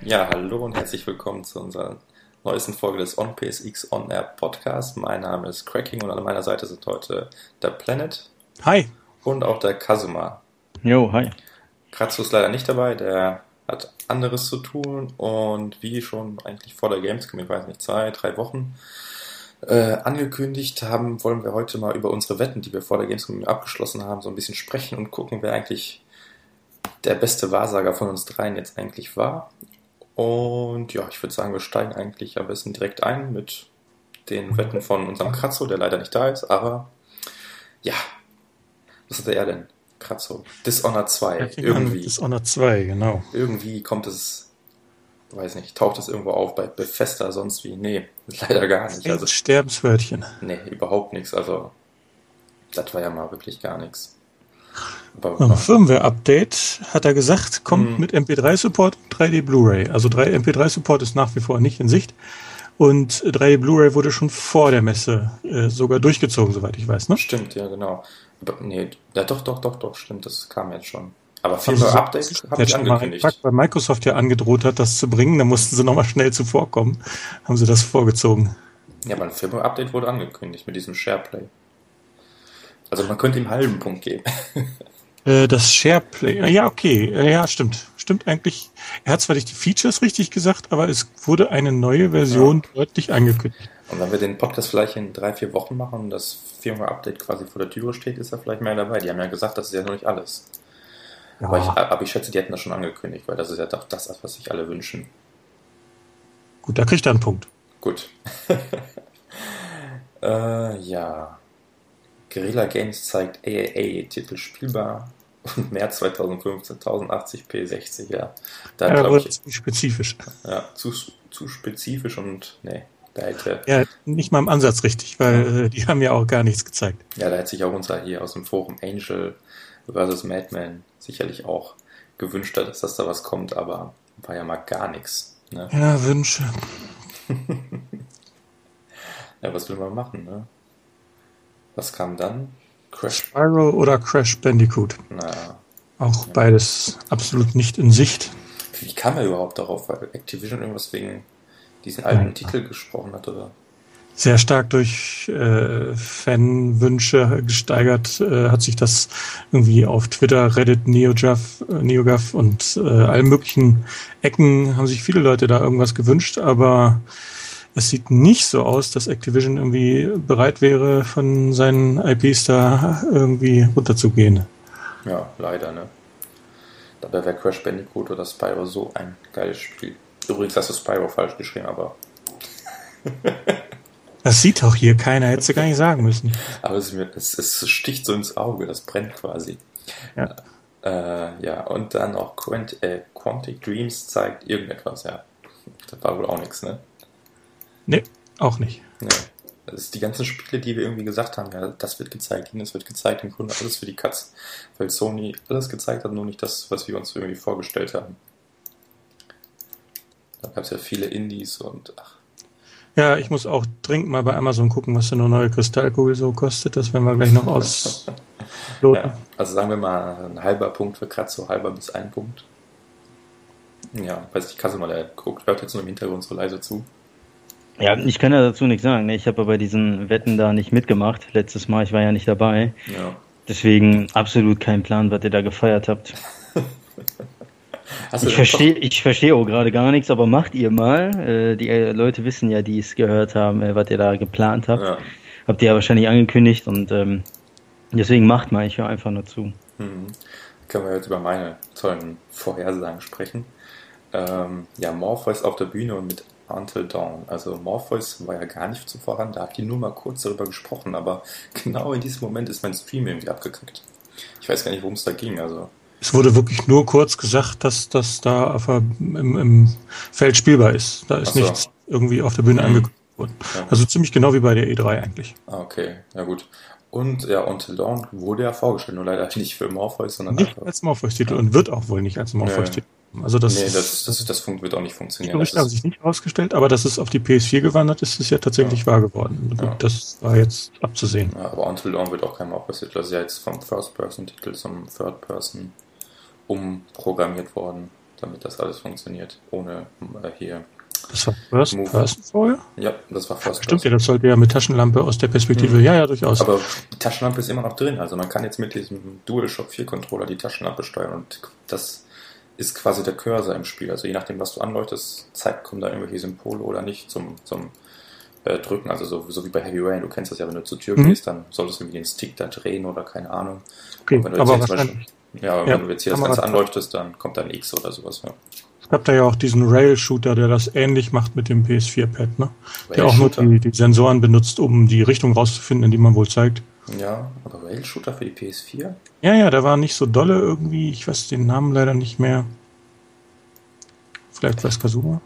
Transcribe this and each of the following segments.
Ja, hallo und herzlich willkommen zu unserer neuesten Folge des OnPSX On Air Podcast. Mein Name ist Cracking und an meiner Seite sind heute der Planet. Hi. Und auch der Kazuma. Jo, hi. Kratzo ist leider nicht dabei, der hat anderes zu tun und wie schon eigentlich vor der Gamescom, ich weiß nicht, 2-3 Wochen angekündigt haben, wollen wir heute mal über unsere Wetten, die wir vor der Gamescom abgeschlossen haben, so ein bisschen sprechen und gucken, wer eigentlich der beste Wahrsager von uns dreien jetzt eigentlich war. Und ja, ich würde sagen, wir steigen eigentlich am besten direkt ein mit den Wetten von unserem Kratzo, der leider nicht da ist, aber ja, was hatte er denn? Kratzo. Dishonored 2, irgendwie. Dishonored 2, genau. Irgendwie kommt es, weiß nicht, taucht es irgendwo auf bei Bethesda, sonst wie? Nee, leider gar nicht. Also Sterbenswörtchen. Nee, überhaupt nichts. Also, das war ja mal wirklich gar nichts. Firmware-Update, hat er gesagt, kommt mit MP3-Support und 3D Blu-ray. Also MP3-Support ist nach wie vor nicht in Sicht. Und 3D Blu-ray wurde schon vor der Messe sogar durchgezogen, soweit ich weiß, ne? Stimmt, ja, genau. Nee, ja, doch, stimmt, das kam jetzt schon. Aber Firmware-Update habe ich angekündigt. Weil Microsoft ja angedroht hat, das zu bringen, da mussten sie nochmal schnell zuvorkommen. Haben sie das vorgezogen. Ja, aber ein Firmware-Update wurde angekündigt mit diesem SharePlay. Also man könnte ihm einen halben Punkt geben. Das SharePlay, ja, okay, ja, stimmt. Stimmt eigentlich. Er hat zwar nicht die Features richtig gesagt, aber es wurde eine neue Version deutlich angekündigt. Und wenn wir den Podcast vielleicht in 3-4 Wochen machen und das Firmware-Update quasi vor der Türe steht, ist er vielleicht mehr dabei. Die haben ja gesagt, das ist ja noch nicht alles. Ja. Aber ich schätze, die hätten das schon angekündigt, weil das ist ja doch das, was sich alle wünschen. Gut, da kriegt er einen Punkt. Gut. Ja. Guerilla Games zeigt AAA-Titel spielbar und März 2015 1080p 60, ja. Da ja, wurde zu spezifisch. Ja, zu spezifisch und nee, da hätte... Ja, nicht mal im Ansatz richtig, weil die haben ja auch gar nichts gezeigt. Ja, da hätte sich auch unser hier aus dem Forum Angel vs. Madman sicherlich auch gewünscht, dass da was kommt, aber war ja mal gar nichts. Ne? Ja, Wünsche. Ja, was will man machen, ne? Was kam dann? Crash Spyro oder Crash Bandicoot? Naja. Auch beides absolut nicht in Sicht. Wie kam er überhaupt darauf? Weil Activision irgendwas wegen diesen alten Titel gesprochen hat, oder? Sehr stark durch Fanwünsche gesteigert hat sich das irgendwie auf Twitter, Reddit, NeoGAF und allen möglichen Ecken haben sich viele Leute da irgendwas gewünscht, aber es sieht nicht so aus, dass Activision irgendwie bereit wäre, von seinen IPs da irgendwie runterzugehen. Ja, leider, ne? Dabei wäre Crash Bandicoot oder Spyro so ein geiles Spiel. Übrigens hast du Spyro falsch geschrieben, aber... Das sieht doch hier keiner, hättest du gar nicht sagen müssen. Aber es sticht so ins Auge, das brennt quasi. Ja, ja, und dann auch Quantic Dreams zeigt irgendetwas, ja. Das war wohl auch nichts, ne? Nee, auch nicht. Nee. Das ist die ganzen Spiele, die wir irgendwie gesagt haben, ja, das wird gezeigt, das wird gezeigt, im Grunde alles für die Katz. Weil Sony alles gezeigt hat, nur nicht das, was wir uns irgendwie vorgestellt haben. Da gab es ja viele Indies und Ja, ich muss auch dringend mal bei Amazon gucken, was eine neue Kristallkugel so kostet. Das werden wir gleich noch ausloten. Ja, also sagen wir mal ein halber Punkt für Kratzo, halber bis 1 Punkt. Ja, weiß nicht, Kazuma, der guckt, hört jetzt nur im Hintergrund so leise zu. Ja, ich kann ja dazu nichts sagen. Ich habe bei diesen Wetten da nicht mitgemacht. Letztes Mal, ich war ja nicht dabei. Ja. Deswegen absolut kein Plan, was ihr da gefeiert habt. Ich verstehe auch gerade gar nichts, aber macht ihr mal. Die Leute wissen ja, die es gehört haben, was ihr da geplant habt. Ja. Habt ihr ja wahrscheinlich angekündigt und deswegen macht mal. Ich höre einfach nur zu. Können wir jetzt über meine tollen Vorhersagen sprechen. Ja, Morpheus auf der Bühne und mit Until Dawn. Also Morpheus war ja gar nicht zu voran, da habt ihr nur mal kurz darüber gesprochen, aber genau in diesem Moment ist mein Stream irgendwie abgekackt. Ich weiß gar nicht, worum es da ging. Also es wurde wirklich nur kurz gesagt, dass das da im Feld spielbar ist. Da ist nichts irgendwie auf der Bühne angekündigt worden. Ja. Also ziemlich genau wie bei der E3 eigentlich. Okay, ja gut. Und ja, Until Dawn wurde ja vorgestellt, nur leider nicht für Morpheus, sondern nicht einfach als Morpheus-Titel und wird auch wohl nicht als Morpheus-Titel. Also das wird auch nicht funktionieren. Die Gerüchte haben sich nicht rausgestellt, aber dass es auf die PS4 gewandert ist, ist ja tatsächlich wahr geworden. Ja. Das war jetzt abzusehen. Ja, aber Until Dawn wird auch kein Morpheus-Titel. Das ist ja jetzt vom First-Person-Titel zum Third-Person umprogrammiert worden. damit das alles funktioniert, ohne hier... Das war First Person vorher? Ja, das war First Person. Stimmt ja, das sollte ja mit Taschenlampe aus der Perspektive, ja, durchaus. Aber die Taschenlampe ist immer noch drin, also man kann jetzt mit diesem DualShock 4 Controller die Taschenlampe steuern und das ist quasi der Cursor im Spiel, also je nachdem, was du anleuchtest, kommen da irgendwelche Symbole oder nicht zum Drücken, also so wie bei Heavy Rain, du kennst das ja, wenn du zur Tür gehst, dann solltest du irgendwie den Stick da drehen oder keine Ahnung. Okay, wenn du aber wenn du jetzt hier das Ganze anleuchtest, dann kommt da ein X oder sowas, ja. Es gab da ja auch diesen Rail-Shooter, der das ähnlich macht mit dem PS4-Pad, ne? Der auch nur die Sensoren benutzt, um die Richtung rauszufinden, in die man wohl zeigt. Ja, aber Rail-Shooter für die PS4? Ja, der war nicht so dolle irgendwie. Ich weiß den Namen leider nicht mehr. Vielleicht weiß Kazuma?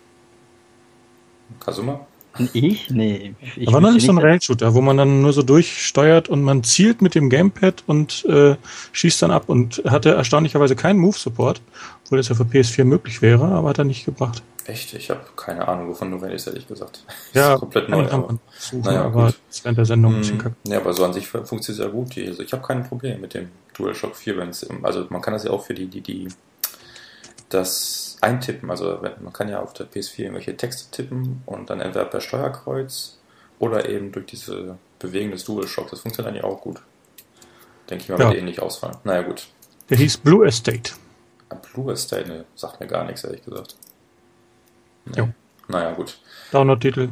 Kazuma? Ich? Nee. Da war noch nicht so ein Rail-Shooter, wo man dann nur so durchsteuert und man zielt mit dem Gamepad und schießt dann ab und hatte erstaunlicherweise keinen Move-Support, obwohl das ja für PS4 möglich wäre, aber hat er nicht gebracht. Echt? Ich habe keine Ahnung, wovon du redest, ehrlich gesagt. Ja, das ist komplett neu. Aber das während der Sendung ein bisschen kacke. Ja, aber so an sich funktioniert es ja gut. Also ich habe kein Problem mit dem DualShock 4, also man kann das ja auch für das eintippen, also man kann ja auf der PS4 irgendwelche Texte tippen und dann entweder per Steuerkreuz oder eben durch diese Bewegung des DualShock. Das funktioniert eigentlich auch gut. Denke ich mal, wird ähnlich ausfallen. Naja, gut. Der hieß Blue Estate. Blue Estate, ne, sagt mir gar nichts, ehrlich gesagt. Nee. Jo. Naja, gut. Download-Titel.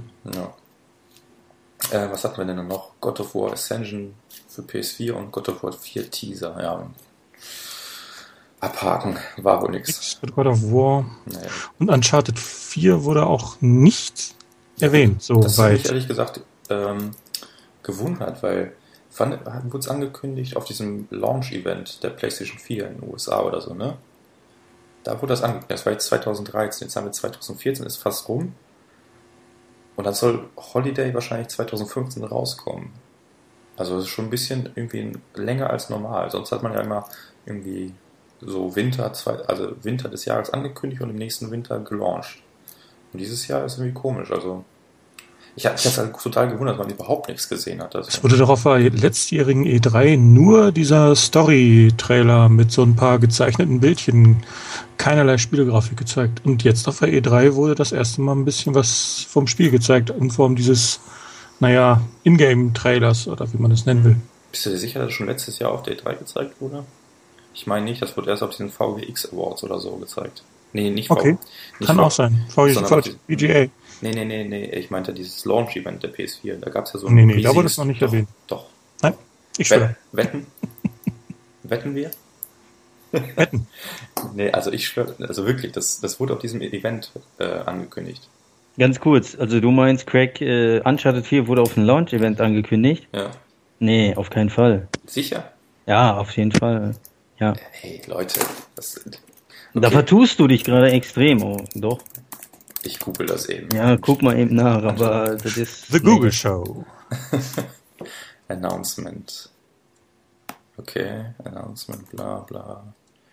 Ja. Was hatten wir denn noch? God of War Ascension für PS4 und God of War 4 Teaser, ja. Abhaken, war wohl nichts. Mit God of War. Nee. Und Uncharted 4 wurde auch nicht erwähnt. So das habe ich ehrlich gesagt gewundert, weil wurde es angekündigt auf diesem Launch-Event der PlayStation 4 in den USA oder so, ne? Da wurde das angekündigt. Das war jetzt 2013, jetzt haben wir 2014, ist fast rum. Und dann soll Holiday wahrscheinlich 2015 rauskommen. Also das ist schon ein bisschen irgendwie länger als normal. Sonst hat man ja immer irgendwie so Winter des Jahres angekündigt und im nächsten Winter gelauncht. Und dieses Jahr ist irgendwie komisch. Also ich habe halt total gewundert, weil man überhaupt nichts gesehen hat. Es wurde doch auf der letztjährigen E3 nur dieser Story-Trailer mit so ein paar gezeichneten Bildchen, keinerlei Spielegrafik gezeigt. Und jetzt auf der E3 wurde das erste Mal ein bisschen was vom Spiel gezeigt, in Form dieses, Ingame-Trailers oder wie man das nennen will. Bist du dir sicher, dass es schon letztes Jahr auf der E3 gezeigt wurde? Ich meine nicht, das wurde erst auf diesen VGX Awards oder so gezeigt. Nee, nicht okay. Kann auch sein. VGA. Nee, ich meinte dieses Launch-Event der PS4. Da gab es ja so ein riesiges... da wurde es noch nicht erwähnt. Doch. Nein, ich schwöre. Wetten? Wetten wir? Wetten? Nee, also ich schwöre, also wirklich, das wurde auf diesem Event angekündigt. Ganz kurz, also du meinst, Craig, Uncharted 4 wurde auf ein Launch-Event angekündigt? Ja. Nee, auf keinen Fall. Sicher? Ja, auf jeden Fall. Ja. Hey, Leute. Okay. Da vertust du dich gerade extrem. Oh, doch. Ich google das eben. Ja, guck mal eben nach, aber das ist... The Google Show. Announcement. Okay, Announcement, bla bla.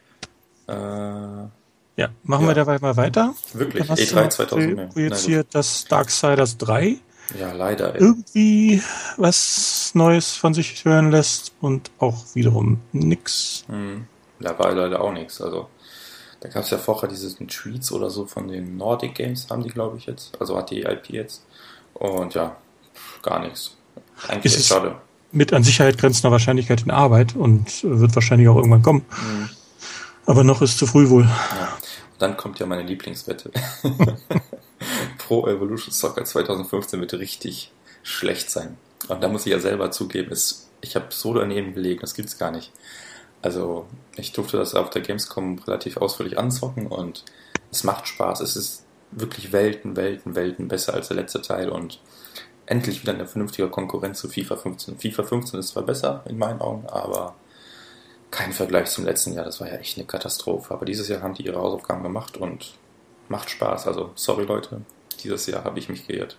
Ja, machen wir dabei mal weiter. Wirklich, E3 2000. Projiziert das Darksiders 3. Ja, leider. Irgendwie was Neues von sich hören lässt und auch wiederum nix. Da war leider auch nichts. Also, da gab es ja vorher diese Tweets oder so von den Nordic Games, haben die, glaube ich, jetzt. Also hat die IP jetzt. Und ja, gar nichts. Eigentlich ist schade. Mit an Sicherheit grenzender Wahrscheinlichkeit in Arbeit und wird wahrscheinlich auch irgendwann kommen. Aber noch ist zu früh wohl. Ja. Dann kommt ja meine Lieblingswette. Pro Evolution Soccer 2015 wird richtig schlecht sein. Und da muss ich ja selber zugeben, ich habe so daneben gelegen, das gibt's gar nicht. Also ich durfte das auf der Gamescom relativ ausführlich anzocken und es macht Spaß. Es ist wirklich Welten besser als der letzte Teil und endlich wieder eine vernünftige Konkurrenz zu FIFA 15. FIFA 15 ist zwar besser in meinen Augen, aber kein Vergleich zum letzten Jahr. Das war ja echt eine Katastrophe. Aber dieses Jahr haben die ihre Hausaufgaben gemacht und macht Spaß. Also sorry Leute, dieses Jahr habe ich mich geirrt.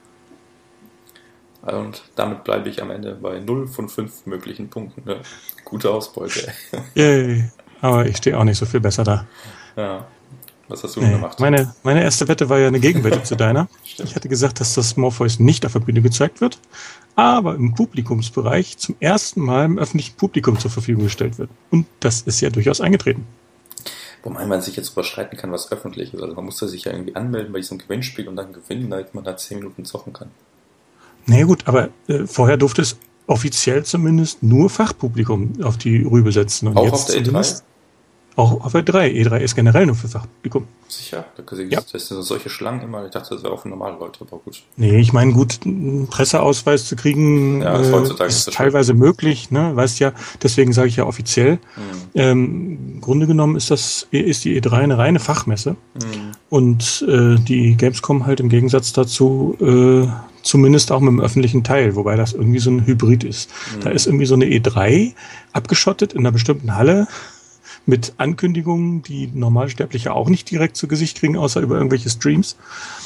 Und damit bleibe ich am Ende bei 0 von 5 möglichen Punkten. Ne? Gute Ausbeute. Yay. Aber ich stehe auch nicht so viel besser da. Ja. Was hast du gemacht? Meine erste Wette war ja eine Gegenwette zu deiner. Stimmt. Ich hatte gesagt, dass das Morpheus nicht auf der Bühne gezeigt wird, aber im Publikumsbereich zum ersten Mal im öffentlichen Publikum zur Verfügung gestellt wird. Und das ist ja durchaus eingetreten. Wobei man sich jetzt überschreiten kann, was öffentlich ist. Also man muss da sich ja irgendwie anmelden bei diesem Gewinnspiel und dann gewinnen, damit man da 10 Minuten zocken kann. Na gut, aber vorher durfte es offiziell zumindest nur Fachpublikum auf die Rübe setzen. Und auch jetzt auf der E3? Auch auf der E3. E3 ist generell nur für Fachpublikum. Sicher? Das sind solche Schlangen immer. Ich dachte, das wäre auch für normale Leute, aber gut. Nee, ich meine, gut, einen Presseausweis zu kriegen ist teilweise möglich. Ne? Weißt ja, deswegen sage ich ja offiziell. Im Grunde genommen ist die E3 eine reine Fachmesse. Und die Gamescom halt im Gegensatz dazu zumindest auch mit dem öffentlichen Teil, wobei das irgendwie so ein Hybrid ist. Da ist irgendwie so eine E3 abgeschottet in einer bestimmten Halle mit Ankündigungen, die Normalsterbliche auch nicht direkt zu Gesicht kriegen, außer über irgendwelche Streams.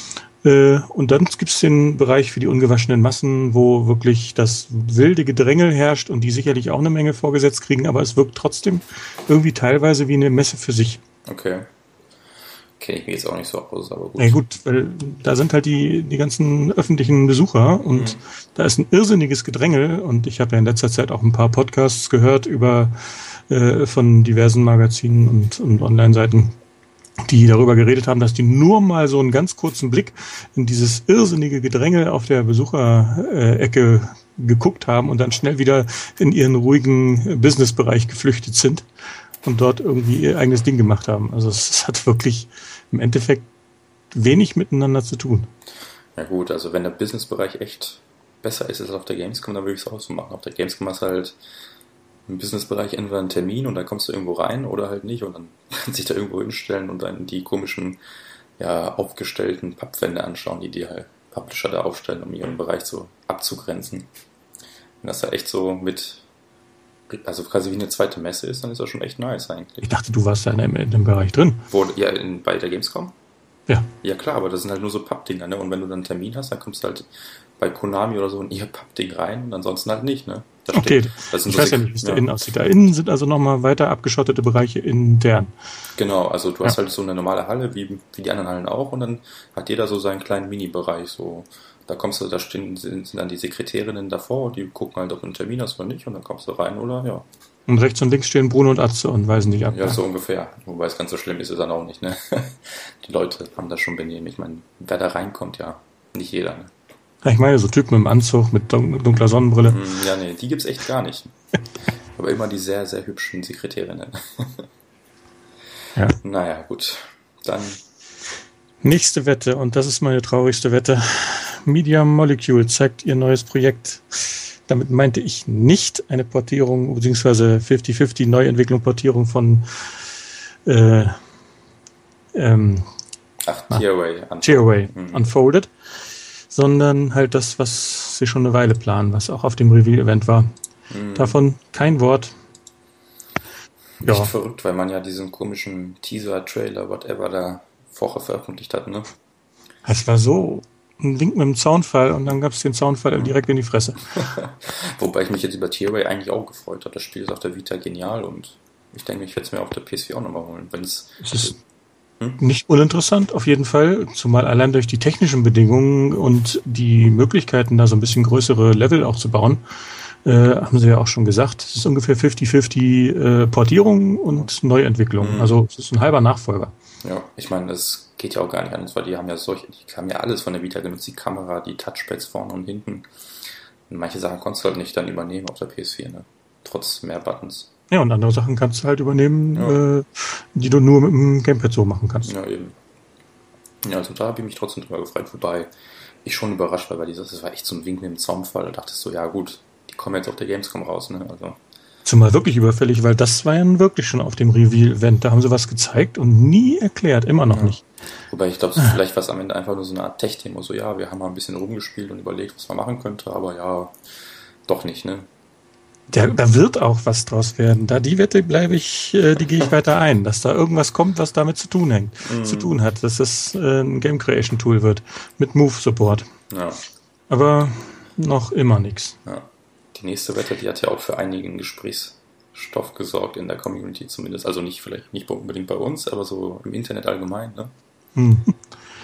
Und dann gibt's den Bereich für die ungewaschenen Massen, wo wirklich das wilde Gedrängel herrscht und die sicherlich auch eine Menge vorgesetzt kriegen, aber es wirkt trotzdem irgendwie teilweise wie eine Messe für sich. Okay. Kenne ich mich jetzt auch nicht so aus, aber gut. Ja gut, weil da sind halt die ganzen öffentlichen Besucher und da ist ein irrsinniges Gedrängel und ich habe ja in letzter Zeit auch ein paar Podcasts gehört von diversen Magazinen und Online-Seiten, die darüber geredet haben, dass die nur mal so einen ganz kurzen Blick in dieses irrsinnige Gedrängel auf der Besucherecke geguckt haben und dann schnell wieder in ihren ruhigen Businessbereich geflüchtet sind und dort irgendwie ihr eigenes Ding gemacht haben. Also es hat wirklich im Endeffekt wenig miteinander zu tun. Ja gut, also wenn der Businessbereich echt besser ist als auf der Gamescom, dann würde ich es auch so machen. Auf der Gamescom hast du halt im Businessbereich entweder einen Termin und dann kommst du irgendwo rein oder halt nicht und dann kannst du dich da irgendwo hinstellen und dann die komischen, aufgestellten Pappwände anschauen, die halt Publisher da aufstellen, um ihren Bereich so abzugrenzen. Wenn das da echt so also quasi wie eine zweite Messe ist, dann ist das schon echt nice eigentlich. Ich dachte, du warst da in dem Bereich drin. Bei der Gamescom? Ja. Ja klar, aber das sind halt nur so Pappdinger, ne? Und wenn du dann einen Termin hast, dann kommst du halt bei Konami oder so in ihr Pappding rein und ansonsten halt nicht, ne? Okay, ich weiß ja nicht, wie es da innen aussieht. Da innen sind also nochmal weiter abgeschottete Bereiche intern. Genau, also du hast halt so eine normale Halle, wie die anderen Hallen auch, und dann hat jeder so seinen kleinen Mini-Bereich, so. Da sind dann die Sekretärinnen davor und die gucken halt, ob du einen Termin hast oder nicht, und dann kommst du rein, oder, ja. Und rechts und links stehen Bruno und Atze und weisen dich ab. Ja, so ungefähr. Wobei es ganz so schlimm ist es dann auch nicht, ne? Die Leute haben das schon benehmen. Ich meine, wer da reinkommt, ja, nicht jeder, ne? Ja, ich meine, so Typen im Anzug mit dunkler Sonnenbrille. Ja, nee, die gibt's echt gar nicht. Aber immer die sehr, sehr hübschen Sekretärinnen. Ja. Naja, gut. Dann. Nächste Wette, und das ist meine traurigste Wette. Media Molecule zeigt ihr neues Projekt. Damit meinte ich nicht eine Portierung, beziehungsweise 50-50 Neuentwicklung, Portierung von Tearaway Unfolded, sondern halt das, was sie schon eine Weile planen, was auch auf dem Reveal-Event war. Davon kein Wort. Ja. Echt verrückt, weil man ja diesen komischen Teaser-Trailer, whatever, da vorher veröffentlicht hat, ne? Es war so ein Wink mit dem Zaunfall und dann gab es den Zaunfall direkt in die Fresse. Wobei ich mich jetzt über Tearaway eigentlich auch gefreut habe. Das Spiel ist auf der Vita genial und ich denke, ich werde es mir auf der PS4 auch nochmal holen. Es ist nicht uninteressant, auf jeden Fall, zumal allein durch die technischen Bedingungen und die Möglichkeiten, da so ein bisschen größere Level auch zu bauen, haben sie ja auch schon gesagt, es ist ungefähr 50-50 Portierung und Neuentwicklung. Also es ist ein halber Nachfolger. Ja, ich meine, das geht ja auch gar nicht anders, weil die haben ja alles von der Vita genutzt, die Kamera, die Touchpads vorne und hinten. Und manche Sachen konntest du halt nicht dann übernehmen auf der PS4, ne? Trotz mehr Buttons. Ja, und andere Sachen kannst du halt übernehmen, die du nur mit dem Gamepad so machen kannst. Ja, eben. Ja, also da habe ich mich trotzdem drüber gefreut, wobei ich schon überrascht war, weil das war echt so ein Wink mit dem Zaunfall. Da dachtest du, ja gut, die kommen jetzt auf der Gamescom raus, ne? Also. Zumal wirklich überfällig, weil das war ja wirklich schon auf dem Reveal-Event. Da haben sie was gezeigt und nie erklärt, immer noch nicht. Wobei ich glaube, vielleicht war es am Ende einfach nur so eine Art Tech-Demo. So, ja, wir haben mal ein bisschen rumgespielt und überlegt, was man machen könnte, aber ja, doch nicht, ne? Da wird auch was draus werden. Die Wette die gehe ich weiter ein, dass da irgendwas kommt, was damit zu tun hat, dass das ein Game Creation Tool wird mit Move Support. Ja. Aber noch immer nichts. Ja. Die nächste Wette, die hat ja auch für einigen Gesprächsstoff gesorgt in der Community zumindest. Also vielleicht nicht unbedingt bei uns, aber so im Internet allgemein, ne?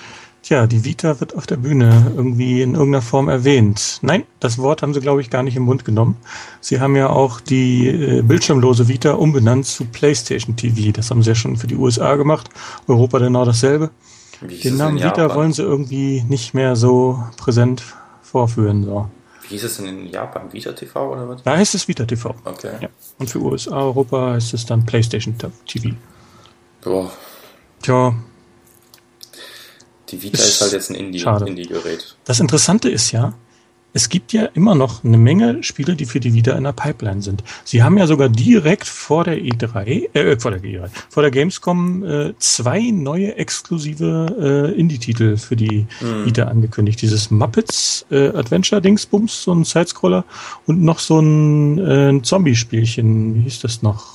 Tja, die Vita wird auf der Bühne irgendwie in irgendeiner Form erwähnt. Nein, das Wort haben sie, glaube ich, gar nicht im Mund genommen. Sie haben ja auch die bildschirmlose Vita umbenannt zu PlayStation TV. Das haben sie ja schon für die USA gemacht. Europa genau dasselbe. Den Namen Vita wollen sie irgendwie nicht mehr so präsent vorführen. So. Wie hieß es denn in Japan? Vita TV oder was? Da heißt es Vita TV. Okay. Ja. Und für USA, Europa heißt es dann PlayStation TV. Boah. Tja. Die Vita ist halt jetzt ein Indie-Gerät. Das Interessante ist ja, es gibt ja immer noch eine Menge Spiele, die für die Vita in der Pipeline sind. Sie haben ja sogar direkt vor der Gamescom 2 neue exklusive Indie-Titel für die Vita angekündigt. Dieses Muppets Adventure-Dingsbums, so ein Sidescroller und noch so ein Zombie-Spielchen. Wie hieß das noch?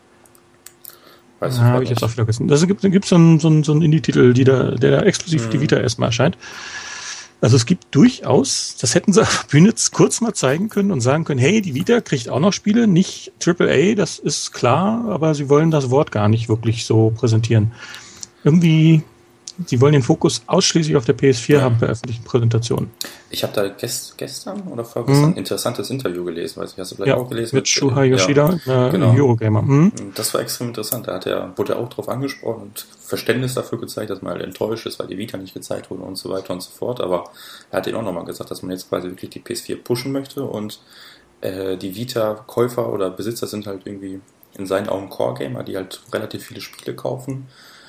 Habe ich jetzt auch wieder vergessen. Also gibt so einen Indie-Titel, der da exklusiv für die Vita erstmal erscheint. Also es gibt durchaus, das hätten sie auf der Bühne kurz mal zeigen können und sagen können, hey, die Vita kriegt auch noch Spiele, nicht AAA, das ist klar, aber sie wollen das Wort gar nicht wirklich so präsentieren. Irgendwie, sie wollen den Fokus ausschließlich auf der PS4 haben bei öffentlichen Präsentationen. Ich habe da gestern oder vorgestern ein interessantes Interview gelesen, weiß ich, hast du vielleicht auch gelesen? Mit Shuhei Yoshida, Eurogamer. Das war extrem interessant, wurde er auch drauf angesprochen und Verständnis dafür gezeigt, dass man halt enttäuscht ist, weil die Vita nicht gezeigt wurde und so weiter und so fort, aber er hat ihn auch nochmal gesagt, dass man jetzt quasi wirklich die PS4 pushen möchte und die Vita-Käufer oder Besitzer sind halt irgendwie in seinen Augen Core-Gamer, die halt relativ viele Spiele kaufen.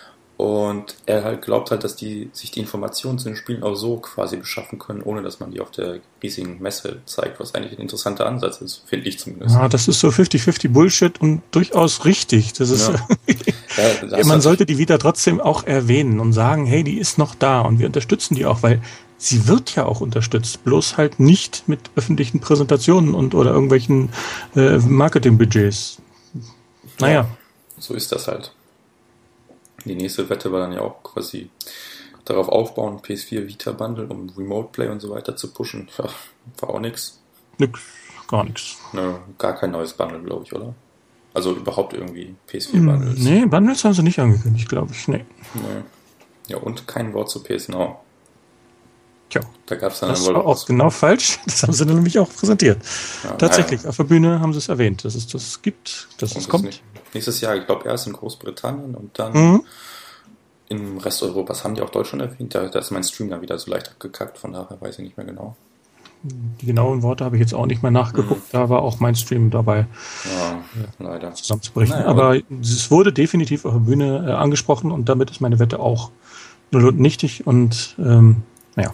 Und er halt glaubt halt, dass die sich die Informationen zu den Spielen auch so quasi beschaffen können, ohne dass man die auf der riesigen Messe zeigt, was eigentlich ein interessanter Ansatz ist, finde ich zumindest. Ja, das ist so 50-50 Bullshit und durchaus richtig. Das ist man sollte die Vita trotzdem auch erwähnen und sagen, hey, die ist noch da und wir unterstützen die auch, weil sie wird ja auch unterstützt, bloß halt nicht mit öffentlichen Präsentationen oder irgendwelchen Marketingbudgets. Naja. Ja, so ist das halt. Die nächste Wette war dann ja auch quasi darauf aufbauen, PS4 Vita Bundle, um Remote Play und so weiter zu pushen. Ja, war auch nix. Gar nichts. Nö, gar kein neues Bundle, glaube ich, oder? Also überhaupt irgendwie PS4 Bundles. Nee, Bundles haben sie nicht angekündigt, glaube ich. Nee. Ja, und kein Wort zu PS Now. Tja, da gab es dann das war auch genau falsch. Das haben sie dann nämlich auch präsentiert. Ja, tatsächlich, auf der Bühne haben sie es erwähnt, dass es das gibt, dass es kommt. Nächstes Jahr, ich glaube, erst in Großbritannien und dann im Rest Europas. Haben die auch Deutschland erwähnt? Da ist mein Stream dann wieder so leicht abgekackt, von daher weiß ich nicht mehr genau. Die genauen Worte habe ich jetzt auch nicht mehr nachgeguckt. Da war auch mein Stream dabei, leider zusammenzubrechen. Naja, aber es wurde definitiv auf der Bühne angesprochen und damit ist meine Wette auch null und nichtig und naja.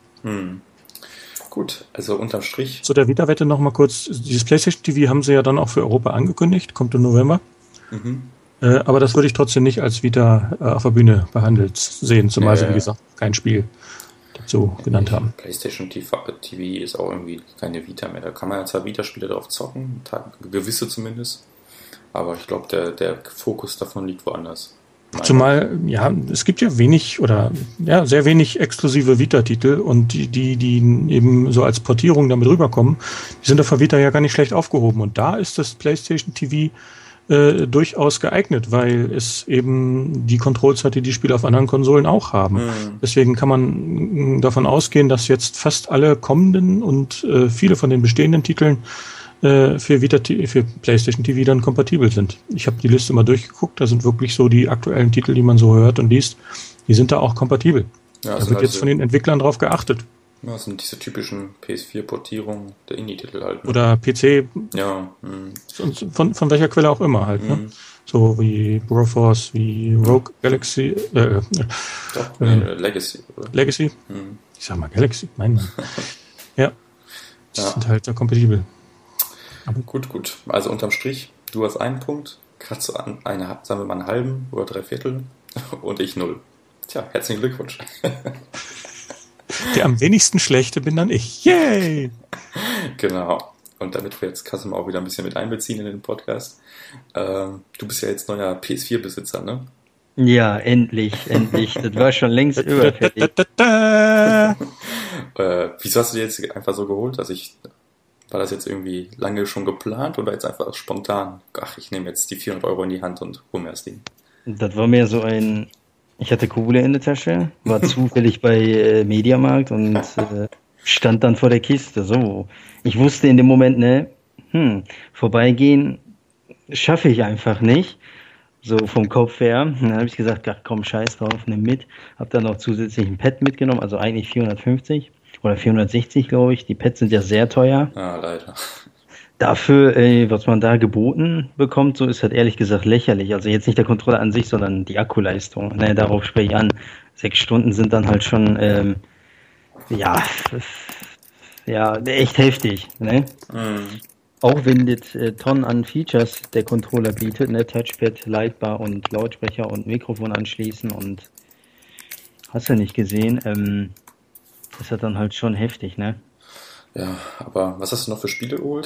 Gut, also unterm Strich. Zu der Vita-Wette noch mal kurz. Dieses PlayStation TV haben sie ja dann auch für Europa angekündigt, kommt im November. Aber das würde ich trotzdem nicht als Vita auf der Bühne behandelt sehen, zumal sie, wie gesagt, kein Spiel dazu genannt haben. PlayStation TV ist auch irgendwie keine Vita mehr. Da kann man ja zwar Vita-Spiele drauf zocken, gewisse zumindest, aber ich glaube, der Fokus davon liegt woanders. Zumal, es gibt ja wenig oder sehr wenig exklusive Vita-Titel und die eben so als Portierung damit rüberkommen, die sind auf der Vita ja gar nicht schlecht aufgehoben. Und da ist das PlayStation TV durchaus geeignet, weil es eben die Controls hat, die die Spiele auf anderen Konsolen auch haben. Deswegen kann man davon ausgehen, dass jetzt fast alle kommenden und viele von den bestehenden Titeln für PlayStation TV dann kompatibel sind. Ich habe die Liste mal durchgeguckt, da sind wirklich so die aktuellen Titel, die man so hört und liest, die sind da auch kompatibel. Ja, da wird jetzt von den Entwicklern drauf geachtet. Ja, das sind diese typischen PS4-Portierungen der Indie-Titel halt. Ne? Oder PC. Ja. Von welcher Quelle auch immer halt. Ne? So wie Broforce, wie Rogue Galaxy. Legacy, oder? Legacy? Ich sag mal Galaxy, mein Mann. Ja. Die sind halt da kompatibel. Aber gut. Also unterm Strich, du hast einen Punkt, kratzt an sagen wir mal einen halben oder 3/4 und ich 0. Tja, herzlichen Glückwunsch. Der am wenigsten Schlechte bin dann ich. Yay! Genau. Und damit wir jetzt Kasim auch wieder ein bisschen mit einbeziehen in den Podcast. Du bist ja jetzt neuer PS4-Besitzer, ne? Ja, endlich. Das war schon längst überfällig. Wieso hast du dir jetzt einfach so geholt? War das jetzt irgendwie lange schon geplant oder jetzt einfach spontan? Ach, ich nehme jetzt die 400 € in die Hand und hole mir das Ding. Das war mehr so ein Ich hatte Kohle in der Tasche, war zufällig bei Mediamarkt und stand dann vor der Kiste. So, ich wusste in dem Moment, ne, vorbeigehen schaffe ich einfach nicht. So vom Kopf her. Und dann habe ich gesagt, ach komm, scheiß drauf, nimm mit. Hab dann noch zusätzlich ein Pad mitgenommen, also eigentlich 450 oder 460, glaube ich. Die Pads sind ja sehr teuer. Ja, leider. Dafür, was man da geboten bekommt, so ist halt ehrlich gesagt lächerlich. Also jetzt nicht der Controller an sich, sondern die Akkuleistung. Ne, darauf spreche ich an. 6 Stunden sind dann halt schon, echt heftig. Ne? Auch wenn das Tonnen an Features der Controller bietet, ne, Touchpad, Lightbar und Lautsprecher und Mikrofon anschließen und hast du nicht gesehen, ist das dann halt schon heftig, ne? Ja, aber was hast du noch für Spiele geholt?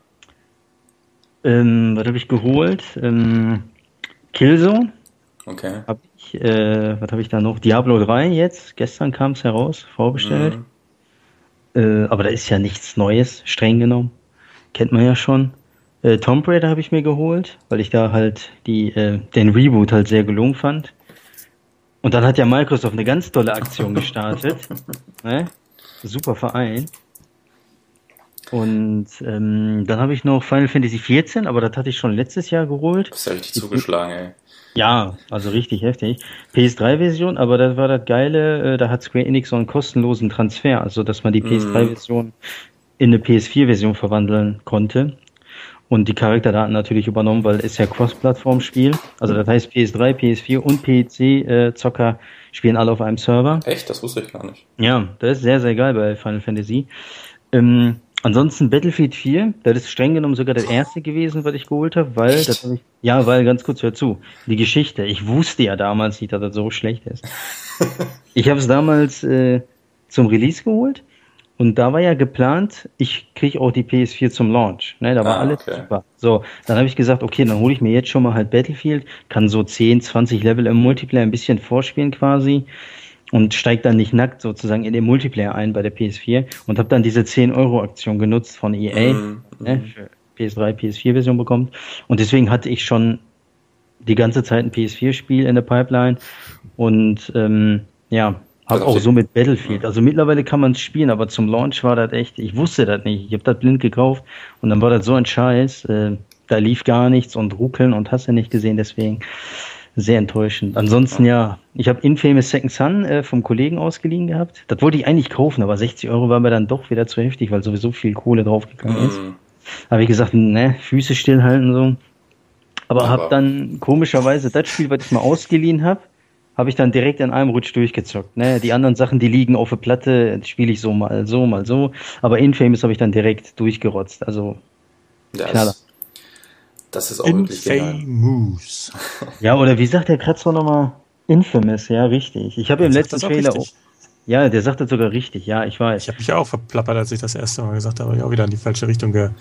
Was habe ich geholt? Killzone. Okay. Was habe ich da noch? Diablo 3 jetzt. Gestern kam es heraus, vorbestellt. Aber da ist ja nichts Neues, streng genommen. Kennt man ja schon. Tomb Raider habe ich mir geholt, weil ich da halt den Reboot halt sehr gelungen fand. Und dann hat ja Microsoft eine ganz tolle Aktion gestartet. Ne? Super Verein. Und dann habe ich noch Final Fantasy 14, aber das hatte ich schon letztes Jahr geholt. Das ist ja richtig zugeschlagen, ey. Ja, also richtig heftig. PS3-Version, aber das war das Geile, da hat Square Enix so einen kostenlosen Transfer, also dass man die PS3-Version in eine PS4-Version verwandeln konnte. Und die Charakterdaten natürlich übernommen, weil es ja Cross-Plattform-Spiel. Also das heißt PS3, PS4 und PC-Zocker spielen alle auf einem Server. Echt? Das wusste ich gar nicht. Ja, das ist sehr, sehr geil bei Final Fantasy. Ansonsten Battlefield 4, das ist streng genommen sogar das erste gewesen, was ich geholt habe, weil, weil ganz kurz, hör zu, die Geschichte, ich wusste ja damals nicht, dass das so schlecht ist. Ich habe es damals zum Release geholt und da war ja geplant, ich kriege auch die PS4 zum Launch, ne, da war alles super. So, dann habe ich gesagt, okay, dann hole ich mir jetzt schon mal halt Battlefield, kann so 10, 20 Level im Multiplayer ein bisschen vorspielen quasi. Und steigt dann nicht nackt sozusagen in den Multiplayer ein bei der PS4 und habe dann diese 10-Euro-Aktion genutzt von EA, für PS3, PS4-Version bekommt. Und deswegen hatte ich schon die ganze Zeit ein PS4-Spiel in der Pipeline und habe auch so mit Battlefield. Also mittlerweile kann man es spielen, aber zum Launch war das echt, ich wusste das nicht. Ich habe das blind gekauft und dann war das so ein Scheiß, da lief gar nichts und ruckeln und hast du nicht gesehen, deswegen sehr enttäuschend. Ansonsten ich habe Infamous Second Son vom Kollegen ausgeliehen gehabt. Das wollte ich eigentlich kaufen, aber 60 Euro war mir dann doch wieder zu heftig, weil sowieso viel Kohle draufgegangen ist. Habe ich gesagt, ne, Füße stillhalten so. Aber habe dann komischerweise das Spiel, was ich mal ausgeliehen habe ich dann direkt in einem Rutsch durchgezockt. Ne? Die anderen Sachen, die liegen auf der Platte, spiele ich so mal so, mal so. Aber Infamous habe ich dann direkt durchgerotzt. Also knaller. Das ist auch wirklich Infamous. Ja, oder wie sagt der Kratzer nochmal? Infamous, ja, richtig. Ich habe im letzten Trailer auch. Ja, der sagt das sogar richtig, ja, ich weiß. Ich habe mich ja auch verplappert, als ich das erste Mal gesagt habe, ich auch wieder in die falsche Richtung gerutscht.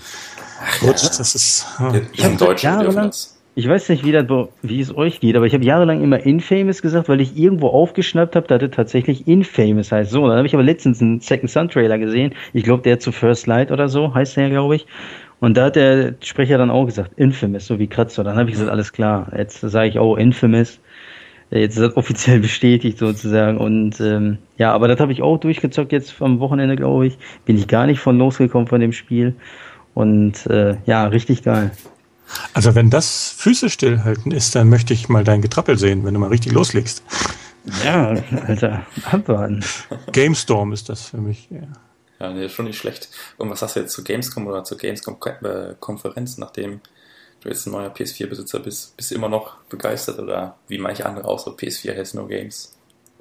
Das ist. Ich habe jahrelang. Ich weiß nicht, wie es euch geht, aber ich habe jahrelang immer Infamous gesagt, weil ich irgendwo aufgeschnappt habe, dass das tatsächlich Infamous heißt. So, dann habe ich aber letztens einen Second Son Trailer gesehen. Ich glaube, der zu First Light oder so heißt der, glaube ich. Und da hat der Sprecher dann auch gesagt, Infamous, so wie Kratzer. Dann habe ich gesagt, alles klar, jetzt sage ich auch Infamous. Jetzt ist das offiziell bestätigt sozusagen. Und aber das habe ich auch durchgezockt jetzt am Wochenende, glaube ich. Bin ich gar nicht von losgekommen von dem Spiel. Und richtig geil. Also wenn das Füße stillhalten ist, dann möchte ich mal dein Getrappel sehen, wenn du mal richtig loslegst. Ja, Alter, abwarten. GameStorm ist das für mich, ja. Ja, nee, schon nicht schlecht. Und was hast du jetzt zu Gamescom oder zur Gamescom-Konferenz, nachdem du jetzt ein neuer PS4-Besitzer bist? Bist du immer noch begeistert oder wie manche andere auch so, PS4 has no games?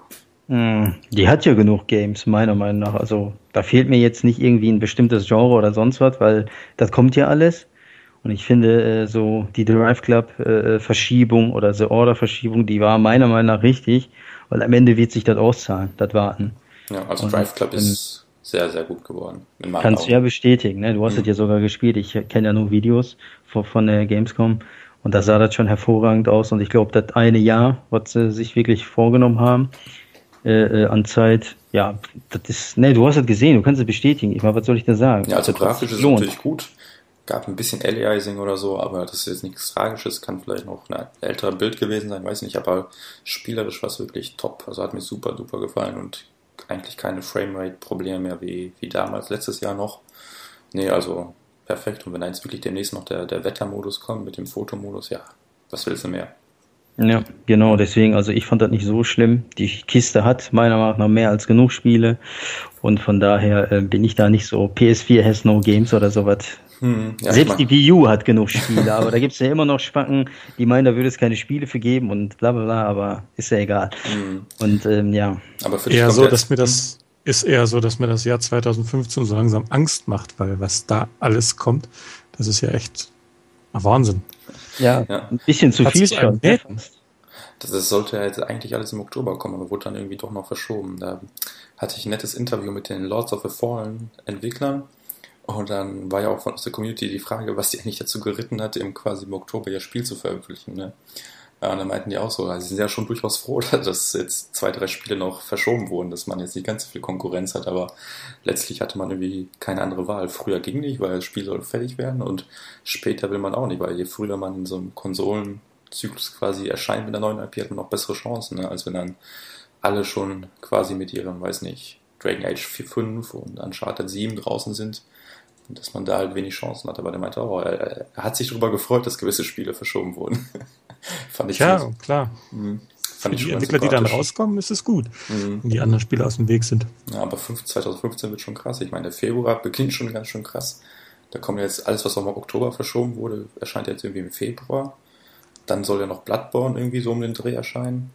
Die hat ja genug Games, meiner Meinung nach. Also da fehlt mir jetzt nicht irgendwie ein bestimmtes Genre oder sonst was, weil das kommt ja alles. Und ich finde, so die Drive Club Verschiebung oder The Order Verschiebung, die war meiner Meinung nach richtig, weil am Ende wird sich das auszahlen, das Warten. Ja, also Drive Club ist sehr, sehr gut geworden. Kannst du ja bestätigen, ne? Du hast es ja sogar gespielt. Ich kenne ja nur Videos von der Gamescom und da sah das schon hervorragend aus und ich glaube, das eine Jahr, was sie sich wirklich vorgenommen haben, an Zeit, ja, das ist, ne, du hast es gesehen, du kannst es bestätigen. Ich meine, was soll ich da sagen? Ja, also grafisch ist es natürlich gut. Gab ein bisschen Aliasing oder so, aber das ist jetzt nichts Tragisches, kann vielleicht noch ein älterer Bild gewesen sein, weiß nicht, aber spielerisch war es wirklich top. Also hat mir super duper gefallen und eigentlich keine Framerate-Probleme mehr wie damals, letztes Jahr noch. Nee, also perfekt. Und wenn da jetzt wirklich demnächst noch der Wettermodus kommt mit dem Fotomodus, ja, was willst du mehr? Ja, genau, deswegen, also ich fand das nicht so schlimm. Die Kiste hat meiner Meinung nach mehr als genug Spiele und von daher bin ich da nicht so PS4 has no games oder sowas. Ja, selbst die Wii U hat genug Spiele, aber da gibt's ja immer noch Spacken, die meinen, da würde es keine Spiele für geben und bla bla bla, aber ist ja egal. Und ja. Aber für eher so, dass mir das ist eher so, dass mir das Jahr 2015 so langsam Angst macht, weil was da alles kommt, das ist ja echt Wahnsinn. Ja, ein bisschen zu viel schon. Das sollte ja jetzt eigentlich alles im Oktober kommen, aber wurde dann irgendwie doch noch verschoben. Da hatte ich ein nettes Interview mit den Lords of the Fallen Entwicklern und dann war ja auch aus der Community die Frage, was die eigentlich dazu geritten hat, quasi im Oktober ihr Spiel zu veröffentlichen. Ne? Ja, und dann meinten die auch so, also sie sind ja schon durchaus froh, dass jetzt 2, 3 Spiele noch verschoben wurden, dass man jetzt nicht ganz so viel Konkurrenz hat, aber letztlich hatte man irgendwie keine andere Wahl. Früher ging nicht, weil das Spiel soll fertig werden und später will man auch nicht, weil je früher man in so einem Konsolenzyklus quasi erscheint mit der neuen IP, hat man noch bessere Chancen, ne? Als wenn dann alle schon quasi mit ihrem, weiß nicht, Dragon Age 4.5 und Uncharted 7 draußen sind. Und dass man da halt wenig Chancen hat. Aber der meinte auch, er hat sich darüber gefreut, dass gewisse Spiele verschoben wurden. Fand ich ja, klar. Fand die Entwickler, die dann rauskommen, ist es gut. Und die anderen Spiele aus dem Weg sind. Ja, aber 2015 wird schon krass. Ich meine, der Februar beginnt schon ganz schön krass. Da kommt jetzt alles, was auch im Oktober verschoben wurde, erscheint jetzt irgendwie im Februar. Dann soll ja noch Bloodborne irgendwie so um den Dreh erscheinen.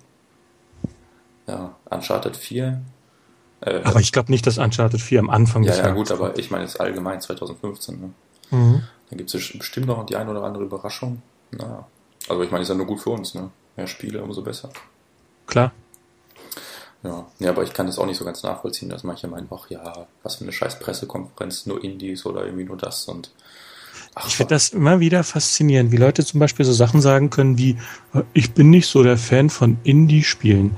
Ja, Uncharted 4. Aber ich glaube nicht, dass Uncharted 4 am Anfang des Jahres. Ja, gut, aber ich meine jetzt allgemein 2015. Ne? Da gibt es bestimmt noch die eine oder andere Überraschung. Naja. Also ich meine, ist ja nur gut für uns. Ne? Mehr Spiele, umso besser. Klar. Ja, aber ich kann das auch nicht so ganz nachvollziehen, dass manche meinen, ach ja, was für eine scheiß Pressekonferenz, nur Indies oder irgendwie nur das und ich finde das immer wieder faszinierend, wie Leute zum Beispiel so Sachen sagen können wie, ich bin nicht so der Fan von Indie-Spielen.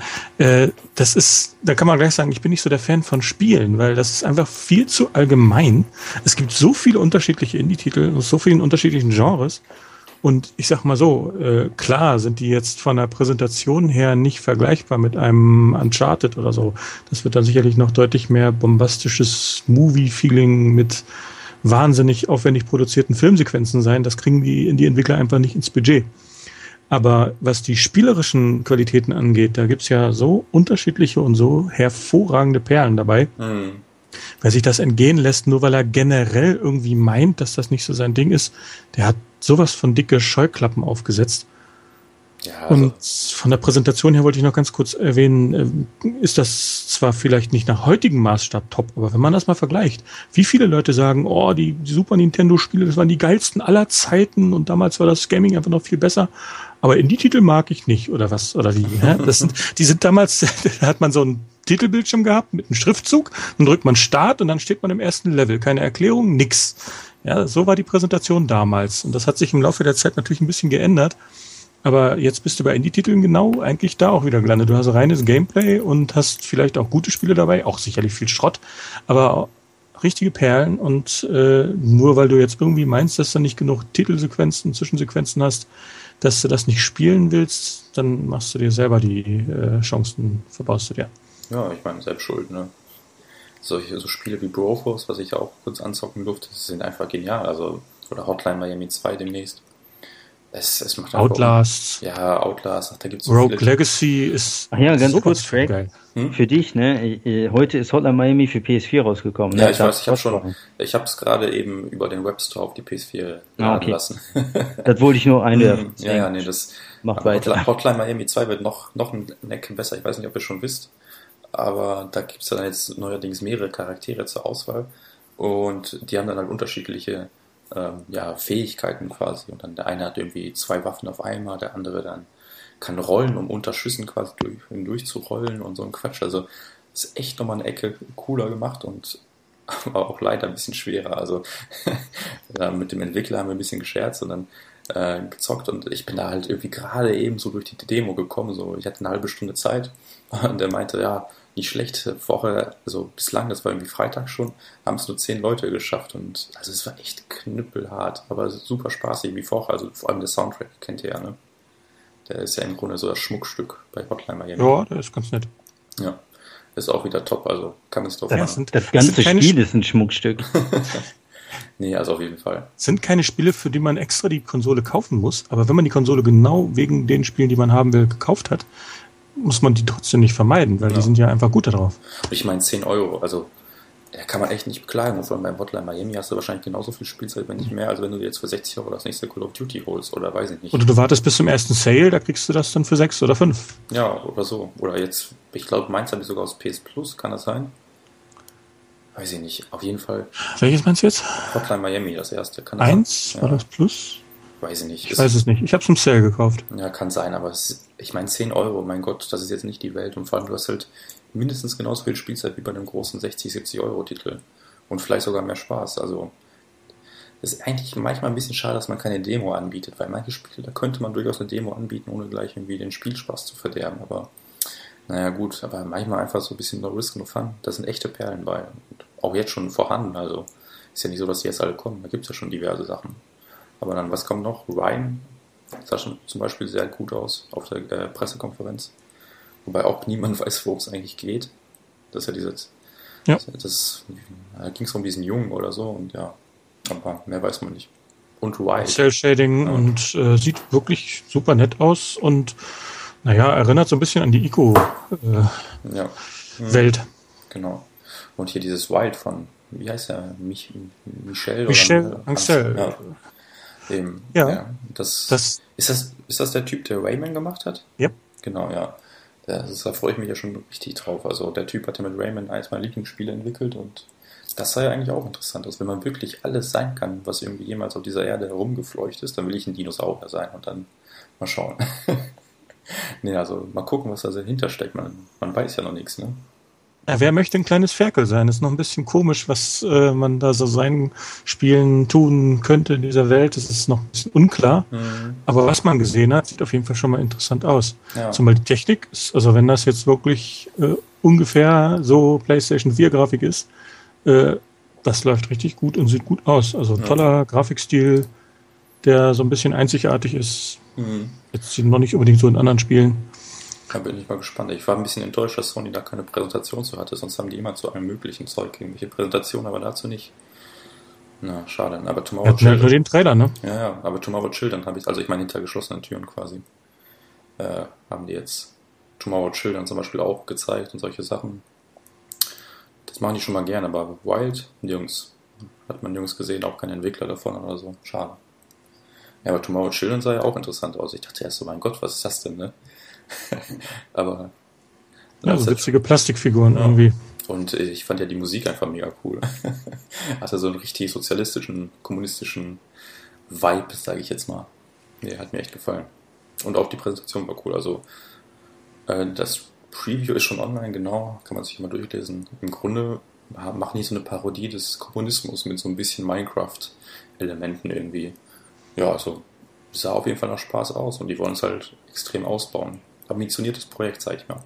Da kann man gleich sagen, ich bin nicht so der Fan von Spielen, weil das ist einfach viel zu allgemein. Es gibt so viele unterschiedliche Indie-Titel aus so vielen unterschiedlichen Genres. Und ich sag mal so, klar sind die jetzt von der Präsentation her nicht vergleichbar mit einem Uncharted oder so. Das wird dann sicherlich noch deutlich mehr bombastisches Movie-Feeling mit wahnsinnig aufwendig produzierten Filmsequenzen sein. Das kriegen die Entwickler einfach nicht ins Budget. Aber was die spielerischen Qualitäten angeht, da gibt's ja so unterschiedliche und so hervorragende Perlen dabei. Wer sich das entgehen lässt, nur weil er generell irgendwie meint, dass das nicht so sein Ding ist, der hat sowas von dicke Scheuklappen aufgesetzt. Ja, also. Und von der Präsentation her wollte ich noch ganz kurz erwähnen, ist das zwar vielleicht nicht nach heutigem Maßstab top, aber wenn man das mal vergleicht, wie viele Leute sagen, oh, die Super Nintendo-Spiele, das waren die geilsten aller Zeiten und damals war das Gaming einfach noch viel besser, aber Indie-Titel mag ich nicht, oder was, oder wie? Die sind damals, da hat man so einen Titelbildschirm gehabt mit einem Schriftzug, dann drückt man Start und dann steht man im ersten Level, keine Erklärung, nix. Ja, so war die Präsentation damals und das hat sich im Laufe der Zeit natürlich ein bisschen geändert. Aber jetzt bist du bei Indie-Titeln genau eigentlich da auch wieder gelandet. Du hast reines Gameplay und hast vielleicht auch gute Spiele dabei, auch sicherlich viel Schrott, aber richtige Perlen und nur weil du jetzt irgendwie meinst, dass du nicht genug Titelsequenzen, Zwischensequenzen hast, dass du das nicht spielen willst, dann machst du dir selber die Chancen, verbaust du dir. Ja, ich meine, selbst schuld, ne? So Spiele wie Broforce, was ich auch kurz anzocken durfte, sind einfach genial. Also, oder Hotline Miami 2 demnächst. Es macht Outlast. Ja, Outlast. Ach, da gibt's so Rogue viele Legacy ist. Ach ja, ganz kurz, Frank. Geil. Für dich, ne? Heute ist Hotline Miami für PS4 rausgekommen. Ja, ne? Ich weiß, ich habe es gerade eben über den Webstore auf die PS4 laden lassen. Das wollte ich nur einwerfen. Ja, nee, das macht weiter. Hotline Miami 2 wird noch ein Eck besser. Ich weiß nicht, ob ihr schon wisst. Aber da gibt's dann jetzt neuerdings mehrere Charaktere zur Auswahl. Und die haben dann halt unterschiedliche Fähigkeiten quasi. Und dann der eine hat irgendwie 2 Waffen auf einmal, der andere dann kann rollen, um unter Schüssen quasi hindurch zu rollen und so ein Quatsch. Also ist echt nochmal eine Ecke cooler gemacht und aber auch leider ein bisschen schwerer. Also mit dem Entwickler haben wir ein bisschen gescherzt und dann gezockt und ich bin da halt irgendwie gerade eben so durch die Demo gekommen. So, ich hatte eine halbe Stunde Zeit und der meinte, ja, nicht schlecht. Vorher, also bislang, das war irgendwie Freitag schon, haben es nur 10 Leute geschafft. Und also es war echt knüppelhart, aber super spaßig wie vorher. Also vor allem der Soundtrack kennt ihr ja, ne? Der ist ja im Grunde so das Schmuckstück bei Hotline Miami. Ja, der ist ganz nett. Ja, ist auch wieder top, also kann es drauf Das ganze Spiel ist ein Schmuckstück. Nee, also auf jeden Fall. Sind keine Spiele, für die man extra die Konsole kaufen muss, aber wenn man die Konsole genau wegen den Spielen, die man haben will, gekauft hat, muss man die trotzdem nicht vermeiden, weil die sind ja einfach gut darauf. Und ich meine 10 Euro, also kann man echt nicht beklagen. Und vor allem beim Hotline Miami hast du wahrscheinlich genauso viel Spielzeit, wenn nicht mehr, als wenn du dir jetzt für 60 Euro das nächste Call of Duty holst oder weiß ich nicht. Oder du wartest bis zum ersten Sale, da kriegst du das dann für 6 oder 5. Ja, oder so. Oder jetzt, ich glaube, meins habe ich sogar aus PS Plus, kann das sein? Weiß ich nicht, auf jeden Fall. Welches meinst du jetzt? Hotline Miami, das erste. Kann das 1? sein? War das Plus? Weiß ich nicht. Ich weiß es nicht. Ich habe es im Sale gekauft. Ja, kann sein, aber ich meine 10 Euro, mein Gott, das ist jetzt nicht die Welt. Und vor allem, du hast halt mindestens genauso viel Spielzeit wie bei einem großen 60, 70 Euro Titel. Und vielleicht sogar mehr Spaß. Also, es ist eigentlich manchmal ein bisschen schade, dass man keine Demo anbietet, weil manche Spiele, da könnte man durchaus eine Demo anbieten, ohne gleich irgendwie den Spielspaß zu verderben. Aber, naja, gut, aber manchmal einfach so ein bisschen no risk, no fun. Da sind echte Perlen bei. Und auch jetzt schon vorhanden, also, ist ja nicht so, dass die jetzt alle kommen. Da gibt es ja schon diverse Sachen. Aber dann, was kommt noch? Rhyme sah schon zum Beispiel sehr gut aus auf der Pressekonferenz. Wobei auch niemand weiß, worum es eigentlich geht. Das ist ja dieses. Ja. Da ging es um diesen Jungen oder so und ja, aber mehr weiß man nicht. Und Wild. Cell-Shading und sieht wirklich super nett aus und naja, erinnert so ein bisschen an die Ico-Welt. Genau. Und hier dieses Wild von, wie heißt er? Michel Ancel. Ja. Eben. Ja. Ja. Ist das der Typ, der Rayman gemacht hat? Ja. Genau, ja. Da freue ich mich ja schon richtig drauf. Also der Typ hat ja mit Rayman eins meiner Lieblingsspiele entwickelt und das sah ja eigentlich auch interessant aus. Wenn man wirklich alles sein kann, was irgendwie jemals auf dieser Erde herumgefleucht ist, dann will ich ein Dinosaurier sein und dann mal schauen. Nee, also mal gucken, was da dahinter steckt. Man weiß ja noch nichts, ne? Ja, wer möchte ein kleines Ferkel sein? Ist noch ein bisschen komisch, was man da so seinen Spielen tun könnte in dieser Welt. Das ist noch ein bisschen unklar. Aber was man gesehen hat, sieht auf jeden Fall schon mal interessant aus. Ja. Zumal die Technik ist, also wenn das jetzt wirklich ungefähr so PlayStation 4 Grafik ist, das läuft richtig gut und sieht gut aus. Also toller Grafikstil, der so ein bisschen einzigartig ist. Jetzt noch nicht unbedingt so in anderen Spielen. Da bin ich mal gespannt. Ich war ein bisschen enttäuscht, dass Sony da keine Präsentation zu hatte, sonst haben die immer zu allem möglichen Zeug irgendwelche Präsentationen, aber dazu nicht. Na, schade. Aber Tomorrow Children. Nur den Trailer, ne? Ja, aber Tomorrow Children habe ich, also ich meine hinter geschlossenen Türen quasi, haben die jetzt Tomorrow Children zum Beispiel auch gezeigt und solche Sachen. Das machen die schon mal gerne, aber Wild, hat man nirgends gesehen, auch kein Entwickler davon oder so. Schade. Ja, aber Tomorrow Children sah ja auch interessant aus. Ich dachte erst so, mein Gott, was ist das denn, ne? Aber ja, so witzige Plastikfiguren irgendwie. Und ich fand ja die Musik einfach mega cool. Hatte so einen richtig sozialistischen, kommunistischen Vibe, sage ich jetzt mal. Nee, hat mir echt gefallen. Und auch die Präsentation war cool. Also das Preview ist schon online, genau, kann man sich mal durchlesen. Im Grunde machen die so eine Parodie des Kommunismus mit so ein bisschen Minecraft-Elementen irgendwie. Ja, also sah auf jeden Fall noch Spaß aus und die wollen es halt extrem ausbauen. Ambitioniertes Projekt, sag ich mal. Und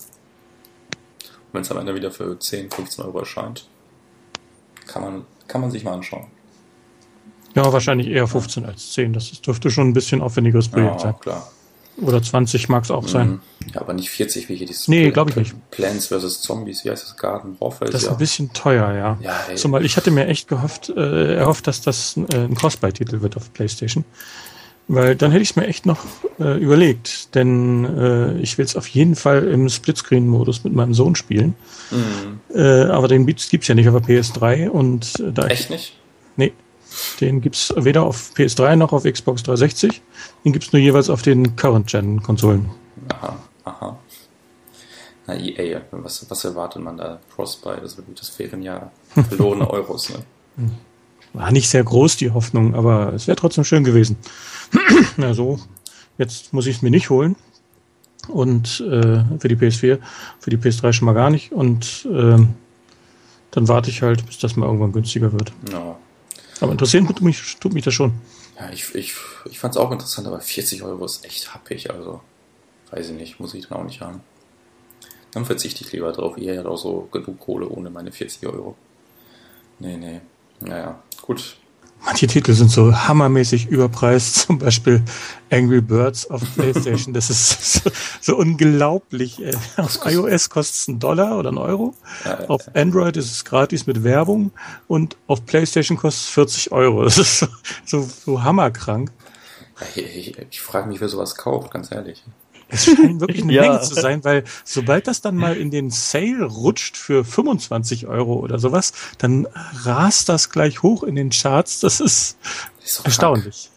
wenn es am Ende wieder für 10, 15 Euro erscheint, kann man sich mal anschauen. Ja, wahrscheinlich eher 15 als 10. Das dürfte schon ein bisschen aufwendigeres Projekt sein. Klar. Oder 20 mag es auch sein. Ja, aber nicht 40 wie hier dieses glaube ich nicht. Plants vs. Zombies, wie heißt das? Garden Warfare? Das ist ein bisschen teuer, ja. Zumal ich hatte mir echt erhofft, dass das ein Cross-Buy-Titel wird auf PlayStation. Weil dann hätte ich es mir echt noch überlegt, denn ich will es auf jeden Fall im Splitscreen-Modus mit meinem Sohn spielen. Aber den gibt's ja nicht auf der PS3 und echt nicht? Nee, den gibt's weder auf PS3 noch auf Xbox 360. Den gibt's nur jeweils auf den Current-Gen-Konsolen. Aha. Na, EA, was erwartet man da? Cross-Buy, das wären ja verlorene Euros, ne? War nicht sehr groß, die Hoffnung, aber es wäre trotzdem schön gewesen. Na so, jetzt muss ich es mir nicht holen. Und für die PS4, für die PS3 schon mal gar nicht. Und dann warte ich halt, bis das mal irgendwann günstiger wird. No. Aber interessieren tut mich das schon. Ja, ich fand es auch interessant, aber 40 Euro ist echt happig, also weiß ich nicht, muss ich dann auch nicht haben. Dann verzichte ich lieber drauf. Ihr hat auch so genug Kohle ohne meine 40 Euro. Nee. Naja, gut. Manche Titel sind so hammermäßig überpreist, zum Beispiel Angry Birds auf PlayStation. Das ist so unglaublich. Auf iOS kostet es $1 oder €1. Auf Android ist es gratis mit Werbung und auf PlayStation kostet es 40 €. Das ist so hammerkrank. Ich frage mich, wer sowas kauft, ganz ehrlich. Es scheint wirklich eine Menge zu sein, weil sobald das dann mal in den Sale rutscht für 25 € oder sowas, dann rast das gleich hoch in den Charts. Das ist so erstaunlich.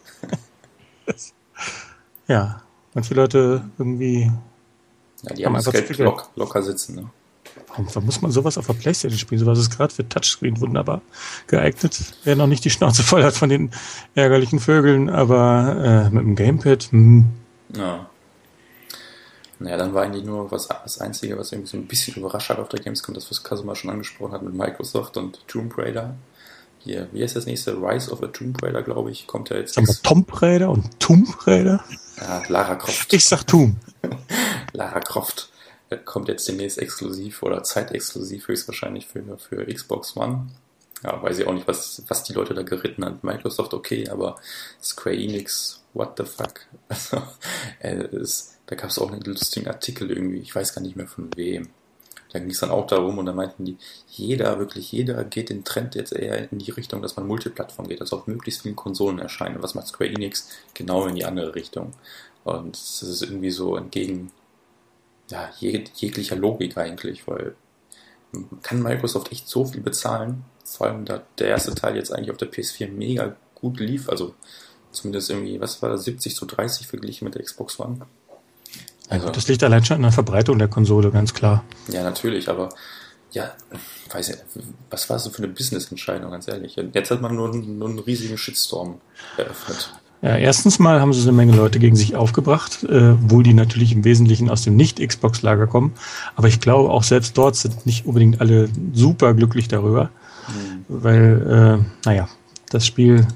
Ja, manche Leute irgendwie... Ja, die haben das Geld locker sitzen, ne? Warum muss man sowas auf der PlayStation spielen? Sowas ist gerade für Touchscreen wunderbar geeignet. Wer noch nicht die Schnauze voll hat von den ärgerlichen Vögeln, aber mit dem Gamepad... Ja. Naja, dann war eigentlich nur das Einzige, was irgendwie so ein bisschen überrascht hat auf der Gamescom, das, was Kasuma schon angesprochen hat mit Microsoft und Tomb Raider. Hier, wie heißt das nächste? Rise of a Tomb Raider, glaube ich, kommt ja jetzt. Aber Tomb Raider und Tomb Raider? Ja, Lara Croft. Ich sag Tomb. Lara Croft kommt jetzt demnächst exklusiv oder zeitexklusiv höchstwahrscheinlich für Xbox One. Ja, weiß ich auch nicht, was die Leute da geritten hat. Microsoft okay, aber Square Enix, what the fuck? Also, da gab es auch einen lustigen Artikel irgendwie, ich weiß gar nicht mehr von wem. Da ging es dann auch darum und da meinten die, jeder geht den Trend jetzt eher in die Richtung, dass man Multiplattform geht, also auf möglichst vielen Konsolen erscheinen. Und was macht Square Enix? Genau in die andere Richtung. Und das ist irgendwie so entgegen jeglicher Logik eigentlich, weil kann Microsoft echt so viel bezahlen, vor allem da der erste Teil jetzt eigentlich auf der PS4 mega gut lief, also zumindest irgendwie, was war das, 70:30 verglichen mit der Xbox One. Also, das liegt allein schon an der Verbreitung der Konsole, ganz klar. Ja, natürlich, aber weiß ich, was war das für eine Business-Entscheidung, ganz ehrlich. Jetzt hat man nur einen riesigen Shitstorm eröffnet. Ja, erstens mal haben sie eine Menge Leute gegen sich aufgebracht, obwohl die natürlich im Wesentlichen aus dem Nicht-Xbox-Lager kommen. Aber ich glaube, auch selbst dort sind nicht unbedingt alle super glücklich darüber, weil, das Spiel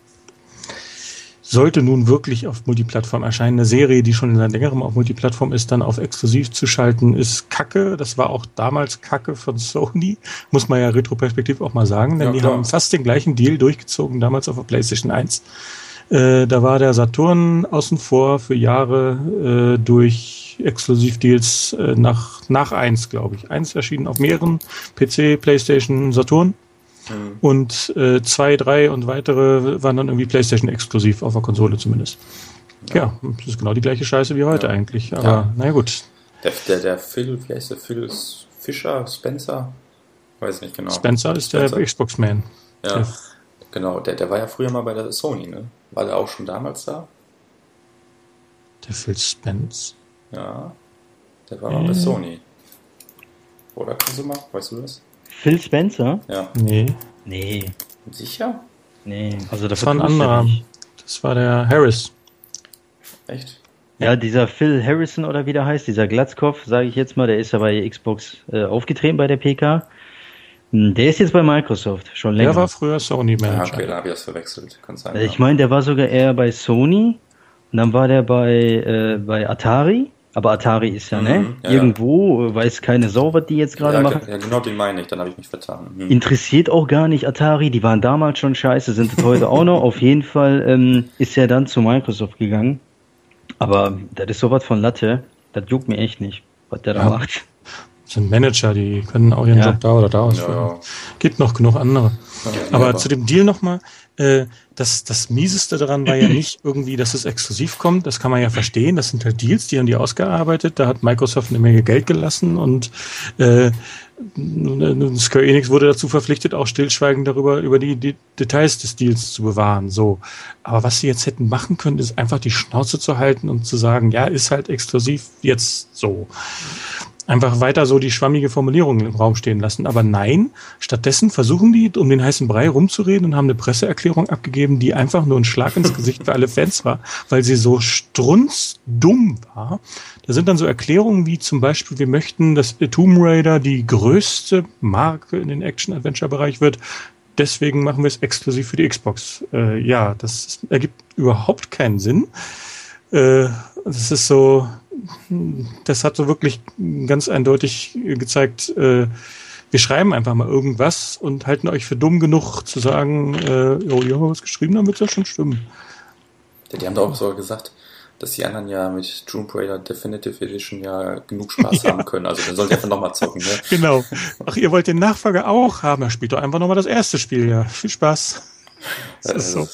sollte nun wirklich auf Multiplattform erscheinen. Eine Serie, die schon seit längerem auf Multiplattform ist, dann auf exklusiv zu schalten, ist Kacke. Das war auch damals Kacke von Sony, muss man ja retroperspektiv auch mal sagen, denn die haben fast den gleichen Deal durchgezogen, damals auf der PlayStation 1. Da war der Saturn außen vor für Jahre durch Exklusivdeals nach 1, glaube ich. 1 erschienen auf mehreren, PC, PlayStation, Saturn. Und 2, 3 und weitere waren dann irgendwie PlayStation exklusiv auf der Konsole zumindest. Ja, das ist genau die gleiche Scheiße wie heute eigentlich. Aber naja, gut. Der Phil, wie heißt der? Phil Fischer, Spencer? Weiß nicht genau. Spencer ist der Xbox-Man. Ja, genau. Der war ja früher mal bei der Sony, ne? War der auch schon damals da? Der Phil Spence? Ja, der war mal bei Sony. Oder Kasuma, weißt du das? Phil Spencer? Ja. Nee. Sicher? Nee. Also das war ein anderer. Das war der Harris. Echt? Ja, dieser Phil Harrison oder wie der heißt, dieser Glatzkopf, sage ich jetzt mal, der ist ja bei Xbox aufgetreten bei der PK. Der ist jetzt bei Microsoft, schon länger. Der war früher Sony-Manager. Ja, okay, da habe ich das verwechselt. Kann sein. Ich meine, der war sogar eher bei Sony und dann war der bei Atari. Aber Atari ist irgendwo, weiß keine Sau, was die jetzt gerade machen. Ja, genau den meine ich, dann habe ich mich vertan. Interessiert auch gar nicht Atari, die waren damals schon scheiße, sind es heute auch noch. Auf jeden Fall ist er dann zu Microsoft gegangen. Aber das ist sowas von Latte, das juckt mir echt nicht, was der da macht. Das sind Manager, die können auch ihren Job da oder da ausführen. Ja. Gibt noch genug andere. Aber zu dem Deal nochmal, das Mieseste daran war ja nicht irgendwie, dass es exklusiv kommt, das kann man ja verstehen, das sind halt Deals, die haben die ausgearbeitet, da hat Microsoft eine Menge Geld gelassen und Square Enix wurde dazu verpflichtet, auch stillschweigend über die Details des Deals zu bewahren. So. Aber was sie jetzt hätten machen können, ist einfach die Schnauze zu halten und zu sagen, ja, ist halt exklusiv jetzt so. Einfach weiter so die schwammige Formulierung im Raum stehen lassen. Aber nein, stattdessen versuchen die, um den heißen Brei rumzureden und haben eine Presseerklärung abgegeben, die einfach nur ein Schlag ins Gesicht für alle Fans war, weil sie so strunzdumm war. Da sind dann so Erklärungen wie zum Beispiel, wir möchten, dass Tomb Raider die größte Marke in den Action-Adventure-Bereich wird. Deswegen machen wir es exklusiv für die Xbox. Das ergibt überhaupt keinen Sinn. Das ist so, das hat so wirklich ganz eindeutig gezeigt, wir schreiben einfach mal irgendwas und halten euch für dumm genug zu sagen, ihr habt was geschrieben, dann wird das schon stimmen. Die haben doch auch so gesagt, dass die anderen ja mit Tomb Raider Definitive Edition ja genug Spaß haben können. Also dann sollt ihr einfach nochmal zocken, ne? Genau. Ach, ihr wollt den Nachfolger auch haben, dann spielt doch einfach nochmal das erste Spiel, ja. Viel Spaß. Das ist so.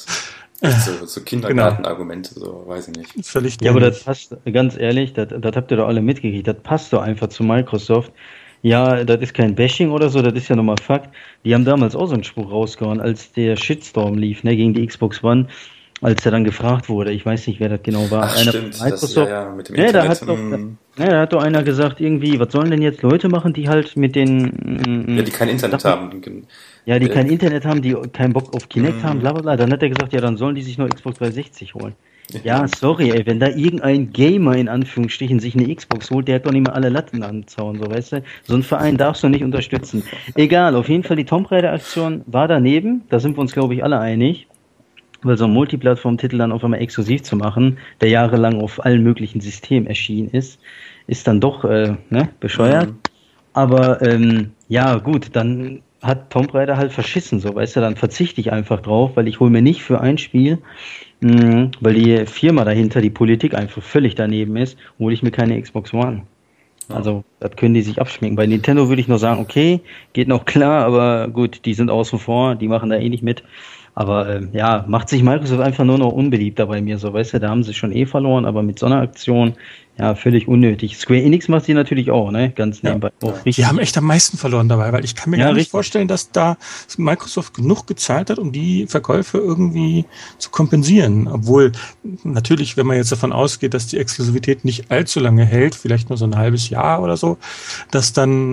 So Kindergartenargumente, so, weiß ich nicht. Völlig ja, aber das passt, ganz ehrlich, das habt ihr doch alle mitgekriegt, das passt doch einfach zu Microsoft. Ja, das ist kein Bashing oder so, das ist ja nochmal Fakt. Die haben damals auch so einen Spruch rausgehauen, als der Shitstorm lief, ne, gegen die Xbox One, als er dann gefragt wurde, ich weiß nicht, wer das genau war. Ach, einer stimmt, von Microsoft. Das, mit dem Internet. Da hat doch einer gesagt, irgendwie, was sollen denn jetzt Leute machen, die halt mit den... die kein Internet haben. Ja, die kein Internet haben, die keinen Bock auf Kinect haben, bla bla bla. Dann hat er gesagt, ja, dann sollen die sich nur Xbox 360 holen. Ja, sorry, ey, wenn da irgendein Gamer in Anführungsstrichen sich eine Xbox holt, der hat doch nicht mal alle Latten am Zaun, so, weißt du? So einen Verein darfst du nicht unterstützen. Egal, auf jeden Fall, die Tomb Raider Aktion war daneben, da sind wir uns, glaube ich, alle einig, weil so ein Multiplattform-Titel dann auf einmal exklusiv zu machen, der jahrelang auf allen möglichen Systemen erschienen ist dann doch, bescheuert. Aber, ja, gut, dann hat Tomb Raider halt verschissen, so, weißt du, dann verzichte ich einfach drauf, weil ich hole mir nicht für ein Spiel, weil die Firma dahinter, die Politik einfach völlig daneben ist, hole ich mir keine Xbox One. Also, das können die sich abschminken. Bei Nintendo würde ich nur sagen, okay, geht noch klar, aber gut, die sind außen vor, die machen da eh nicht mit. Aber ja, macht sich Microsoft einfach nur noch unbeliebter bei mir, so, weißt du, da haben sie schon verloren, aber mit so einer Aktion, ja, völlig unnötig. Square Enix macht sie natürlich auch, ne, ganz nebenbei. Ja. Die haben echt am meisten verloren dabei, weil ich kann mir gar nicht vorstellen, dass da Microsoft genug gezahlt hat, um die Verkäufe irgendwie zu kompensieren. Obwohl, natürlich, wenn man jetzt davon ausgeht, dass die Exklusivität nicht allzu lange hält, vielleicht nur so ein halbes Jahr oder so, dass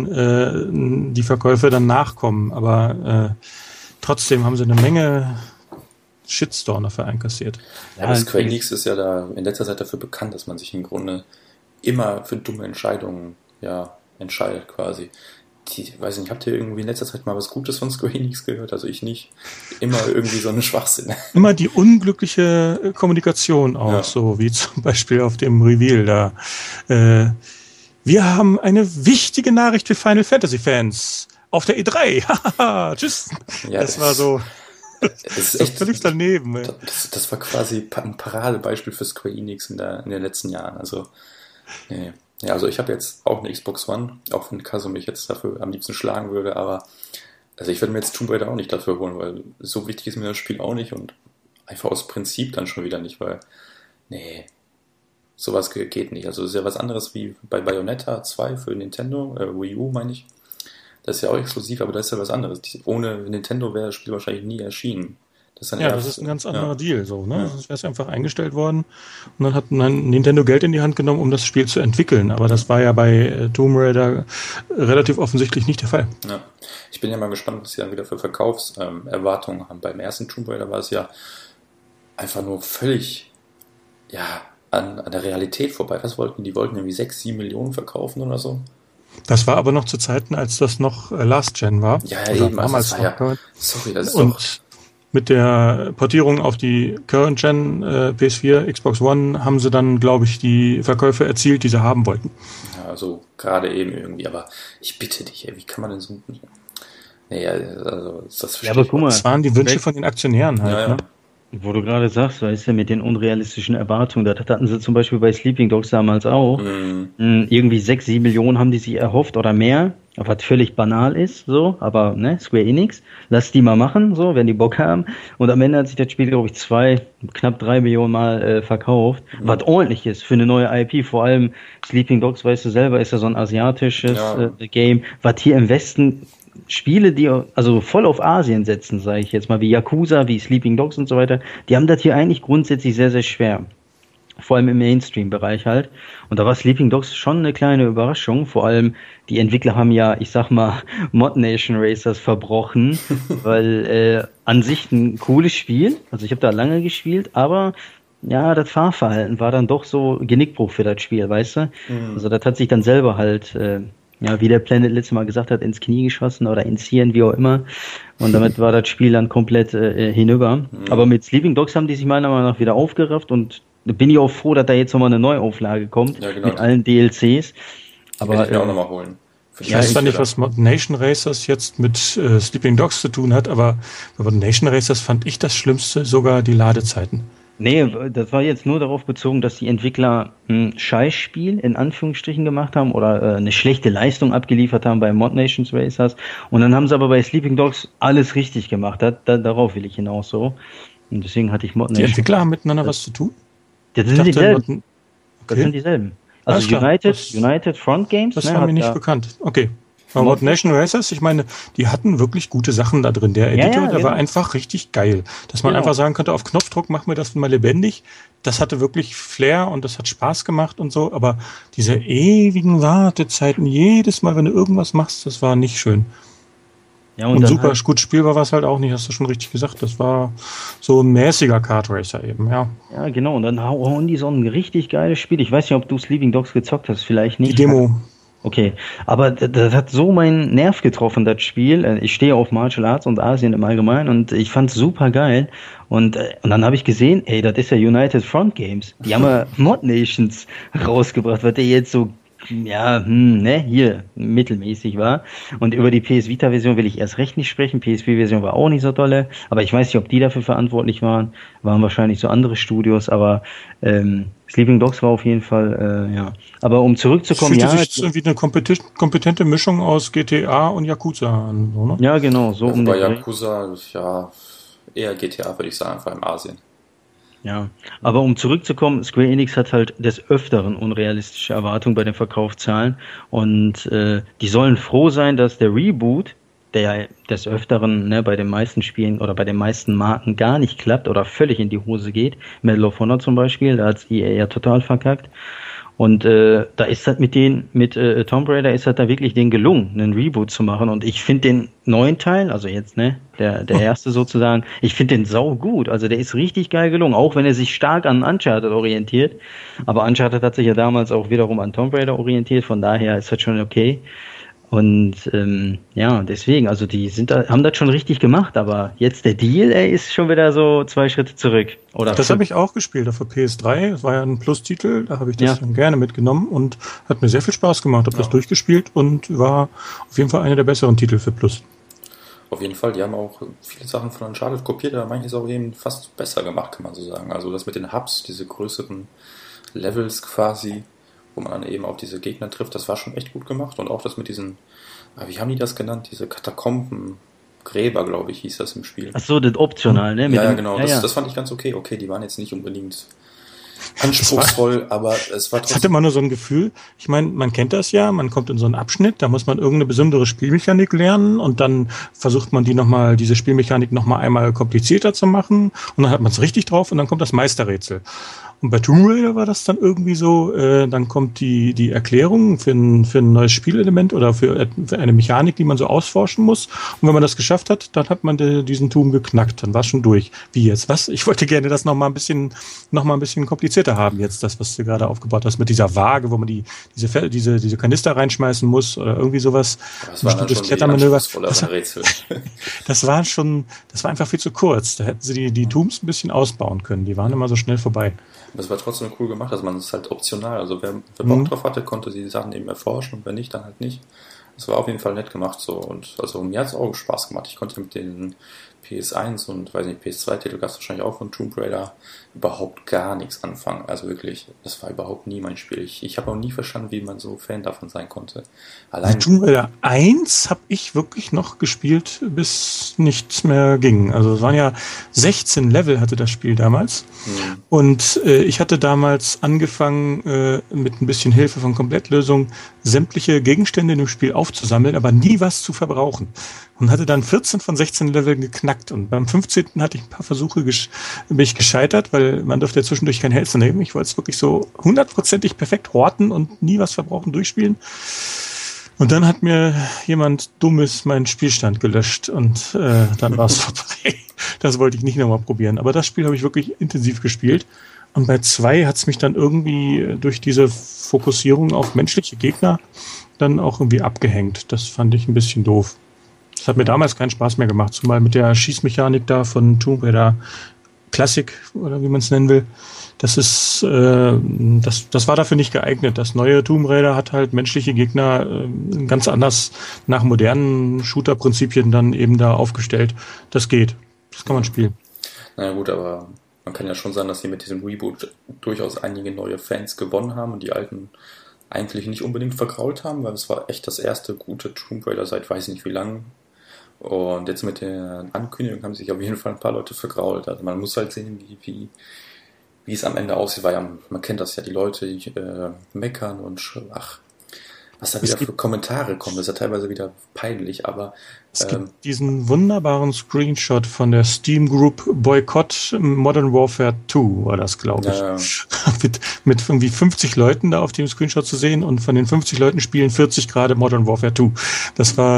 dann die Verkäufe dann nachkommen. Aber trotzdem haben sie eine Menge Shitstorm dafür einkassiert. Ja, aber Square Enix ist ja da in letzter Zeit dafür bekannt, dass man sich im Grunde immer für dumme Entscheidungen entscheidet quasi. Weiß nicht, habt ihr irgendwie in letzter Zeit mal was Gutes von Square Enix gehört? Also ich nicht. Immer irgendwie so einen Schwachsinn. Immer die unglückliche Kommunikation auch, so wie zum Beispiel auf dem Reveal da. Wir haben eine wichtige Nachricht für Final Fantasy Fans. Auf der E3. Haha, tschüss. Ja, das war so. Das ist echt völlig daneben. Das war quasi ein Paradebeispiel für Square Enix in den letzten Jahren. Also, nee. Ja, also ich habe jetzt auch eine Xbox One, auch wenn Kaso mich jetzt dafür am liebsten schlagen würde, aber also ich werde mir jetzt Tomb Raider auch nicht dafür holen, weil so wichtig ist mir das Spiel auch nicht und einfach aus Prinzip dann schon wieder nicht, weil nee, sowas geht nicht. Also es ist ja was anderes wie bei Bayonetta 2 für Nintendo, Wii U meine ich. Das ist ja auch exklusiv, aber das ist ja was anderes. Ohne Nintendo wäre das Spiel wahrscheinlich nie erschienen. Das ist ein ganz anderer Deal. So, ne? Das wäre einfach eingestellt worden und dann hat Nintendo Geld in die Hand genommen, um das Spiel zu entwickeln. Aber das war ja bei Tomb Raider relativ offensichtlich nicht der Fall. Ja. Ich bin ja mal gespannt, was sie dann wieder für Verkaufserwartungen haben. Beim ersten Tomb Raider war es ja einfach nur völlig an der Realität vorbei. Was wollten die? Die wollten irgendwie 6-7 Millionen verkaufen oder so. Das war aber noch zu Zeiten, als das noch Last Gen war. Ja, eben. Also das war das ist und mit der Portierung auf die Current Gen PS4, Xbox One haben sie dann, glaube ich, die Verkäufe erzielt, die sie haben wollten. Ja, also gerade eben irgendwie. Aber ich bitte dich, wie kann man denn so... Nee, also das ja, aber guck mal, das waren die Wünsche von den Aktionären halt. Ja. Ne? Wo du gerade sagst, weißt du, mit den unrealistischen Erwartungen, das hatten sie zum Beispiel bei Sleeping Dogs damals auch. Irgendwie 6-7 Millionen haben die sich erhofft oder mehr, was völlig banal ist, so, aber ne, Square Enix, lass die mal machen, so, wenn die Bock haben. Und am Ende hat sich das Spiel, glaube ich, knapp 3 Millionen Mal verkauft, was ordentlich ist für eine neue IP, vor allem Sleeping Dogs, weißt du selber, ist ja so ein asiatisches Game, was hier im Westen Spiele, die also voll auf Asien setzen, sage ich jetzt mal, wie Yakuza, wie Sleeping Dogs und so weiter, die haben das hier eigentlich grundsätzlich sehr, sehr schwer. Vor allem im Mainstream-Bereich halt. Und da war Sleeping Dogs schon eine kleine Überraschung. Vor allem, die Entwickler haben ja, ich sag mal, Mod Nation Racers verbrochen, weil an sich ein cooles Spiel, also ich habe da lange gespielt, aber ja, das Fahrverhalten war dann doch so Genickbruch für das Spiel, weißt du? Also das hat sich dann selber halt... wie der Planet letztes Mal gesagt hat, ins Knie geschossen oder ins Hirn, wie auch immer. Und damit war das Spiel dann komplett hinüber. Aber mit Sleeping Dogs haben die sich meiner Meinung nach wieder aufgerafft und bin ich auch froh, dass da jetzt nochmal eine Neuauflage kommt, genau, mit allen DLCs. Aber werde ich mir auch nochmal holen. Ich weiß zwar nicht, was Modern Nation Racers jetzt mit Sleeping Dogs zu tun hat, aber bei Modern Nation Racers fand ich das Schlimmste sogar die Ladezeiten. Nee, das war jetzt nur darauf bezogen, dass die Entwickler ein Scheißspiel in Anführungsstrichen gemacht haben oder eine schlechte Leistung abgeliefert haben bei Mod Nations Racers. Und dann haben sie aber bei Sleeping Dogs alles richtig gemacht. Darauf will ich hinaus so. Und deswegen hatte ich Mod Nations. Die Entwickler haben miteinander was zu tun? Das sind dieselben. Das sind dieselben. Also United Front Games. Das war mir nicht bekannt. Okay. Aber Mod Nation Racers, ich meine, die hatten wirklich gute Sachen da drin. Der Editor, der war einfach richtig geil. Dass man einfach sagen könnte, auf Knopfdruck, mach mir das mal lebendig. Das hatte wirklich Flair und das hat Spaß gemacht und so. Aber diese ewigen Wartezeiten, jedes Mal, wenn du irgendwas machst, das war nicht schön. Ja, und super halt gut spielbar war es halt auch nicht, hast du schon richtig gesagt. Das war so ein mäßiger Kart Racer eben, ja. Ja, genau. Und dann hauen die so ein richtig geiles Spiel. Ich weiß nicht, ob du Sleeping Dogs gezockt hast, vielleicht nicht. Die Demo. Okay, aber das hat so meinen Nerv getroffen, das Spiel. Ich stehe auf Martial Arts und Asien im Allgemeinen und ich fand's super geil. Und dann habe ich gesehen, ey, das ist ja United Front Games. Die haben ja Mod Nations rausgebracht, was der jetzt so, hier mittelmäßig war. Und über die PS Vita-Version will ich erst recht nicht sprechen. PSP-Version war auch nicht so dolle. Aber ich weiß nicht, ob die dafür verantwortlich waren. Waren wahrscheinlich so andere Studios. Aber Sleeping Dogs war auf jeden Fall, ja. Aber um zurückzukommen, fühlte sich irgendwie eine kompetente Mischung aus GTA und Yakuza an, so, ne? Ja, genau. So also bei Yakuza, ja, eher GTA, würde ich sagen, vor allem Asien. Ja, aber um zurückzukommen, Square Enix hat halt des Öfteren unrealistische Erwartungen bei den Verkaufszahlen und die sollen froh sein, dass der Reboot, der des Öfteren bei den meisten Spielen oder bei den meisten Marken gar nicht klappt oder völlig in die Hose geht, Medal of Honor zum Beispiel, da hat's EA ja total verkackt. Und da ist das mit Tomb Raider ist das da wirklich denen gelungen, einen Reboot zu machen. Und ich finde den neuen Teil, also jetzt, der erste sozusagen, ich finde den sau gut. Also der ist richtig geil gelungen, auch wenn er sich stark an Uncharted orientiert. Aber Uncharted hat sich ja damals auch wiederum an Tomb Raider orientiert, von daher ist das schon okay. Und deswegen, also die haben das schon richtig gemacht, aber jetzt der Deal, ist schon wieder so 2 Schritte zurück. Oder das habe ich auch gespielt auf der PS3, das war ja ein Plus-Titel, da habe ich das dann gerne mitgenommen und hat mir sehr viel Spaß gemacht, habe das durchgespielt und war auf jeden Fall einer der besseren Titel für Plus. Auf jeden Fall, die haben auch viele Sachen von Uncharted kopiert, aber manches auch eben fast besser gemacht, kann man so sagen. Also das mit den Hubs, diese größeren Levels quasi, wo man dann eben auf diese Gegner trifft, das war schon echt gut gemacht. Und auch das mit diesen, wie haben die das genannt? Diese Katakombengräber, glaube ich, hieß das im Spiel. Ach so, das optional, ne? Ja, genau. Das fand ich ganz okay. Okay, die waren jetzt nicht unbedingt anspruchsvoll, aber es war trotzdem... Ich hatte mal nur so ein Gefühl, ich meine, man kennt das ja, man kommt in so einen Abschnitt, da muss man irgendeine besondere Spielmechanik lernen und dann versucht man diese Spielmechanik nochmal einmal komplizierter zu machen und dann hat man es richtig drauf und dann kommt das Meisterrätsel. Und bei Tomb Raider war das dann irgendwie so, dann kommt die Erklärung für ein neues Spielelement oder für eine Mechanik, die man so ausforschen muss. Und wenn man das geschafft hat, dann hat man diesen Turm geknackt. Dann war es schon durch. Wie jetzt? Was? Ich wollte gerne das noch mal ein bisschen komplizierter haben jetzt, das, was du gerade aufgebaut hast, mit dieser Waage, wo man diese Kanister reinschmeißen muss oder irgendwie sowas. Das war dann schon Klettermanöver. Das war einfach viel zu kurz. Da hätten sie die Tombs ein bisschen ausbauen können. Die waren immer so schnell vorbei. Das war trotzdem cool gemacht, dass man es halt optional, also wer Bock drauf hatte, konnte die Sachen eben erforschen und wer nicht, dann halt nicht. Das war auf jeden Fall nett gemacht so und also mir hat es auch Spaß gemacht. Ich konnte mit den PS1 und weiß nicht, PS2-Titel gab es wahrscheinlich auch von Tomb Raider überhaupt gar nichts anfangen. Also wirklich, das war überhaupt nie mein Spiel. Ich habe auch nie verstanden, wie man so Fan davon sein konnte. Allein Tomb Raider 1 habe ich wirklich noch gespielt, bis nichts mehr ging. Also es waren ja 16 Level hatte das Spiel damals. Und ich hatte damals angefangen, mit ein bisschen Hilfe von Komplettlösung sämtliche Gegenstände in dem Spiel aufzusammeln, aber nie was zu verbrauchen. Und hatte dann 14 von 16 Leveln geknackt. Und beim 15. hatte ich ein paar Versuche, bin ich gescheitert, weil man durfte ja zwischendurch kein Health nehmen. Ich wollte es wirklich so 100%ig perfekt horten und nie was verbrauchen, durchspielen. Und dann hat mir jemand Dummes meinen Spielstand gelöscht und dann war es vorbei. Das wollte ich nicht nochmal probieren. Aber das Spiel habe ich wirklich intensiv gespielt. Und bei 2 hat es mich dann irgendwie durch diese Fokussierung auf menschliche Gegner dann auch irgendwie abgehängt. Das fand ich ein bisschen doof. Das hat mir damals keinen Spaß mehr gemacht, zumal mit der Schießmechanik da von Tomb Raider Classic oder wie man es nennen will. Das ist, das war dafür nicht geeignet. Das neue Tomb Raider hat halt menschliche Gegner ganz anders nach modernen Shooter-Prinzipien dann eben da aufgestellt. Das geht. Das kann man spielen. Naja gut, aber man kann ja schon sagen, dass sie mit diesem Reboot durchaus einige neue Fans gewonnen haben und die alten eigentlich nicht unbedingt vergrault haben, weil es war echt das erste gute Tomb Raider seit weiß nicht wie lang. Und jetzt mit der Ankündigung haben sich auf jeden Fall ein paar Leute vergrault. Also man muss halt sehen, wie es am Ende aussieht, weil ja, man kennt das ja, die Leute meckern und was da wieder für Kommentare kommen, das ist ja teilweise wieder peinlich, aber es gibt diesen wunderbaren Screenshot von der Steam Group Boycott Modern Warfare 2 war das, glaube ich. Ja. mit irgendwie 50 Leuten da auf dem Screenshot zu sehen und von den 50 Leuten spielen 40 gerade Modern Warfare 2. Das war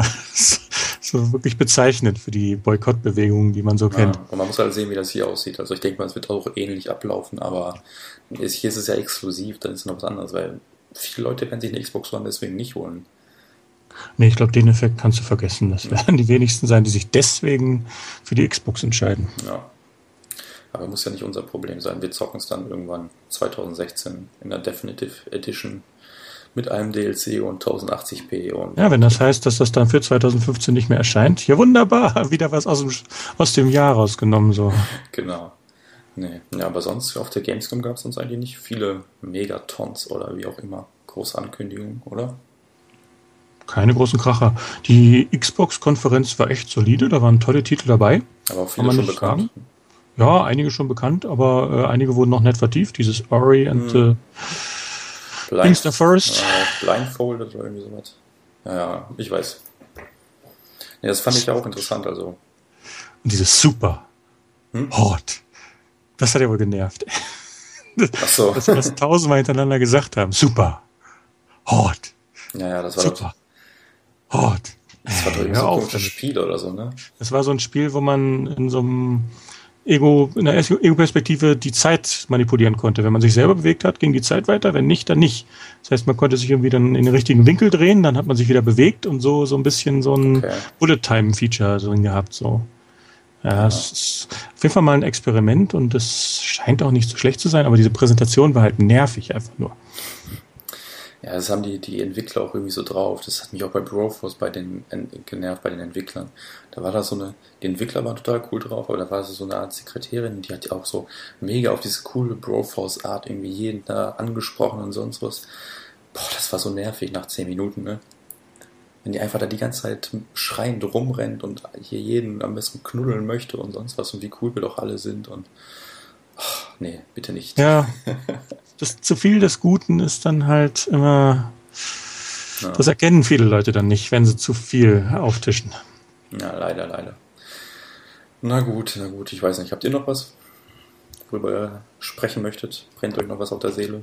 so wirklich bezeichnend für die Boykottbewegungen, die man so kennt. Und man muss halt sehen, wie das hier aussieht. Also ich denke mal, es wird auch ähnlich ablaufen, aber hier ist es ja exklusiv, dann ist es noch was anderes, weil viele Leute werden sich eine Xbox One deswegen nicht holen. Nee, ich glaube, den Effekt kannst du vergessen. Das werden die wenigsten sein, die sich deswegen für die Xbox entscheiden. Ja. Aber muss ja nicht unser Problem sein. Wir zocken es dann irgendwann 2016 in der Definitive Edition mit einem DLC und 1080p. Und ja, wenn das heißt, dass das dann für 2015 nicht mehr erscheint, ja wunderbar, wieder was aus dem Jahr rausgenommen. So. Genau. Nee. Ja, aber sonst auf der Gamescom gab es sonst eigentlich nicht viele Megatons oder wie auch immer große Ankündigungen, oder? Keine großen Kracher. Die Xbox-Konferenz war echt solide, da waren tolle Titel dabei. Aber auch viele schon bekannt. Sagen. Ja, einige schon bekannt, aber einige wurden noch nicht vertieft. Dieses Ori and Gangster Forest. Blindfolded oder irgendwie sowas. Ja, ich weiß. Ja, das fand ich ja auch interessant. Also. Und dieses Super Hot. Das hat ja wohl genervt. Ach so. Dass wir das 1000-mal hintereinander gesagt haben. Super Hot. Ja, das war Super Hot. Das war doch irgendwie so ein komisches Spiel oder so, ne? Das war so ein Spiel, wo man in so einem in der Ego-Perspektive die Zeit manipulieren konnte. Wenn man sich selber bewegt hat, ging die Zeit weiter, wenn nicht, dann nicht. Das heißt, man konnte sich irgendwie dann in den richtigen Winkel drehen, dann hat man sich wieder bewegt und so ein bisschen so ein Bullet-Time-Feature drin gehabt, so. Ja, es ist auf jeden Fall mal ein Experiment und es scheint auch nicht so schlecht zu sein, aber diese Präsentation war halt nervig einfach nur. Ja, das haben die Entwickler auch irgendwie so drauf. Das hat mich auch bei Broforce genervt, bei den Entwicklern. Da war das die Entwickler waren total cool drauf, aber da war so eine Art Sekretärin, die hat ja auch so mega auf diese coole Broforce-Art irgendwie jeden da angesprochen und sonst was. Boah, das war so nervig nach 10 Minuten, ne? Wenn die einfach da die ganze Zeit schreiend rumrennt und hier jeden am besten knuddeln möchte und sonst was und wie cool wir doch alle sind und nee, bitte nicht. Ja, das zu viel des Guten ist dann halt immer, das erkennen viele Leute dann nicht, wenn sie zu viel auftischen. Ja, leider. Na gut, ich weiß nicht. Habt ihr noch was, worüber ihr sprechen möchtet? Brennt euch noch was auf der Seele?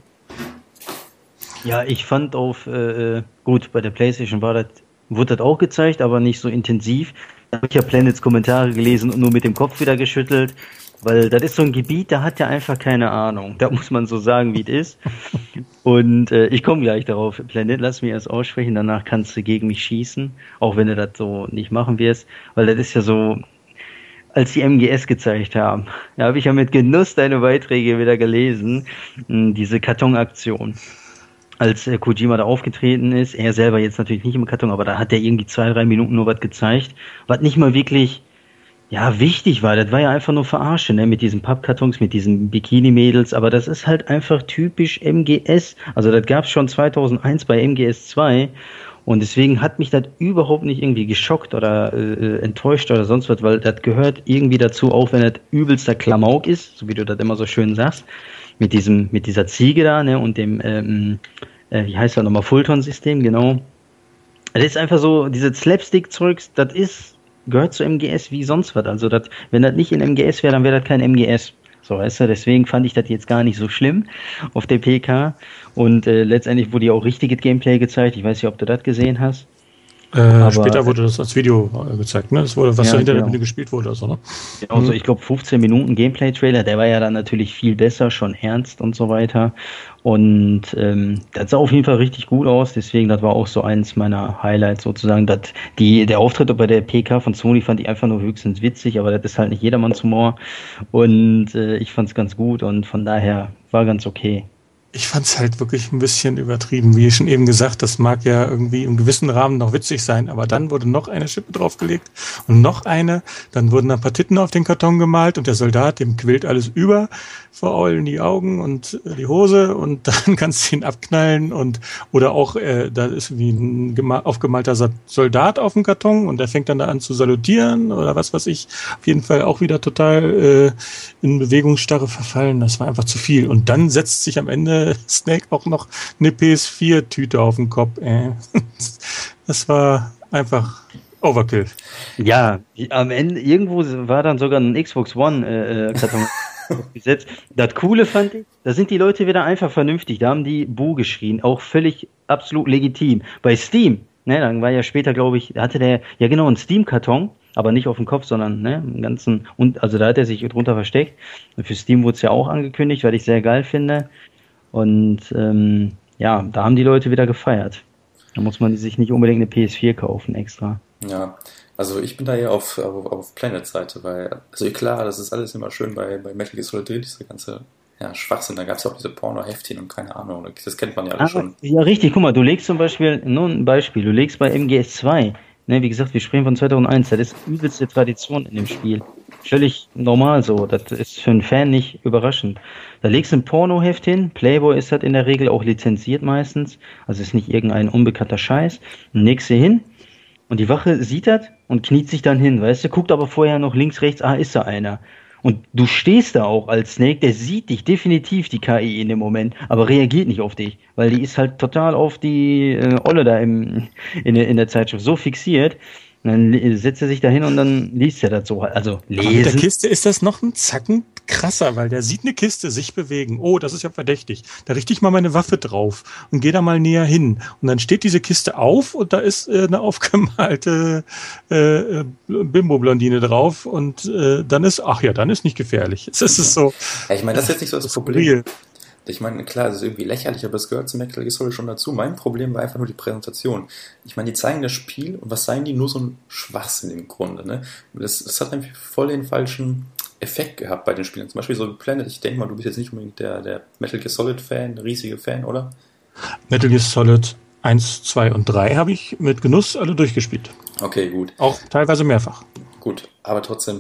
Ja, ich fand gut, bei der PlayStation wurde das auch gezeigt, aber nicht so intensiv. Da habe ich ja Planets Kommentare gelesen und nur mit dem Kopf wieder geschüttelt, weil das ist so ein Gebiet, da hat ja einfach keine Ahnung. Da muss man so sagen, wie es ist. Und ich komme gleich darauf, Planet, lass mich erst aussprechen, danach kannst du gegen mich schießen, auch wenn du das so nicht machen wirst, weil das ist ja so, als die MGS gezeigt haben, da habe ich ja mit Genuss deine Beiträge wieder gelesen, diese Kartonaktion. Als Kojima da aufgetreten ist, er selber jetzt natürlich nicht im Karton, aber da hat er irgendwie 2-3 Minuten nur was gezeigt, was nicht mal wirklich wichtig war. Das war ja einfach nur Verarsche, ne, mit diesen Pappkartons, mit diesen Bikini-Mädels, aber das ist halt einfach typisch MGS. Also das gab's schon 2001 bei MGS 2 und deswegen hat mich das überhaupt nicht irgendwie geschockt oder enttäuscht oder sonst was, weil das gehört irgendwie dazu, auch wenn das übelster Klamauk ist, so wie du das immer so schön sagst, mit dieser Ziege da, ne, und dem wie heißt das nochmal, Fulton-System, genau. Das ist einfach so, dieses Slapstick-Zeugs, gehört zu MGS wie sonst was. Also wenn das nicht in MGS wäre, dann wäre das kein MGS. So, weißt du, deswegen fand ich das jetzt gar nicht so schlimm auf der PK. Und letztendlich wurde ja auch richtiges Gameplay gezeigt. Ich weiß nicht, ob du das gesehen hast. Später wurde das als Video gezeigt, ne? Das wurde, was hinter der Bühne gespielt wurde, also, ne? Genau, so ich glaube 15 Minuten Gameplay-Trailer, der war ja dann natürlich viel besser, schon ernst und so weiter. Und das sah auf jeden Fall richtig gut aus, deswegen, das war auch so eins meiner Highlights sozusagen. Der Auftritt bei der PK von Sony fand ich einfach nur höchstens witzig, aber das ist halt nicht jedermanns Humor. Und ich fand es ganz gut und von daher war ganz okay. Ich fand es halt wirklich ein bisschen übertrieben. Wie schon eben gesagt, das mag ja irgendwie im gewissen Rahmen noch witzig sein, aber dann wurde noch eine Schippe draufgelegt und noch eine. Dann wurden ein paar Titten auf den Karton gemalt und der Soldat, dem quillt alles über, vor Aulen die Augen und die Hose und dann kannst du ihn abknallen oder auch, da ist wie ein aufgemalter Soldat auf dem Karton und der fängt dann da an zu salutieren oder was weiß ich. Auf jeden Fall auch wieder total in Bewegungsstarre verfallen. Das war einfach zu viel. Und dann setzt sich am Ende Snake auch noch eine PS4-Tüte auf den Kopf. Das war einfach Overkill. Ja, am Ende irgendwo war dann sogar ein Xbox One Karton gesetzt. Das Coole fand ich, da sind die Leute wieder einfach vernünftig. Da haben die Buh geschrien, auch völlig absolut legitim. Bei Steam, ne, dann war ja später, glaube ich, hatte der ja genau einen Steam-Karton, aber nicht auf dem Kopf, sondern im ganzen, und also da hat er sich drunter versteckt. Und für Steam wurde es ja auch angekündigt, weil ich sehr geil finde. Und da haben die Leute wieder gefeiert. Da muss man sich nicht unbedingt eine PS4 kaufen extra. Ja, also ich bin da eher auf Planet-Seite, weil, also klar, das ist alles immer schön bei Metal Gear Solid 3, diese ganze Schwachsinn, da gab es auch diese Porno-Heftchen und keine Ahnung, das kennt man ja alle schon. Ja, richtig, guck mal, du legst zum Beispiel, nur ein Beispiel, du legst bei MGS2, ne, wie gesagt, wir sprechen von 2001, das ist übelste Tradition in dem Spiel. Völlig normal so, das ist für einen Fan nicht überraschend. Da legst du ein Pornoheft hin, Playboy ist das in der Regel auch lizenziert meistens, also ist nicht irgendein unbekannter Scheiß, legst du hin und die Wache sieht das und kniet sich dann hin, weißt du, guckt aber vorher noch links, rechts, ist da einer. Und du stehst da auch als Snake, der sieht dich definitiv, die KI in dem Moment, aber reagiert nicht auf dich, weil die ist halt total auf die Olle da in der Zeitschrift so fixiert. Und dann setzt er sich da hin und dann liest er das so. Also lesen. Aber mit der Kiste ist das noch ein Zacken krasser, weil der sieht eine Kiste sich bewegen. Oh, das ist ja verdächtig. Da richte ich mal meine Waffe drauf und gehe da mal näher hin. Und dann steht diese Kiste auf und da ist eine aufgemalte Bimbo-Blondine drauf und dann ist nicht gefährlich. Es ist so. Ja, ich meine, das ist jetzt nicht so das Problem. Ich meine, klar, es ist irgendwie lächerlich, aber es gehört zu Metal Gear Solid schon dazu. Mein Problem war einfach nur die Präsentation. Ich meine, die zeigen das Spiel und was zeigen die? Nur so ein Schwachsinn im Grunde. Ne? Das hat einfach voll den falschen Effekt gehabt bei den Spielen. Zum Beispiel so Planet, ich denke mal, du bist jetzt nicht unbedingt der Metal Gear Solid Fan, der riesige Fan, oder? Metal Gear Solid 1, 2 und 3 habe ich mit Genuss alle durchgespielt. Okay, gut. Auch teilweise mehrfach. Gut, aber trotzdem,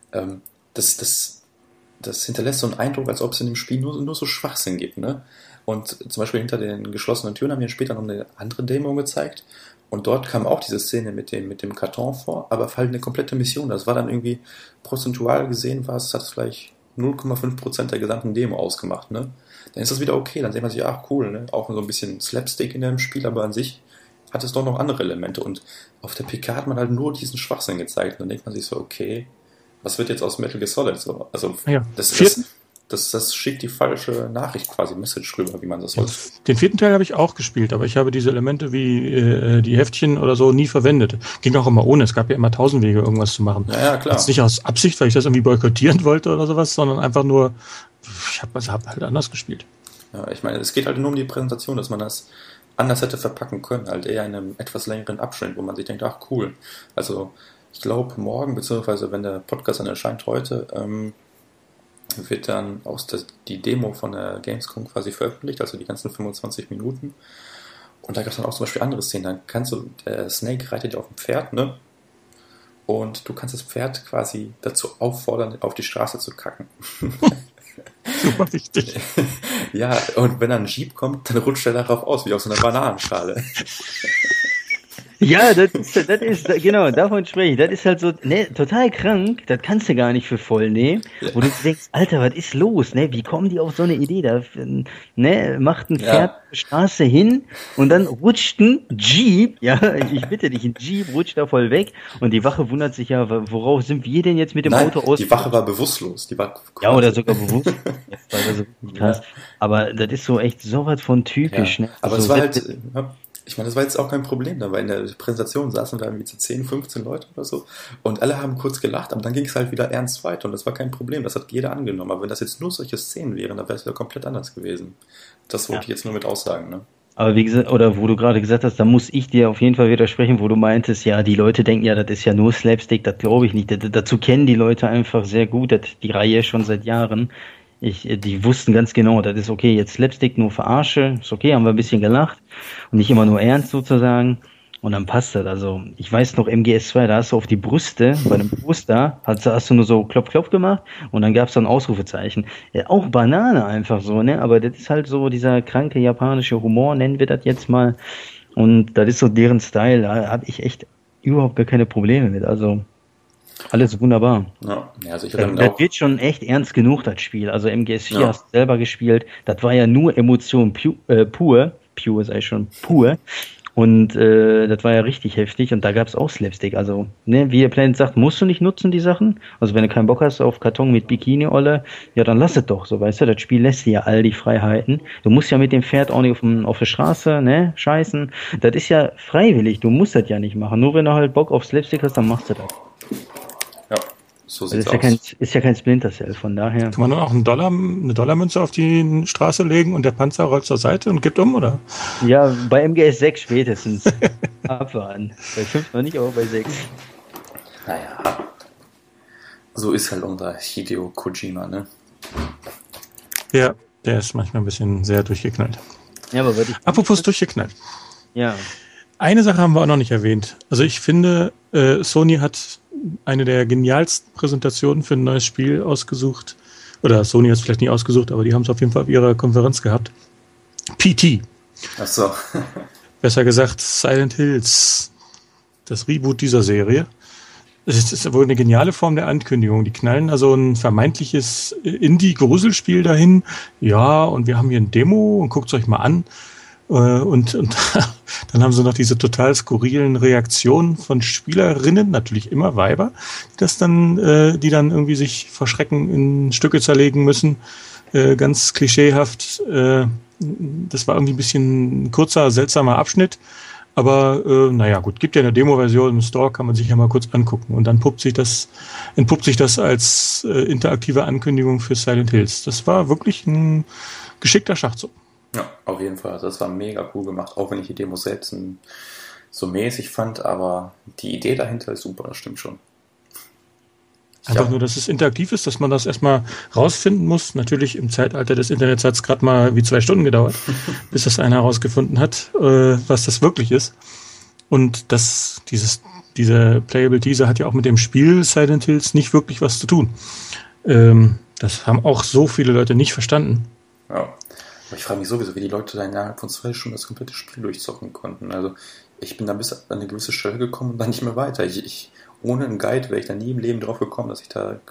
das hinterlässt so einen Eindruck, als ob es in dem Spiel nur so Schwachsinn gibt, ne? Und zum Beispiel hinter den geschlossenen Türen haben wir später noch eine andere Demo gezeigt und dort kam auch diese Szene mit dem Karton vor, aber halt eine komplette Mission. Das war dann irgendwie prozentual gesehen, hat es vielleicht 0,5% der gesamten Demo ausgemacht, ne? Dann ist das wieder okay, dann denkt man sich, ach cool, ne? Auch so ein bisschen Slapstick in dem Spiel, aber an sich hat es doch noch andere Elemente und auf der PK hat man halt nur diesen Schwachsinn gezeigt und dann denkt man sich so, okay, was wird jetzt aus Metal Gear Solid so? Also, ja. Das schickt die falsche Nachricht quasi, Message rüber, wie man das sollte. Den 4. Teil habe ich auch gespielt, aber ich habe diese Elemente wie die Heftchen oder so nie verwendet. Ging auch immer ohne, es gab ja immer 1000 Wege, irgendwas zu machen. Ja, klar. Jetzt nicht aus Absicht, weil ich das irgendwie boykottieren wollte oder sowas, sondern einfach nur, ich habe halt anders gespielt. Ja, ich meine, es geht halt nur um die Präsentation, dass man das anders hätte verpacken können, halt eher in einem etwas längeren Abschnitt, wo man sich denkt, ach cool, also ich glaube, morgen, beziehungsweise wenn der Podcast dann erscheint heute, wird dann auch die Demo von der Gamescom quasi veröffentlicht, also die ganzen 25 Minuten. Und da gab es dann auch zum Beispiel andere Szenen. Dann kannst du, der Snake reitet ja auf dem Pferd, ne? Und du kannst das Pferd quasi dazu auffordern, auf die Straße zu kacken. Super wichtig. Ja, und wenn dann ein Jeep kommt, dann rutscht er darauf aus, wie auf so einer Bananenschale. Ja, das ist, genau, davon spreche ich. Das ist halt so, ne, total krank. Das kannst du gar nicht für voll nehmen. Ja. Wo du denkst, Alter, was ist los, ne? Wie kommen die auf so eine Idee? Da, ne, macht ein Pferd die Straße hin und dann rutscht ein Jeep, ja, ich bitte dich, ein Jeep rutscht da voll weg und die Wache wundert sich ja, worauf sind wir denn jetzt mit dem Auto aus? Die Wache war bewusstlos. Ja, oder sogar bewusst. Das war so krass. Ja. Aber das ist so echt sowas von typisch, ne? Aber also, es war halt, Ich meine, das war jetzt auch kein Problem, weil in der Präsentation saßen da irgendwie 10, 15 Leute oder so und alle haben kurz gelacht, aber dann ging es halt wieder ernst weiter und das war kein Problem, das hat jeder angenommen. Aber wenn das jetzt nur solche Szenen wären, dann wäre es wieder komplett anders gewesen. Das wollte ich jetzt nur mit aussagen, ne? Aber wie gesagt, oder wo du gerade gesagt hast, da muss ich dir auf jeden Fall widersprechen, wo du meintest, ja, die Leute denken ja, das ist ja nur Slapstick, das glaube ich nicht. Dazu kennen die Leute einfach sehr gut, die Reihe schon seit Jahren. Die wussten ganz genau, das ist okay, jetzt Slapstick, nur Verarsche, ist okay, haben wir ein bisschen gelacht und nicht immer nur ernst sozusagen. Und dann passt das. Also, ich weiß noch, MGS2, da hast du auf die Brüste, bei einem Poster, hast du nur so Klopf, Klopf gemacht und dann gab's da ein Ausrufezeichen. Ja, auch Banane einfach so, ne? Aber das ist halt so dieser kranke japanische Humor, nennen wir das jetzt mal. Und das ist so deren Style. Da habe ich echt überhaupt gar keine Probleme mit. Also, alles wunderbar. Ja, also ich Das wird schon echt ernst genug, das Spiel. Also MGS4 Ja. hast du selber gespielt. Das war ja nur Emotion pur. Pure sei schon pur. Und das war ja richtig heftig und da gab's auch Slapstick. Also, ne, wie ihr Planet sagt, musst du nicht nutzen, die Sachen. Also wenn du keinen Bock hast auf Karton mit Bikini-Olle, ja, dann lass es doch, so weißt du, das Spiel lässt dir ja all die Freiheiten. Du musst ja mit dem Pferd auch nicht auf der Straße, ne, scheißen. Das ist ja freiwillig, du musst das ja nicht machen. Nur wenn du halt Bock auf Slapstick hast, dann machst du das. Ja, so Das sieht's ist ja kein Splinter Cell, von daher. Kann man nur auch eine Dollarmünze auf die Straße legen und der Panzer rollt zur Seite und kippt um, oder? Ja, bei MGS 6 spätestens. Abwarten. Bei 5 noch nicht, aber bei 6. Naja, so ist halt unser Hideo Kojima, ne? Ja, der ist manchmal ein bisschen sehr durchgeknallt. Ja, aber Apropos durchgeknallt. Ja. Eine Sache haben wir auch noch nicht erwähnt. Also ich finde, Sony hat eine der genialsten Präsentationen für ein neues Spiel ausgesucht. Oder Sony hat es vielleicht nicht ausgesucht, aber die haben es auf jeden Fall auf ihrer Konferenz gehabt. PT. Ach so. Besser gesagt Silent Hills. Das Reboot dieser Serie. Es ist wohl eine geniale Form der Ankündigung. Die knallen also ein vermeintliches Indie-Gruselspiel dahin. Ja, und wir haben hier ein Demo und guckt es euch mal an. Und dann haben sie noch diese total skurrilen Reaktionen von Spielerinnen, natürlich immer Weiber, die dann irgendwie sich vor Schrecken in Stücke zerlegen müssen. Ganz klischeehaft. Das war irgendwie ein bisschen ein kurzer, seltsamer Abschnitt. Aber naja, gut, gibt ja eine Demo-Version im Store, kann man sich ja mal kurz angucken. Und dann entpuppt sich das als interaktive Ankündigung für Silent Hills. Das war wirklich ein geschickter Schachzug. Ja, auf jeden Fall. Also das war mega cool gemacht, auch wenn ich die Demo selbst so mäßig fand, aber die Idee dahinter ist super, das stimmt schon. Einfach nur, dass es interaktiv ist, dass man das erstmal rausfinden muss. Natürlich im Zeitalter des Internets hat es gerade mal wie 2 Stunden gedauert, bis das einer herausgefunden hat, was das wirklich ist. Und diese Playable Teaser hat ja auch mit dem Spiel Silent Hills nicht wirklich was zu tun. Das haben auch so viele Leute nicht verstanden. Ja. Aber ich frage mich sowieso, wie die Leute da innerhalb von 2 Stunden das komplette Spiel durchzocken konnten. Also ich bin da bis an eine gewisse Stelle gekommen und dann nicht mehr weiter. Ohne einen Guide wäre ich da nie im Leben drauf gekommen, dass ich da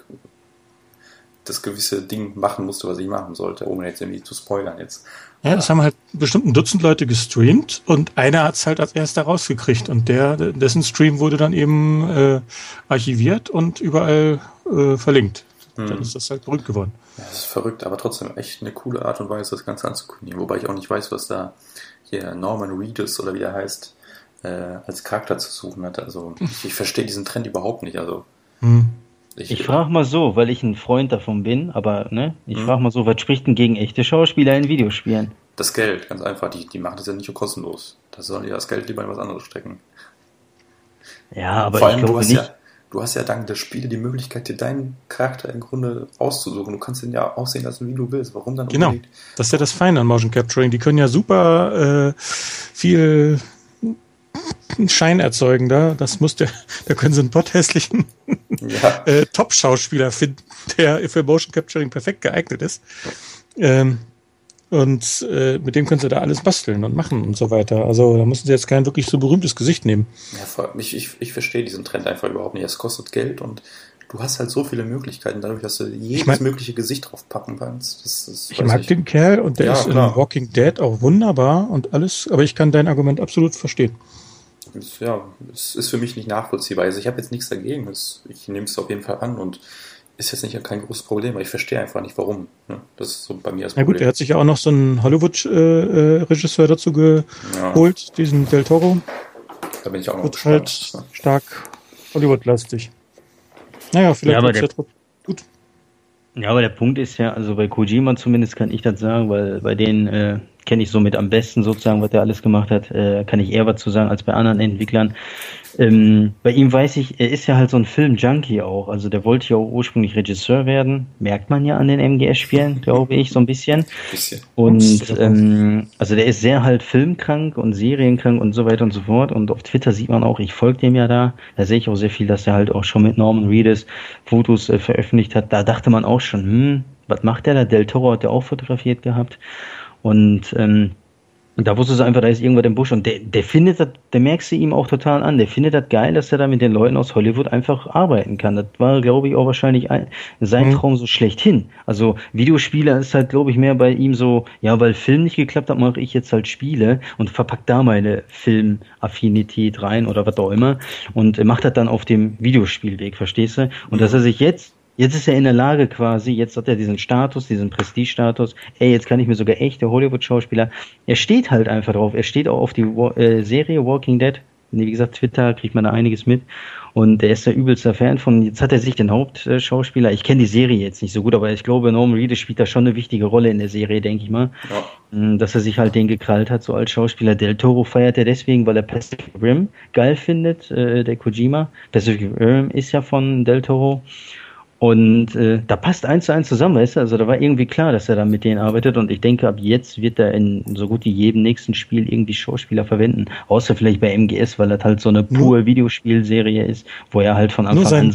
das gewisse Ding machen musste, was ich machen sollte, ohne jetzt irgendwie zu spoilern jetzt. Ja, das haben halt bestimmt ein Dutzend Leute gestreamt und einer hat es halt als erster rausgekriegt und dessen Stream wurde dann eben archiviert und überall verlinkt. Dann ist das halt berühmt geworden. Ja, das ist verrückt, aber trotzdem echt eine coole Art und Weise, das Ganze anzukündigen. Wobei ich auch nicht weiß, was da hier Norman Reedus oder wie er heißt, als Charakter zu suchen hatte. Also ich verstehe diesen Trend überhaupt nicht. Also ich frage mal so, weil ich ein Freund davon bin, aber ne, ich frage mal so, was spricht denn gegen echte Schauspieler in Videospielen? Das Geld, ganz einfach. Die machen das ja nicht so kostenlos. Da sollen die das Geld lieber in was anderes stecken. Ja, aber vor allem, ich glaube nicht. Du hast ja dank der Spiele die Möglichkeit, dir deinen Charakter im Grunde auszusuchen. Du kannst ihn ja aussehen lassen, wie du willst. Warum dann unbedingt? Genau, das ist ja das Feine an Motion Capturing. Die können ja super viel Schein erzeugen da. Da können sie einen potthässlichen Top-Schauspieler finden, der für Motion Capturing perfekt geeignet ist. Und mit dem können sie da alles basteln und machen und so weiter. Also da müssen sie jetzt kein wirklich so berühmtes Gesicht nehmen. Ja, ich verstehe diesen Trend einfach überhaupt nicht. Es kostet Geld und du hast halt so viele Möglichkeiten, dadurch, dass du jedes mögliche Gesicht drauf packen kannst. Ich mag den Kerl und der ist in Walking Dead auch wunderbar und alles, aber ich kann dein Argument absolut verstehen. Ja, es ist für mich nicht nachvollziehbar. Also ich habe jetzt nichts dagegen. Ich nehme es auf jeden Fall an und ist jetzt nicht kein großes Problem, aber ich verstehe einfach nicht, warum. Ne? Das ist so bei mir das Problem. Na gut, er hat sich ja auch noch so einen Hollywood-Regisseur dazu geholt, diesen Del Toro. Da bin ich auch noch gespannt. Halt stark Hollywood-lastig. Naja, vielleicht wird es ja gut. Ja, aber der Punkt ist ja, also bei Kojima zumindest kann ich das sagen, weil bei denen kenne ich somit am besten sozusagen, was der alles gemacht hat, kann ich eher was zu sagen als bei anderen Entwicklern. Bei ihm weiß ich, er ist ja halt so ein Film-Junkie auch, also der wollte ja auch ursprünglich Regisseur werden, merkt man ja an den MGS-Spielen, glaube ich, so ein bisschen. Und also der ist sehr halt filmkrank und serienkrank und so weiter und so fort und auf Twitter sieht man auch, ich folge dem ja da sehe ich auch sehr viel, dass er halt auch schon mit Norman Reedus Fotos veröffentlicht hat, da dachte man auch schon, was macht der da? Del Toro hat der auch fotografiert gehabt und da wusstest du einfach, da ist irgendwas im Busch und der findet das, der merkst du ihm auch total an, der findet das geil, dass er da mit den Leuten aus Hollywood einfach arbeiten kann. Das war, glaube ich, auch wahrscheinlich sein Traum so schlechthin. Also Videospieler ist halt, glaube ich, mehr bei ihm so, ja, weil Film nicht geklappt hat, mache ich jetzt halt Spiele und verpack da meine Filmaffinität rein oder was auch immer und macht das dann auf dem Videospielweg, verstehst du? Und dass er sich jetzt ist er in der Lage quasi, jetzt hat er diesen Status, diesen Prestige-Status, jetzt kann ich mir sogar echte Hollywood-Schauspieler, er steht halt einfach drauf, er steht auch auf die Serie Walking Dead, wie gesagt, Twitter kriegt man da einiges mit und er ist der übelste Fan von, jetzt hat er sich den Hauptschauspieler, ich kenne die Serie jetzt nicht so gut, aber ich glaube, Norman Reedus spielt da schon eine wichtige Rolle in der Serie, denke ich mal, dass er sich halt den gekrallt hat, so als Schauspieler. Del Toro feiert er deswegen, weil er Pacific Rim geil findet, der Kojima. Pacific Rim ist ja von Del Toro. Und da passt 1:1 zusammen, weißt du, also da war irgendwie klar, dass er da mit denen arbeitet und ich denke, ab jetzt wird er in so gut wie jedem nächsten Spiel irgendwie Schauspieler verwenden, außer vielleicht bei MGS, weil das halt so eine pure Videospielserie ist, wo er halt von Anfang an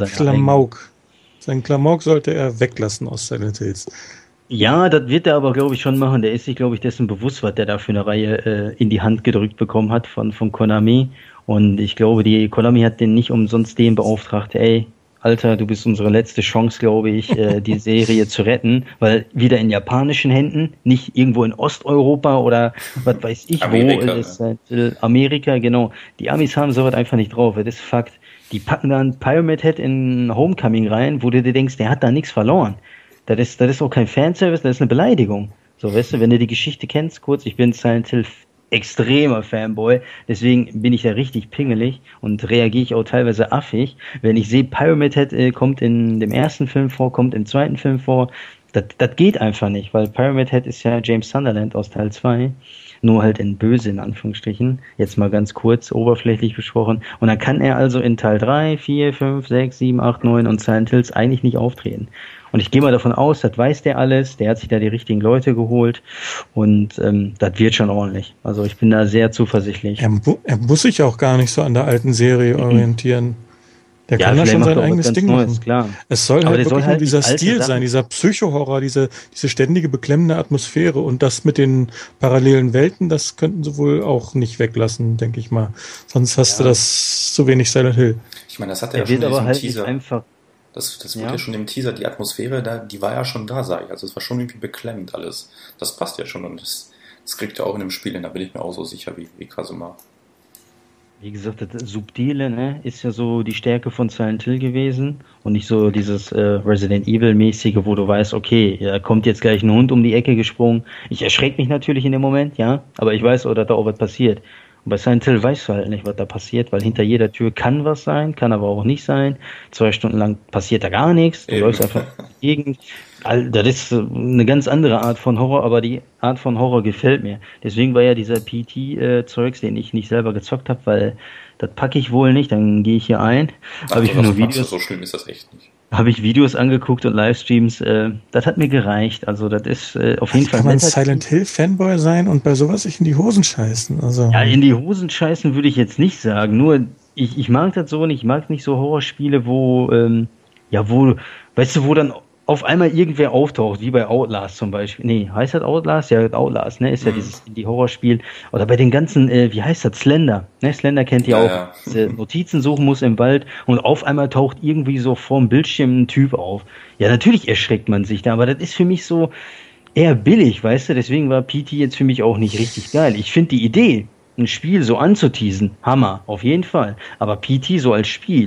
sein Klamauk sollte er weglassen aus Silent Hills. Ja, das wird er aber, glaube ich, schon machen. Der ist sich, glaube ich, dessen bewusst, was der da für eine Reihe in die Hand gedrückt bekommen hat von Konami und ich glaube, die Konami hat den nicht umsonst den beauftragt, Alter, du bist unsere letzte Chance, glaube ich, die Serie zu retten, weil wieder in japanischen Händen, nicht irgendwo in Osteuropa oder was weiß ich Amerika, wo, ist halt, Amerika, genau. Die Amis haben sowas einfach nicht drauf, das ist Fakt. Die packen dann Pyramid Head in Homecoming rein, wo du dir denkst, der hat da nichts verloren. Das ist auch kein Fanservice, das ist eine Beleidigung. So, weißt du, wenn du die Geschichte kennst, kurz, ich bin Silent Hill extremer Fanboy, deswegen bin ich da richtig pingelig und reagiere ich auch teilweise affig, wenn ich sehe, Pyramid Head kommt in dem ersten Film vor, kommt im zweiten Film vor, das geht einfach nicht, weil Pyramid Head ist ja James Sunderland aus Teil 2, nur halt in böse in Anführungsstrichen, jetzt mal ganz kurz, oberflächlich besprochen, und dann kann er also in Teil 3, 4, 5, 6, 7, 8, 9 und Silent Hills eigentlich nicht auftreten. Und ich gehe mal davon aus, das weiß der alles, der hat sich da die richtigen Leute geholt und das wird schon ordentlich. Also ich bin da sehr zuversichtlich. Er muss sich auch gar nicht so an der alten Serie orientieren. Der kann da schon sein eigenes Ding machen. Klar. Es soll halt wirklich nur dieser Stil sein, dieser Psycho-Horror, diese ständige beklemmende Atmosphäre und das mit den parallelen Welten, das könnten sie wohl auch nicht weglassen, denke ich mal. Sonst hast du das zu wenig Silent Hill. Ich meine, das hat er ja schon in diesem Teaser. Einfach Das wurde ja schon im Teaser, die Atmosphäre, die war ja schon da, sage ich. Also es war schon irgendwie beklemmend alles. Das passt ja schon und das kriegt er auch in dem Spiel hin, da bin ich mir auch so sicher wie Kazuma. Wie gesagt, das Subtile, ne, ist ja so die Stärke von Silent Hill gewesen und nicht so dieses Resident Evil-mäßige, wo du weißt, okay, da kommt jetzt gleich ein Hund um die Ecke gesprungen. Ich erschrecke mich natürlich in dem Moment, ja, aber ich weiß, dass da auch was passiert. Und bei Silent Hill weißt du halt nicht, was da passiert, weil hinter jeder Tür kann was sein, kann aber auch nicht sein. 2 Stunden lang passiert da gar nichts, du läufst einfach in die Gegend. Das ist eine ganz andere Art von Horror, aber die Art von Horror gefällt mir. Deswegen war ja dieser PT-Zeugs, den ich nicht selber gezockt habe, weil das packe ich wohl nicht, dann gehe ich hier ein. Habe ich mir nur Videos. So schlimm ist das echt nicht. Habe ich Videos angeguckt und Livestreams, das hat mir gereicht. Also das ist auf jeden Fall. Kann man Silent Hill Fanboy sein und bei sowas sich in die Hosen scheißen? Also. Ja, in die Hosen scheißen würde ich jetzt nicht sagen. Nur ich mag das so nicht. Ich mag nicht so Horrorspiele, wo weißt du, wo dann auf einmal irgendwer auftaucht, wie bei Outlast zum Beispiel. Nee, heißt das Outlast? Ja, Outlast, ne? Ist ja dieses Indie-Horrorspiel. Oder bei den ganzen, wie heißt das? Slender. Ne? Slender kennt ihr auch. Ja. Notizen suchen muss im Wald und auf einmal taucht irgendwie so vorm Bildschirm ein Typ auf. Ja, natürlich erschreckt man sich da, aber das ist für mich so eher billig, weißt du? Deswegen war PT jetzt für mich auch nicht richtig geil. Ich finde die Idee, ein Spiel so anzuteasen, Hammer, auf jeden Fall. Aber PT so als Spiel,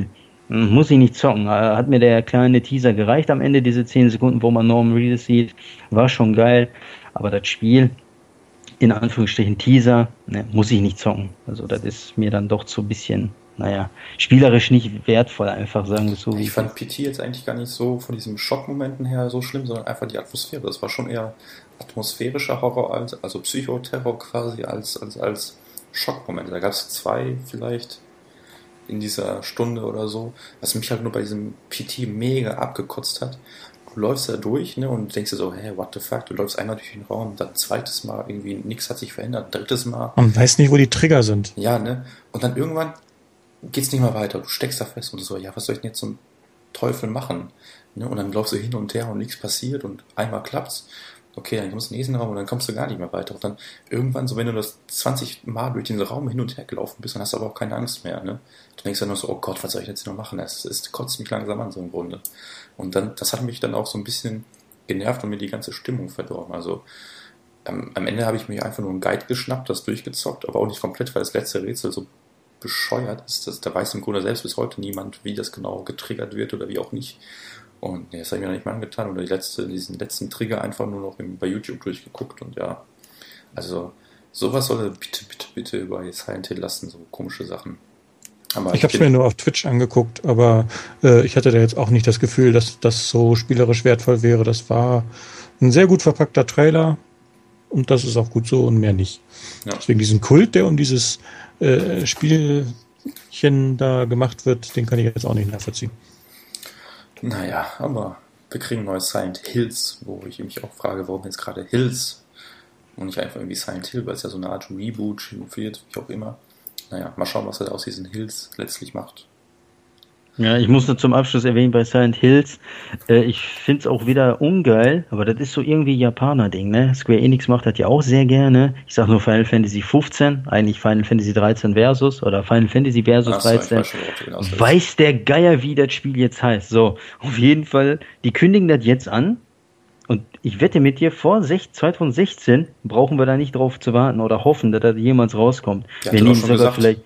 Muss ich nicht zocken. Hat mir der kleine Teaser gereicht am Ende, diese 10 Sekunden, wo man Norman Reedus sieht. War schon geil. Aber das Spiel, in Anführungsstrichen Teaser, ne, muss ich nicht zocken. Also das ist mir dann doch so ein bisschen, spielerisch nicht wertvoll, einfach sagen wir so. Ich fand PT jetzt eigentlich gar nicht so von diesen Schockmomenten her so schlimm, sondern einfach die Atmosphäre. Das war schon eher atmosphärischer Horror, also Psychoterror quasi als Schockmomente. Da gab es 2 vielleicht in dieser Stunde oder so, was mich halt nur bei diesem PT mega abgekotzt hat. Du läufst da durch, ne, und denkst dir so, hey, what the fuck, du läufst einmal durch den Raum, dann zweites Mal irgendwie nichts hat sich verändert, drittes Mal. Man weiß nicht, wo die Trigger sind. Ja, ne, und dann irgendwann geht's nicht mehr weiter, du steckst da fest und so, ja, was soll ich denn jetzt zum Teufel machen? Ne, und dann läufst du hin und her und nichts passiert und einmal klappt's. Okay, dann kommst du in den nächsten Raum und dann kommst du gar nicht mehr weiter. Und dann irgendwann, so wenn du das 20 Mal durch den Raum hin und her gelaufen bist, dann hast du aber auch keine Angst mehr, ne? Du denkst dann nur so, oh Gott, was soll ich jetzt noch machen? Es kotzt mich langsam an, so im Grunde. Und dann, das hat mich dann auch so ein bisschen genervt und mir die ganze Stimmung verdorben. Also am Ende habe ich mir einfach nur einen Guide geschnappt, das durchgezockt, aber auch nicht komplett, weil das letzte Rätsel so bescheuert ist. Da weiß im Grunde selbst bis heute niemand, wie das genau getriggert wird oder wie auch nicht. Und das habe ich mir noch nicht mal angetan. Oder diesen letzten Trigger einfach nur noch bei YouTube durchgeguckt. Und ja, also sowas soll er bitte bei Silent Hill lassen, so komische Sachen. Aber ich habe es mir nur auf Twitch angeguckt, aber ich hatte da jetzt auch nicht das Gefühl, dass das so spielerisch wertvoll wäre. Das war ein sehr gut verpackter Trailer und das ist auch gut so und mehr nicht. Ja. Deswegen diesen Kult, der um dieses Spielchen da gemacht wird, den kann ich jetzt auch nicht nachvollziehen. Naja, aber wir kriegen neues Silent Hills, wo ich mich auch frage, warum jetzt gerade Hills und nicht einfach irgendwie Silent Hill, weil es ja so eine Art Reboot wird, wie auch immer. Naja, mal schauen, was er aus diesen Hills letztlich macht. Ja, ich muss nur zum Abschluss erwähnen bei Silent Hills, ich find's auch wieder ungeil, aber das ist so irgendwie Japaner-Ding, ne? Square Enix macht das ja auch sehr gerne. Ich sag nur Final Fantasy 15, eigentlich Final Fantasy 13 Versus oder Final Fantasy Versus 13. Weiß der Geier, wie das Spiel jetzt heißt. So, auf jeden Fall, die kündigen das jetzt an und ich wette mit dir, vor 2016 brauchen wir da nicht drauf zu warten oder hoffen, dass das jemals rauskommt. Ja, wir nehmen sogar gesagt. Vielleicht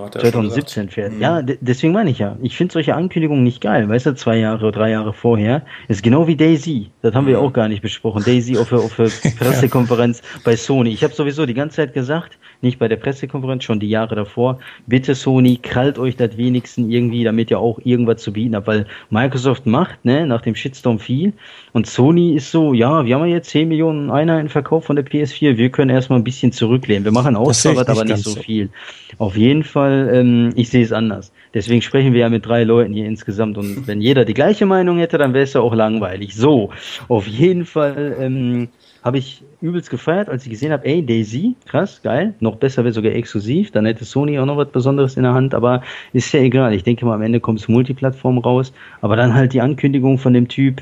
2017 fährt. Ja, deswegen meine ich ja. Ich finde solche Ankündigungen nicht geil. Weißt du, 2 Jahre, 3 Jahre vorher. Ist genau wie DayZ. Das haben wir ja auch gar nicht besprochen. DayZ auf der Pressekonferenz bei Sony. Ich habe sowieso die ganze Zeit gesagt, nicht bei der Pressekonferenz, schon die Jahre davor, bitte Sony, krallt euch das wenigstens irgendwie, damit ihr auch irgendwas zu bieten habt. Weil Microsoft macht, ne, nach dem Shitstorm viel. Und Sony ist so, ja, wir haben ja jetzt 10 Millionen Einheiten verkauft von der PS4. Wir können erstmal ein bisschen zurücklehnen. Wir machen Ausfall, aber nicht so viel. Auf jeden Fall, ich sehe es anders. Deswegen sprechen wir ja mit 3 Leuten hier insgesamt und wenn jeder die gleiche Meinung hätte, dann wäre es ja auch langweilig. So, auf jeden Fall habe ich übelst gefeiert, als ich gesehen habe, ey, DayZ, krass, geil, noch besser wäre sogar exklusiv, dann hätte Sony auch noch was Besonderes in der Hand, aber ist ja egal. Ich denke mal, am Ende kommt es Multiplattform raus, aber dann halt die Ankündigung von dem Typ,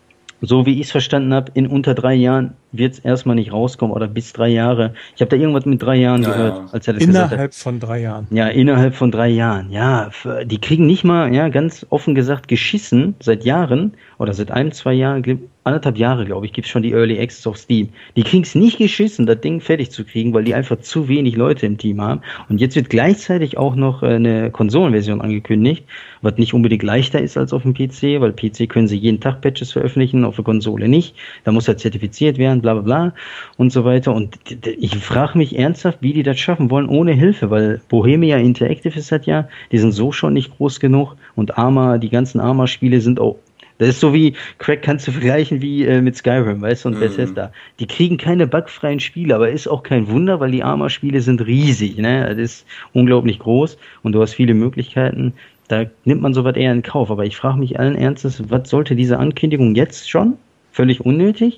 so wie ich es verstanden habe, in unter 3 Jahren wird es erstmal nicht rauskommen oder bis 3 Jahre. Ich habe da irgendwas mit 3 Jahren gehört, als er das gesagt hat. Innerhalb von 3 Jahren. Ja, innerhalb von 3 Jahren. Ja, die kriegen nicht mal, ja, ganz offen gesagt, geschissen seit Jahren oder seit 1, 2 Jahren, 1,5 Jahre, glaube ich, gibt's schon die Early Access auf Steam. Die kriegen's nicht geschissen, das Ding fertig zu kriegen, weil die einfach zu wenig Leute im Team haben. Und jetzt wird gleichzeitig auch noch eine Konsolenversion angekündigt, was nicht unbedingt leichter ist als auf dem PC, weil PC können sie jeden Tag Patches veröffentlichen, auf der Konsole nicht. Da muss er zertifiziert werden, bla bla bla und so weiter. Und ich frage mich ernsthaft, wie die das schaffen wollen ohne Hilfe, weil Bohemia Interactive ist das ja, die sind so schon nicht groß genug und Arma, die ganzen Arma-Spiele sind auch. Das ist so wie, Crack kannst du vergleichen wie mit Skyrim, weißt du, und Bethesda. Die kriegen keine bugfreien Spiele, aber ist auch kein Wunder, weil die Arma-Spiele sind riesig, ne? Das ist unglaublich groß und du hast viele Möglichkeiten. Da nimmt man sowas eher in Kauf. Aber ich frage mich allen Ernstes, was sollte diese Ankündigung jetzt schon? Völlig unnötig.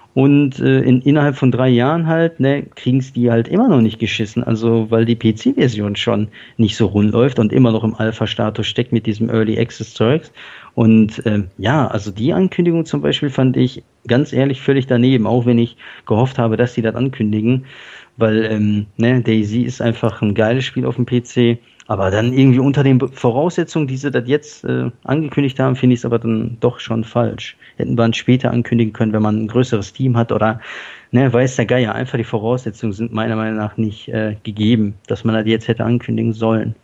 Und innerhalb von 3 Jahren halt, ne, kriegen es die halt immer noch nicht geschissen. Also, weil die PC-Version schon nicht so rund läuft und immer noch im Alpha-Status steckt mit diesem Early Access-Zeugs. Und ja, also die Ankündigung zum Beispiel fand ich ganz ehrlich völlig daneben, auch wenn ich gehofft habe, dass die das ankündigen. Weil, DayZ ist einfach ein geiles Spiel auf dem PC. Aber dann irgendwie unter den Voraussetzungen, die sie das jetzt angekündigt haben, finde ich es aber dann doch schon falsch. Hätten wir es später ankündigen können, wenn man ein größeres Team hat oder, ne, weiß der Geier. Einfach die Voraussetzungen sind meiner Meinung nach nicht gegeben, dass man das jetzt hätte ankündigen sollen.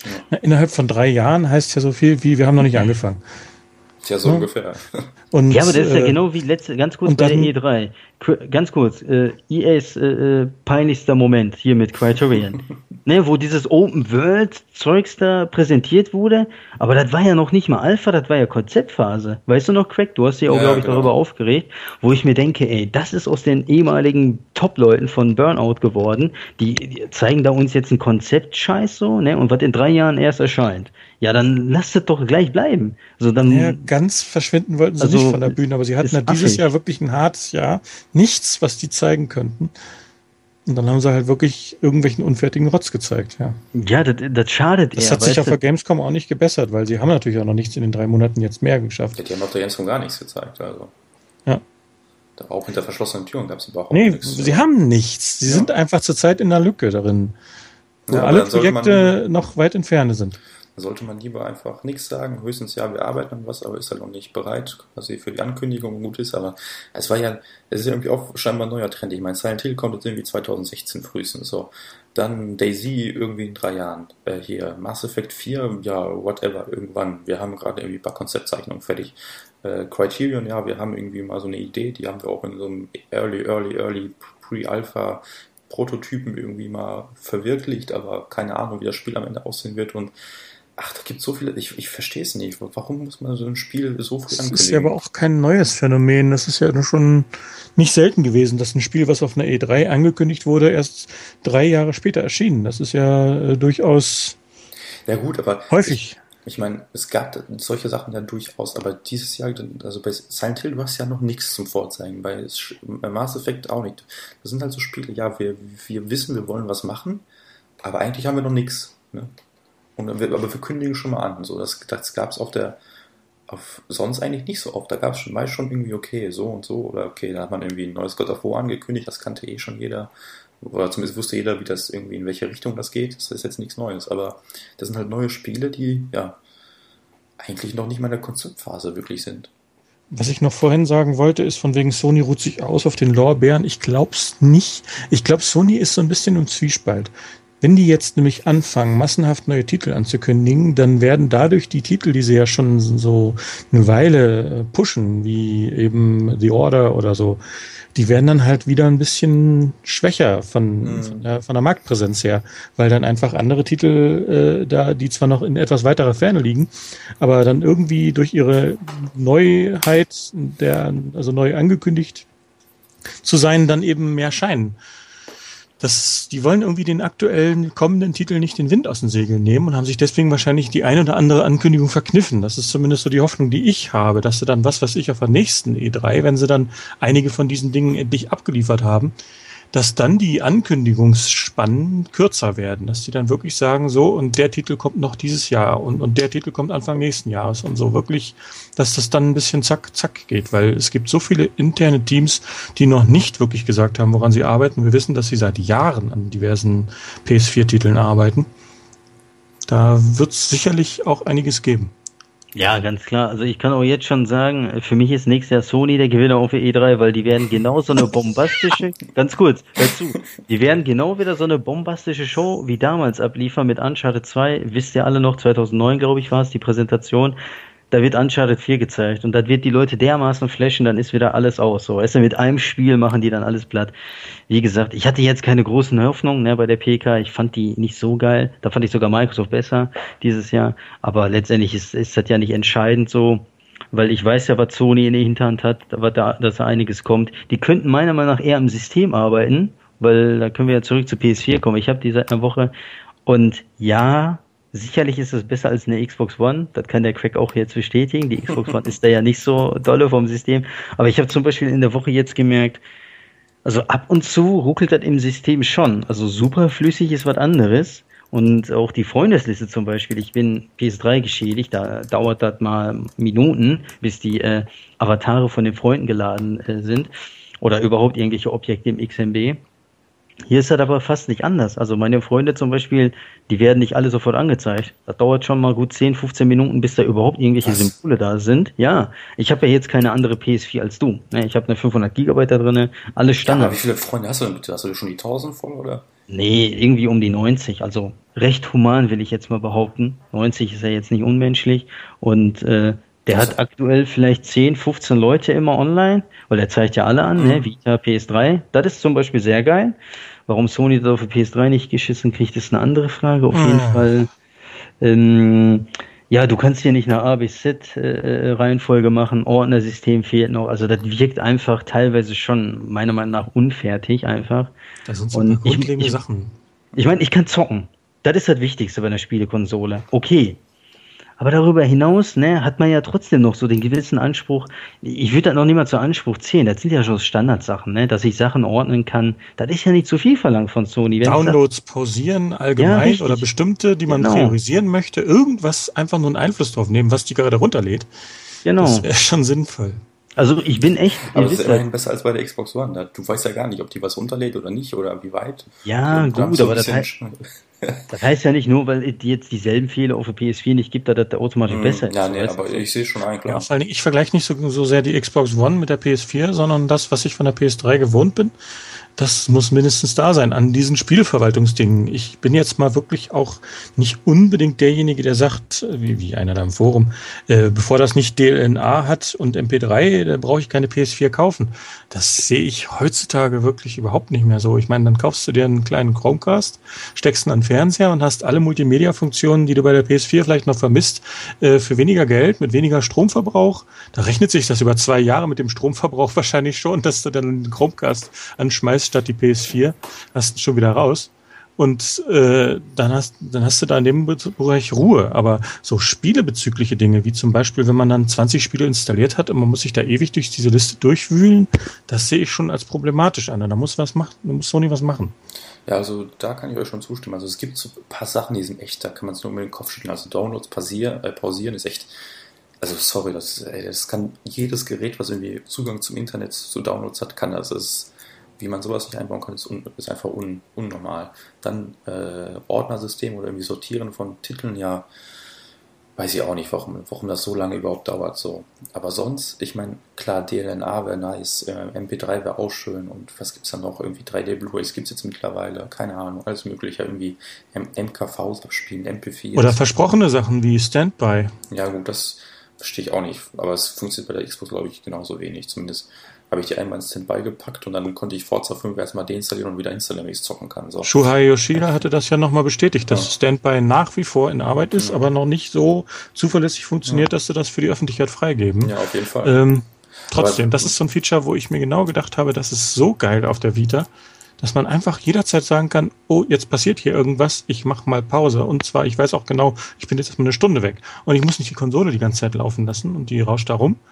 Na, innerhalb von 3 Jahren heißt ja so viel wie, wir haben noch nicht angefangen. Tja, so ungefähr. Und, ja, aber das ist ja genau wie ganz kurz bei dann, der E3. Ganz kurz, EAs peinlichster Moment hier mit Criterion. Ne, wo dieses Open-World-Zeugs da präsentiert wurde, aber das war ja noch nicht mal Alpha, das war ja Konzeptphase. Weißt du noch, Craig? Du hast dich auch, glaube ich, darüber aufgeregt, wo ich mir denke, ey, das ist aus den ehemaligen Top-Leuten von Burnout geworden. Die zeigen da uns jetzt einen Konzept-Scheiß so, ne, und was in 3 Jahren erst erscheint. Ja, dann lasst es doch gleich bleiben. Also dann, ja, ganz verschwinden wollten sie nicht von der Bühne, aber sie hatten ja dieses Jahr wirklich ein hartes Jahr. Nichts, was die zeigen könnten. Und dann haben sie halt wirklich irgendwelchen unfertigen Rotz gezeigt, ja. Ja, das schadet eher. Das hat sich auf der Gamescom auch nicht gebessert, weil sie haben natürlich auch noch nichts in den 3 Monaten jetzt mehr geschafft. Ja, die haben auf der Gamescom gar nichts gezeigt, also. Ja. Da auch hinter verschlossenen Türen gab es überhaupt nichts. Nee, sie haben nichts. Sie sind einfach zurzeit in der Lücke darin, wo alle Projekte noch weit in Ferne sind. Da sollte man lieber einfach nichts sagen, höchstens ja, wir arbeiten an was, aber ist halt noch nicht bereit, quasi für die Ankündigung gut ist, aber es ist ja irgendwie auch scheinbar ein neuer Trend. Ich meine, Silent Hill kommt jetzt irgendwie 2016 frühestens so. Dann DayZ irgendwie in 3 Jahren. Hier Mass Effect 4, ja, whatever, irgendwann. Wir haben gerade irgendwie ein paar Konzeptzeichnungen fertig. Criterion, ja, wir haben irgendwie mal so eine Idee, die haben wir auch in so einem Early Pre-Alpha Prototypen irgendwie mal verwirklicht, aber keine Ahnung, wie das Spiel am Ende aussehen wird und da gibt es so viele, ich verstehe es nicht. Warum muss man so ein Spiel so früh ankündigen? Das ist ja aber auch kein neues Phänomen. Das ist ja schon nicht selten gewesen, dass ein Spiel, was auf einer E3 angekündigt wurde, erst 3 Jahre später erschienen. Das ist ja durchaus häufig. Ich meine, es gab solche Sachen ja durchaus, aber dieses Jahr, also bei Silent Hill, du hast ja noch nichts zum Vorzeigen, bei Mass Effect auch nicht. Das sind halt so Spiele, ja, wir wissen, wir wollen was machen, aber eigentlich haben wir noch nichts, ne? Aber wir kündigen schon mal an. So, das gab es sonst eigentlich nicht so oft. Da gab es meist schon irgendwie, okay, so und so, oder okay, da hat man irgendwie ein neues God of War angekündigt, das kannte schon jeder. Oder zumindest wusste jeder, wie das irgendwie, in welche Richtung das geht. Das ist jetzt nichts Neues. Aber das sind halt neue Spiele, die, ja, eigentlich noch nicht mal in der Konzeptphase wirklich sind. Was ich noch vorhin sagen wollte, ist von wegen Sony ruht sich aus auf den Lorbeeren. Ich glaub's nicht. Ich glaube, Sony ist so ein bisschen im Zwiespalt. Wenn die jetzt nämlich anfangen, massenhaft neue Titel anzukündigen, dann werden dadurch die Titel, die sie ja schon so eine Weile pushen, wie eben The Order oder so, die werden dann halt wieder ein bisschen schwächer von der Marktpräsenz her, weil dann einfach andere Titel die zwar noch in etwas weiterer Ferne liegen, aber dann irgendwie durch ihre Neuheit, also neu angekündigt zu sein, dann eben mehr scheinen. Die wollen irgendwie den aktuellen kommenden Titel nicht den Wind aus den Segeln nehmen und haben sich deswegen wahrscheinlich die eine oder andere Ankündigung verkniffen. Das ist zumindest so die Hoffnung, die ich habe, dass sie dann auf der nächsten E3, wenn sie dann einige von diesen Dingen endlich abgeliefert haben, dass dann die Ankündigungsspannen kürzer werden, dass die dann wirklich sagen, so, und der Titel kommt noch dieses Jahr und der Titel kommt Anfang nächsten Jahres und so wirklich, dass das dann ein bisschen zack, zack geht, weil es gibt so viele interne Teams, die noch nicht wirklich gesagt haben, woran sie arbeiten. Wir wissen, dass sie seit Jahren an diversen PS4-Titeln arbeiten. Da wird es sicherlich auch einiges geben. Ja, ganz klar. Also ich kann auch jetzt schon sagen, für mich ist nächstes Jahr Sony der Gewinner auf der E3, weil die werden genau so eine bombastische, ganz kurz, dazu, die werden genau wieder so eine bombastische Show wie damals abliefern mit Uncharted 2. Wisst ihr alle noch, 2009, glaube ich, war es, die Präsentation. Da wird Uncharted 4 gezeigt und das wird die Leute dermaßen flashen, dann ist wieder alles aus. So, weißt du, mit einem Spiel machen die dann alles platt. Wie gesagt, ich hatte jetzt keine großen Hoffnungen bei der PK. Ich fand die nicht so geil. Da fand ich sogar Microsoft besser dieses Jahr. Aber letztendlich ist das ja nicht entscheidend so, weil ich weiß ja, was Sony in der Hinterhand hat, dass da einiges kommt. Die könnten meiner Meinung nach eher am System arbeiten, weil da können wir ja zurück zu PS4 kommen. Ich habe die seit einer Woche und ja, sicherlich ist es besser als eine Xbox One. Das kann der Craig auch jetzt bestätigen. Die Xbox One ist da ja nicht so dolle vom System. Aber ich habe zum Beispiel in der Woche jetzt gemerkt, also ab und zu ruckelt das im System schon. Also super flüssig ist was anderes. Und auch die Freundesliste zum Beispiel. Ich bin PS3 geschädigt. Da dauert das mal Minuten, bis die Avatare von den Freunden geladen sind. Oder überhaupt irgendwelche Objekte im XMB. Hier ist das aber fast nicht anders. Also meine Freunde zum Beispiel, die werden nicht alle sofort angezeigt. Das dauert schon mal gut 10, 15 Minuten, bis da überhaupt irgendwelche Symbole da sind. Ja, ich habe ja jetzt keine andere PS4 als du. Ich habe eine 500 Gigabyte da drin, alles Standard. Ja, aber wie viele Freunde hast du denn bitte? Hast du schon die 1000 voll, oder? Nee, irgendwie um die 90. Also recht human, will ich jetzt mal behaupten. 90 ist ja jetzt nicht unmenschlich und der hat aktuell vielleicht 10, 15 Leute immer online, weil der zeigt ja alle an, ne? Vita, PS3. Das ist zum Beispiel sehr geil. Warum Sony das auf der PS3 nicht geschissen kriegt, ist eine andere Frage. Auf jeden Fall. Ja, du kannst hier nicht eine A bis Z Reihenfolge machen, Ordnersystem fehlt noch. Also das wirkt einfach teilweise schon meiner Meinung nach unfertig einfach. Das sind so grundlegende Sachen. Ich meine, ich kann zocken. Das ist das Wichtigste bei einer Spielekonsole. Okay. Aber darüber hinaus, ne, hat man ja trotzdem noch so den gewissen Anspruch. Ich würde das noch nicht mal zu Anspruch zählen. Das sind ja schon Standardsachen, ne, dass ich Sachen ordnen kann. Das ist ja nicht zu viel verlangt von Sony. Wenn Downloads pausieren allgemein oder bestimmte, die man priorisieren möchte. Irgendwas einfach nur einen Einfluss drauf nehmen, was die gerade runterlädt. Genau. Das wäre schon sinnvoll. Also ich bin echt... Aber das ist immerhin besser als bei der Xbox One. Du weißt ja gar nicht, ob die was runterlädt oder nicht oder wie weit. Ja, gut, aber das heißt ja nicht nur, weil es jetzt dieselben Fehler auf der PS4 nicht gibt, dass das automatisch besser ist. Ja, nee, aber ich sehe schon ein, klar. Ja, vor allem, ich vergleiche nicht so sehr die Xbox One mit der PS4, sondern das, was ich von der PS3 gewohnt bin. Das muss mindestens da sein an diesen Spielverwaltungsdingen. Ich bin jetzt mal wirklich auch nicht unbedingt derjenige, der sagt, wie einer da im Forum, bevor das nicht DLNA hat und MP3, da brauche ich keine PS4 kaufen. Das sehe ich heutzutage wirklich überhaupt nicht mehr so. Ich meine, dann kaufst du dir einen kleinen Chromecast, steckst ihn an den Fernseher und hast alle Multimedia-Funktionen, die du bei der PS4 vielleicht noch vermisst, für weniger Geld, mit weniger Stromverbrauch. Da rechnet sich das über 2 Jahre mit dem Stromverbrauch wahrscheinlich schon, dass du dann einen Chromecast anschmeißt statt die PS4, hast du schon wieder raus. Und dann hast du da in dem Bereich Ruhe. Aber so spielebezügliche Dinge, wie zum Beispiel, wenn man dann 20 Spiele installiert hat und man muss sich da ewig durch diese Liste durchwühlen, das sehe ich schon als problematisch an. Da muss Sony was machen. Ja, also da kann ich euch schon zustimmen. Also es gibt so ein paar Sachen, die sind echt, da kann man es nur mit dem Kopf schütteln. Also Downloads pausieren ist echt, also sorry, das kann jedes Gerät, was irgendwie Zugang zum Internet zu Downloads hat, kann das. Wie man sowas nicht einbauen kann, ist einfach unnormal. Dann Ordnersystem oder irgendwie Sortieren von Titeln, ja, weiß ich auch nicht, warum das so lange überhaupt dauert. So. Aber sonst, ich meine, klar, DLNA wäre nice, MP3 wäre auch schön und was gibt's da noch? Irgendwie 3D Blu-rays gibt's jetzt mittlerweile, keine Ahnung, alles mögliche, irgendwie MKVs abspielen, MP4. Oder versprochene Sachen wie Standby. Ja gut, das verstehe ich auch nicht, aber es funktioniert bei der Xbox, glaube ich, genauso wenig, zumindest habe ich die einmal ins Standby gepackt und dann konnte ich Forza 5 erstmal deinstallieren und wieder installieren, wenn ich es zocken kann. So. Shuhei Yoshida hatte das ja nochmal bestätigt, dass Standby nach wie vor in Arbeit ist, aber noch nicht so zuverlässig funktioniert, dass sie das für die Öffentlichkeit freigeben. Ja, auf jeden Fall. Trotzdem, das ist so ein Feature, wo ich mir genau gedacht habe, das ist so geil auf der Vita, dass man einfach jederzeit sagen kann, oh, jetzt passiert hier irgendwas, ich mache mal Pause. Und zwar, ich weiß auch genau, ich bin jetzt erstmal eine Stunde weg. Und ich muss nicht die Konsole die ganze Zeit laufen lassen und die rauscht da rum.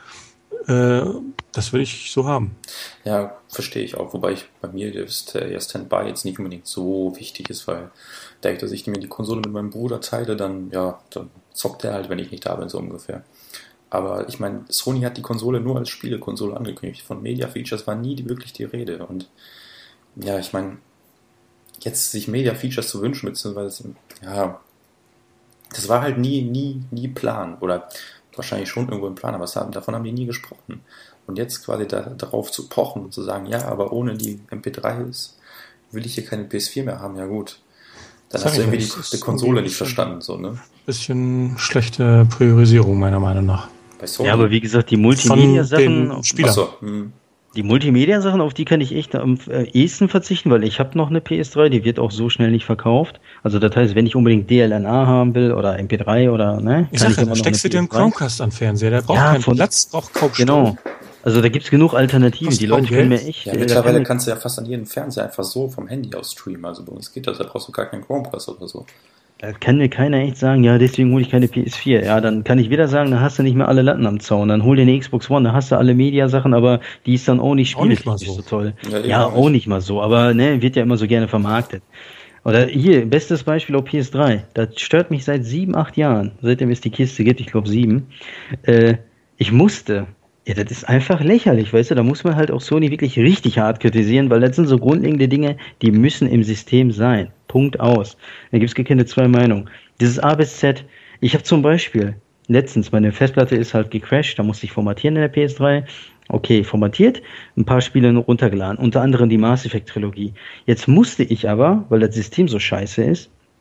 Das will ich so haben. Ja, verstehe ich auch. Wobei bei mir der Standby jetzt nicht unbedingt so wichtig ist, weil dadurch, dass ich mir die Konsole mit meinem Bruder teile, dann zockt er halt, wenn ich nicht da bin, so ungefähr. Aber ich meine, Sony hat die Konsole nur als Spielekonsole angekündigt. Von Media-Features war nie wirklich die Rede. Und ja, ich meine, jetzt sich Media-Features zu wünschen, beziehungsweise, ja, das war halt nie Plan. Oder wahrscheinlich schon irgendwo im Plan, aber davon haben die nie gesprochen. Und jetzt quasi darauf zu pochen und zu sagen, ja, aber ohne die MP3 will ich hier keine PS4 mehr haben, ja gut. Dann hast du irgendwie die Konsole nicht verstanden. So, ne? Bisschen schlechte Priorisierung, meiner Meinung nach. Bei Sony. Ja, aber wie gesagt, die Multimedia-Sachen... Die Multimedia-Sachen, auf die kann ich echt am ehesten verzichten, weil ich habe noch eine PS3, die wird auch so schnell nicht verkauft. Also das heißt, wenn ich unbedingt DLNA haben will oder MP3 oder, ne? Ich sag ja, dann steckst du dir einen Chromecast an den Fernseher, der braucht keinen Platz, braucht kaum Strom. Genau. Also da gibt's genug Alternativen. Die Leute können mir echt... Ja, mittlerweile kannst du ja fast an jedem Fernseher einfach so vom Handy aus streamen. Also bei uns geht das, da brauchst du gar keinen Chromecast oder so. Da kann mir keiner echt sagen, ja, deswegen hole ich keine PS4. Ja, dann kann ich wieder sagen, da hast du nicht mehr alle Latten am Zaun. Dann hol dir eine Xbox One, da hast du alle Media-Sachen, aber die ist dann auch nicht spieltechnisch so toll. Ja, auch nicht mal so. Aber ne, wird ja immer so gerne vermarktet. Oder hier, bestes Beispiel auf PS3. Das stört mich seit 7, 8 Jahren. Seitdem es die Kiste gibt, ich glaube 7. Ich musste... Ja, das ist einfach lächerlich, weißt du, da muss man halt auch Sony wirklich richtig hart kritisieren, weil das sind so grundlegende Dinge, die müssen im System sein. Punkt aus. Da gibt's gar keine zwei Meinungen. Dieses A bis Z, ich habe zum Beispiel letztens, meine Festplatte ist halt gecrashed, da musste ich formatieren in der PS3. Okay, formatiert, ein paar Spiele runtergeladen, unter anderem die Mass Effect Trilogie. Jetzt musste ich aber, weil das System so scheiße ist,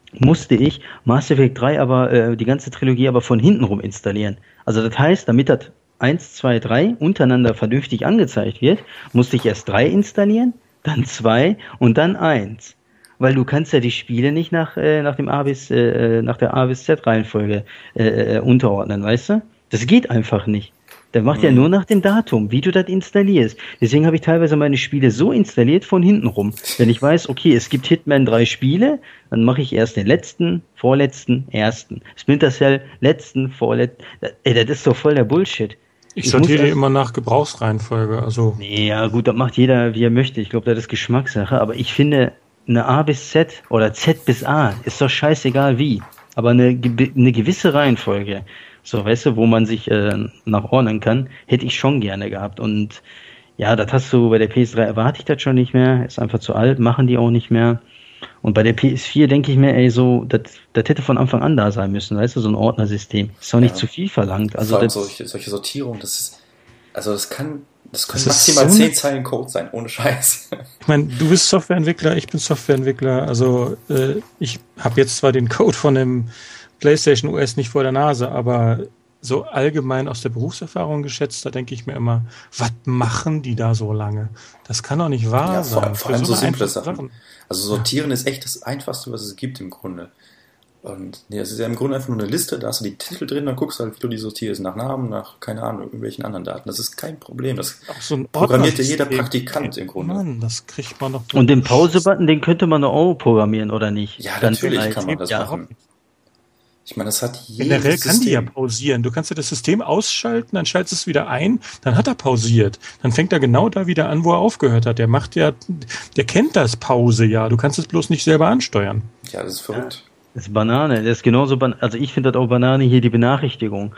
musste ich Mass Effect 3 aber, die ganze Trilogie aber von hinten rum installieren. Also das heißt, damit das 1, 2, 3 untereinander vernünftig angezeigt wird, musste ich erst 3 installieren, dann 2 und dann 1. Weil du kannst ja die Spiele nicht nach der A bis Z Reihenfolge unterordnen, weißt du? Das geht einfach nicht. Der macht ja nur nach dem Datum, wie du das installierst. Deswegen habe ich teilweise meine Spiele so installiert von hinten rum. Wenn ich weiß, okay, es gibt Hitman 3 Spiele, dann mache ich erst den letzten, vorletzten, ersten. Splinter Cell, letzten, vorletzten. Ey, das ist doch voll der Bullshit. Ich sortiere immer nach Gebrauchsreihenfolge. Also. Nee, ja gut, das macht jeder, wie er möchte. Ich glaube, das ist Geschmackssache. Aber ich finde, eine A bis Z oder Z bis A ist doch scheißegal wie. Aber eine gewisse Reihenfolge, so, weißt du, wo man sich nachordnen kann, hätte ich schon gerne gehabt. Und ja, das hast du bei der PS3, erwarte ich das schon nicht mehr. Ist einfach zu alt, machen die auch nicht mehr. Und bei der PS4 denke ich mir, ey, so, das hätte von Anfang an da sein müssen, weißt du, so ein Ordnersystem. Ist doch nicht zu viel verlangt. Also vor allem solche Sortierung, das können maximal 10 Zeilen Code sein, ohne Scheiß. Ich meine, du bist Softwareentwickler, ich bin Softwareentwickler. Also ich habe jetzt zwar den Code von dem PlayStation OS nicht vor der Nase, aber so allgemein aus der Berufserfahrung geschätzt, da denke ich mir immer, was machen die da so lange? Das kann doch nicht wahr sein. Vor allem so simple Sachen. Also sortieren ist echt das Einfachste, was es gibt im Grunde. Und nee, es ist ja im Grunde einfach nur eine Liste, da hast du die Titel drin, dann guckst du halt, wie du die sortierst, nach Namen, nach, keine Ahnung, irgendwelchen anderen Daten. Das ist kein Problem. Das so programmiert ja jeder Praktikant im Grunde. Mann, das kriegt man doch. Und den Pause-Button, den könnte man doch auch programmieren, oder nicht? Ja, natürlich kann man das machen. Ich meine, das hat generell kann die ja pausieren. Du kannst ja das System ausschalten, dann schaltest es wieder ein, dann hat er pausiert. Dann fängt er genau da wieder an, wo er aufgehört hat. Der kennt das Pause ja. Du kannst es bloß nicht selber ansteuern. Ja, das ist verrückt. Das ist Banane. Das ist genauso also ich finde das auch Banane hier, die Benachrichtigung.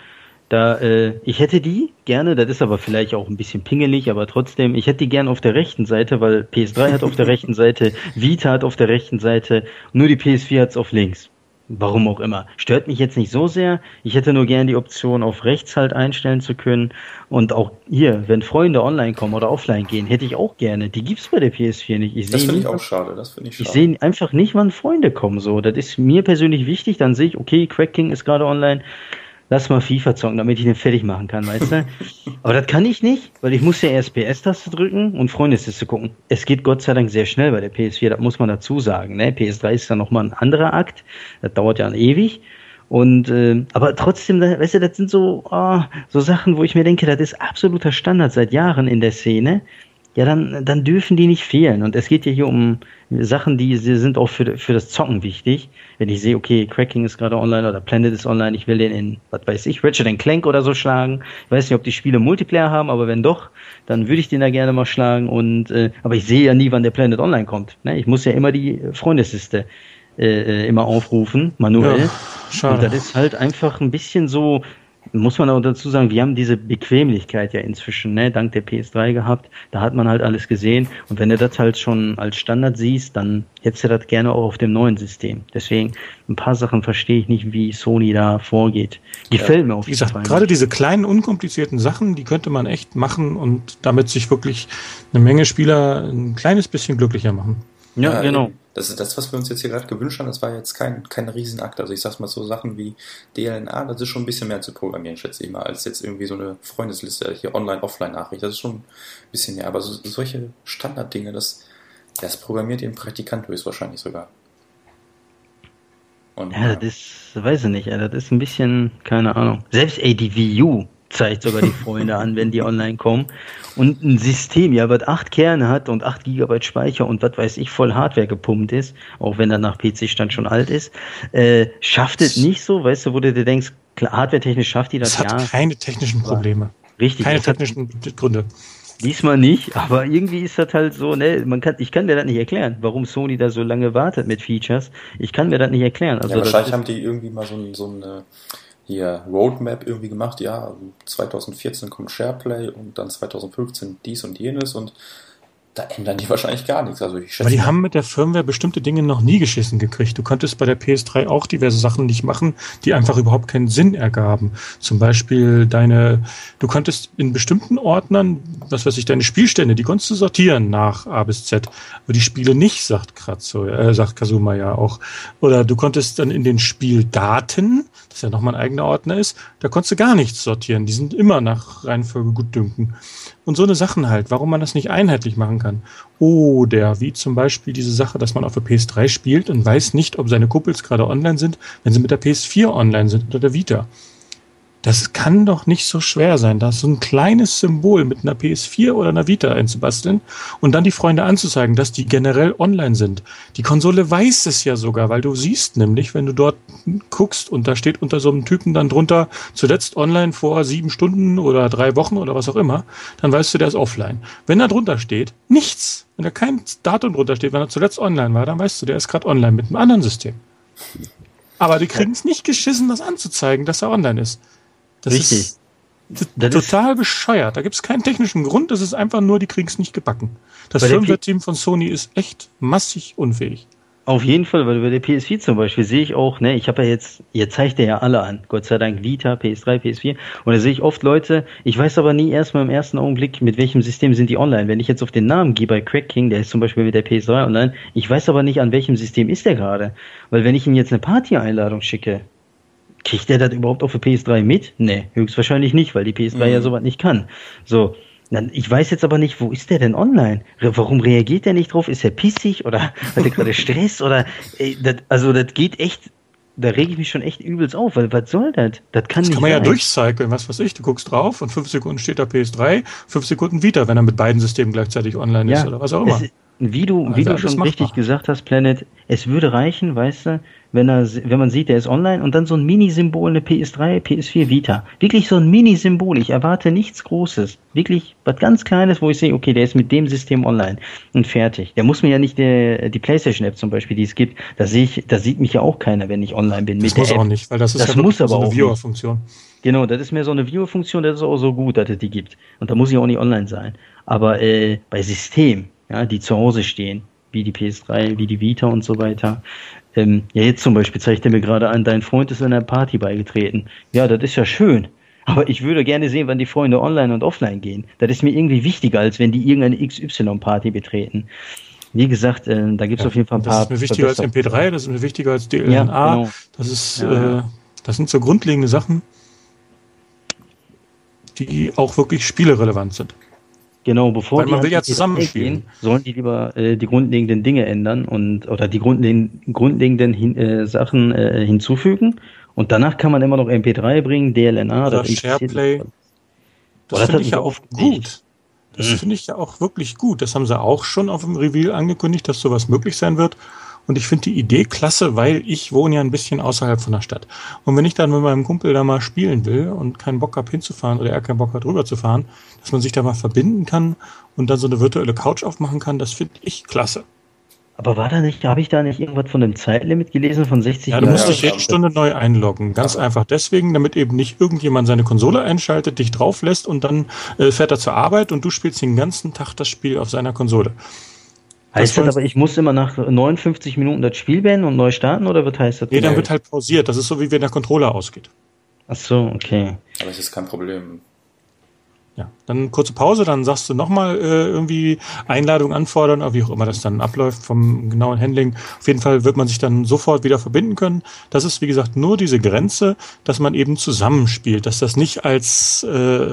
Ich hätte die gerne, das ist aber vielleicht auch ein bisschen pingelig, aber trotzdem, ich hätte die gerne auf der rechten Seite, weil PS3 hat auf der rechten Seite, Vita hat auf der rechten Seite, nur die PS4 hat's auf links. Warum auch immer. Stört mich jetzt nicht so sehr. Ich hätte nur gern die Option, auf rechts halt einstellen zu können. Und auch hier, wenn Freunde online kommen oder offline gehen, hätte ich auch gerne. Die gibt's bei der PS4 nicht. Das finde ich auch schade. Ich sehe einfach nicht, wann Freunde kommen. So, das ist mir persönlich wichtig. Dann sehe ich, okay, Crack King ist gerade online. Lass mal FIFA zocken, damit ich den fertig machen kann, weißt du? Aber das kann ich nicht, weil ich muss ja erst PS-Taste drücken und Freundesliste gucken. Es geht Gott sei Dank sehr schnell bei der PS4, das muss man dazu sagen. Ne? PS3 ist dann nochmal ein anderer Akt, das dauert ja ewig. Und aber trotzdem, weißt du, das sind so Sachen, wo ich mir denke, das ist absoluter Standard seit Jahren in der Szene. Ja, dann dürfen die nicht fehlen. Und es geht ja hier um Sachen, die sind auch für das Zocken wichtig. Wenn ich sehe, okay, Cracking ist gerade online oder Planet ist online, ich will den in, was weiß ich, Ratchet & Clank oder so schlagen. Ich weiß nicht, ob die Spiele Multiplayer haben, aber wenn doch, dann würde ich den da gerne mal schlagen. Und aber ich sehe ja nie, wann der Planet online kommt. Ne? Ich muss ja immer die Freundesliste immer aufrufen, manuell. Ja, schade. Und das ist halt einfach ein bisschen so, muss man auch dazu sagen, wir haben diese Bequemlichkeit ja inzwischen, ne, dank der PS3 gehabt. Da hat man halt alles gesehen. Und wenn du das halt schon als Standard siehst, dann hättest du das gerne auch auf dem neuen System. Deswegen, ein paar Sachen verstehe ich nicht, wie Sony da vorgeht. Gefällt mir auf jeden Fall. Wie gesagt, gerade diese kleinen, unkomplizierten Sachen, die könnte man echt machen und damit sich wirklich eine Menge Spieler ein kleines bisschen glücklicher machen. Ja, genau. Das, was wir uns jetzt hier gerade gewünscht haben, das war jetzt kein Riesenakt. Also ich sag's mal, so Sachen wie DLNA, das ist schon ein bisschen mehr zu programmieren, schätze ich mal, als jetzt irgendwie so eine Freundesliste, hier Online-Offline-Nachricht. Das ist schon ein bisschen mehr. Aber solche Standarddinge, das programmiert den Praktikant höchstwahrscheinlich sogar. Und, ja, das ist, weiß ich nicht, das ist ein bisschen, keine Ahnung. Selbst die Wii U zeigt sogar die Freunde an, wenn die online kommen. Und ein System, ja, was 8 Kerne hat und 8 GB Speicher und was weiß ich, voll Hardware gepumpt ist, auch wenn er nach PC-Stand schon alt ist, schafft es nicht so, weißt du, wo du dir denkst, klar, hardware-technisch schafft die das, ja. Es hat keine technischen Probleme. Richtig. Keine technischen Gründe. Diesmal nicht, aber irgendwie ist das halt so, ne, ich kann mir das nicht erklären, warum Sony da so lange wartet mit Features. Ich kann mir das nicht erklären. Also ja, wahrscheinlich haben die irgendwie mal so eine hier Roadmap irgendwie gemacht, ja, 2014 kommt SharePlay und dann 2015 dies und jenes und Da ändern die wahrscheinlich gar nichts. Also ich schätze Aber die haben mit der Firmware bestimmte Dinge noch nie geschissen gekriegt. Du konntest bei der PS3 auch diverse Sachen nicht machen, die einfach überhaupt keinen Sinn ergaben. Zum Beispiel du konntest in bestimmten Ordnern, was weiß ich, deine Spielstände, die konntest du sortieren nach A bis Z. Aber die Spiele nicht, sagt Kazuma ja auch. Oder du konntest dann in den Spieldaten, das ja nochmal ein eigener Ordner ist, da konntest du gar nichts sortieren. Die sind immer nach Reihenfolge Gutdünken. Und so eine Sachen halt, warum man das nicht einheitlich machen kann. Oder wie zum Beispiel diese Sache, dass man auf der PS3 spielt und weiß nicht, ob seine Kumpels gerade online sind, wenn sie mit der PS4 online sind oder der Vita. Das kann doch nicht so schwer sein, da so ein kleines Symbol mit einer PS4 oder einer Vita einzubasteln und dann die Freunde anzuzeigen, dass die generell online sind. Die Konsole weiß es ja sogar, weil du siehst nämlich, wenn du dort guckst und da steht unter so einem Typen dann drunter, zuletzt online vor 7 Stunden oder 3 Wochen oder was auch immer, dann weißt du, der ist offline. Wenn da drunter steht, nichts, wenn da kein Datum drunter steht, wenn er zuletzt online war, dann weißt du, der ist gerade online mit einem anderen System. Aber die kriegen es nicht geschissen, das anzuzeigen, dass er online ist. Das Richtig. ist total bescheuert. Da gibt es keinen technischen Grund, das ist einfach nur, die kriegen es nicht gebacken. Das Bei der Firmware-Team von Sony ist echt massig unfähig. Auf jeden Fall, weil bei der PS4 zum Beispiel sehe ich auch, ne, ich habe ja jetzt, ihr zeigt ja alle an, Gott sei Dank Vita, PS3, PS4, und da sehe ich oft Leute, ich weiß aber nie erstmal im ersten Augenblick, mit welchem System sind die online. Wenn ich jetzt auf den Namen gehe bei Crack King, der ist zum Beispiel mit der PS3 online, ich weiß aber nicht, an welchem System ist der gerade. Weil wenn ich ihm jetzt eine Party-Einladung schicke, kriegt der das überhaupt auf der PS3 mit? Nee, höchstwahrscheinlich nicht, weil die PS3 ja sowas nicht kann. So, ich weiß jetzt aber nicht, wo ist der denn online? Warum reagiert der nicht drauf? Ist er pissig oder hat er gerade Stress? Oder das geht echt, da rege ich mich schon echt übelst auf, weil was soll das? Das kann nicht kann man ja sein. durchcyclen, was weiß ich. Du guckst drauf und 5 Sekunden steht da PS3, 5 Sekunden Vita, wenn er mit beiden Systemen gleichzeitig online ist oder was auch immer. Wie du schon richtig gesagt hast, Planet, es würde reichen, weißt du, wenn man sieht, der ist online und dann so ein Mini-Symbol, eine PS3, PS4, Vita. Wirklich so ein Mini-Symbol. Ich erwarte nichts Großes. Wirklich was ganz Kleines, wo ich sehe, okay, der ist mit dem System online und fertig. Der muss mir ja nicht die PlayStation-App zum Beispiel, die es gibt, da sieht mich ja auch keiner, wenn ich online bin. Das muss auch nicht, weil das ist ja wirklich so eine Viewer-Funktion. Genau, das ist mir so eine Viewer-Funktion, das ist auch so gut, dass es die gibt. Und da muss ich auch nicht online sein. Aber bei System, ja, die zu Hause stehen, wie die PS3, wie die Vita und so weiter. Ja, jetzt zum Beispiel zeigt er mir gerade an, dein Freund ist einer Party beigetreten. Ja, das ist ja schön. Aber ich würde gerne sehen, wann die Freunde online und offline gehen. Das ist mir irgendwie wichtiger, als wenn die irgendeine XY-Party betreten. Wie gesagt, da gibt es auf jeden Fall ein paar... Das ist mir wichtiger als MP3, das ist mir wichtiger als DLNA. Ja, genau. Das sind so grundlegende Sachen, die auch wirklich spielerelevant sind. Genau, bevor man will ja zusammenspielen, sollen die lieber die grundlegenden Dinge ändern oder die grundlegenden Sachen hinzufügen und danach kann man immer noch MP3 bringen, DLNA oder SharePlay. Das finde ich ja auch gut. Das finde ich ja auch wirklich gut. Das haben sie auch schon auf dem Reveal angekündigt, dass sowas möglich sein wird. Und ich finde die Idee klasse, weil ich wohne ja ein bisschen außerhalb von der Stadt. Und wenn ich dann mit meinem Kumpel da mal spielen will und keinen Bock habe hinzufahren oder er keinen Bock hat rüber zu fahren, dass man sich da mal verbinden kann und dann so eine virtuelle Couch aufmachen kann, das finde ich klasse. Aber habe ich da nicht irgendwas von einem Zeitlimit gelesen von 60 Minuten? Ja, du musst dich jede Stunde neu einloggen. Ganz einfach deswegen, damit eben nicht irgendjemand seine Konsole einschaltet, dich drauf lässt und dann fährt er zur Arbeit und du spielst den ganzen Tag das Spiel auf seiner Konsole. Heißt das aber, ich muss immer nach 59 Minuten das Spiel beenden und neu starten, oder was heißt das? Nee, dann wird halt pausiert. Das ist so, wie wenn der Controller ausgeht. Ach so, okay. Aber das ist kein Problem. Ja, dann kurze Pause, dann sagst du nochmal irgendwie Einladung anfordern, oder wie auch immer das dann abläuft vom genauen Handling. Auf jeden Fall wird man sich dann sofort wieder verbinden können. Das ist, wie gesagt, nur diese Grenze, dass man eben zusammenspielt, dass das nicht als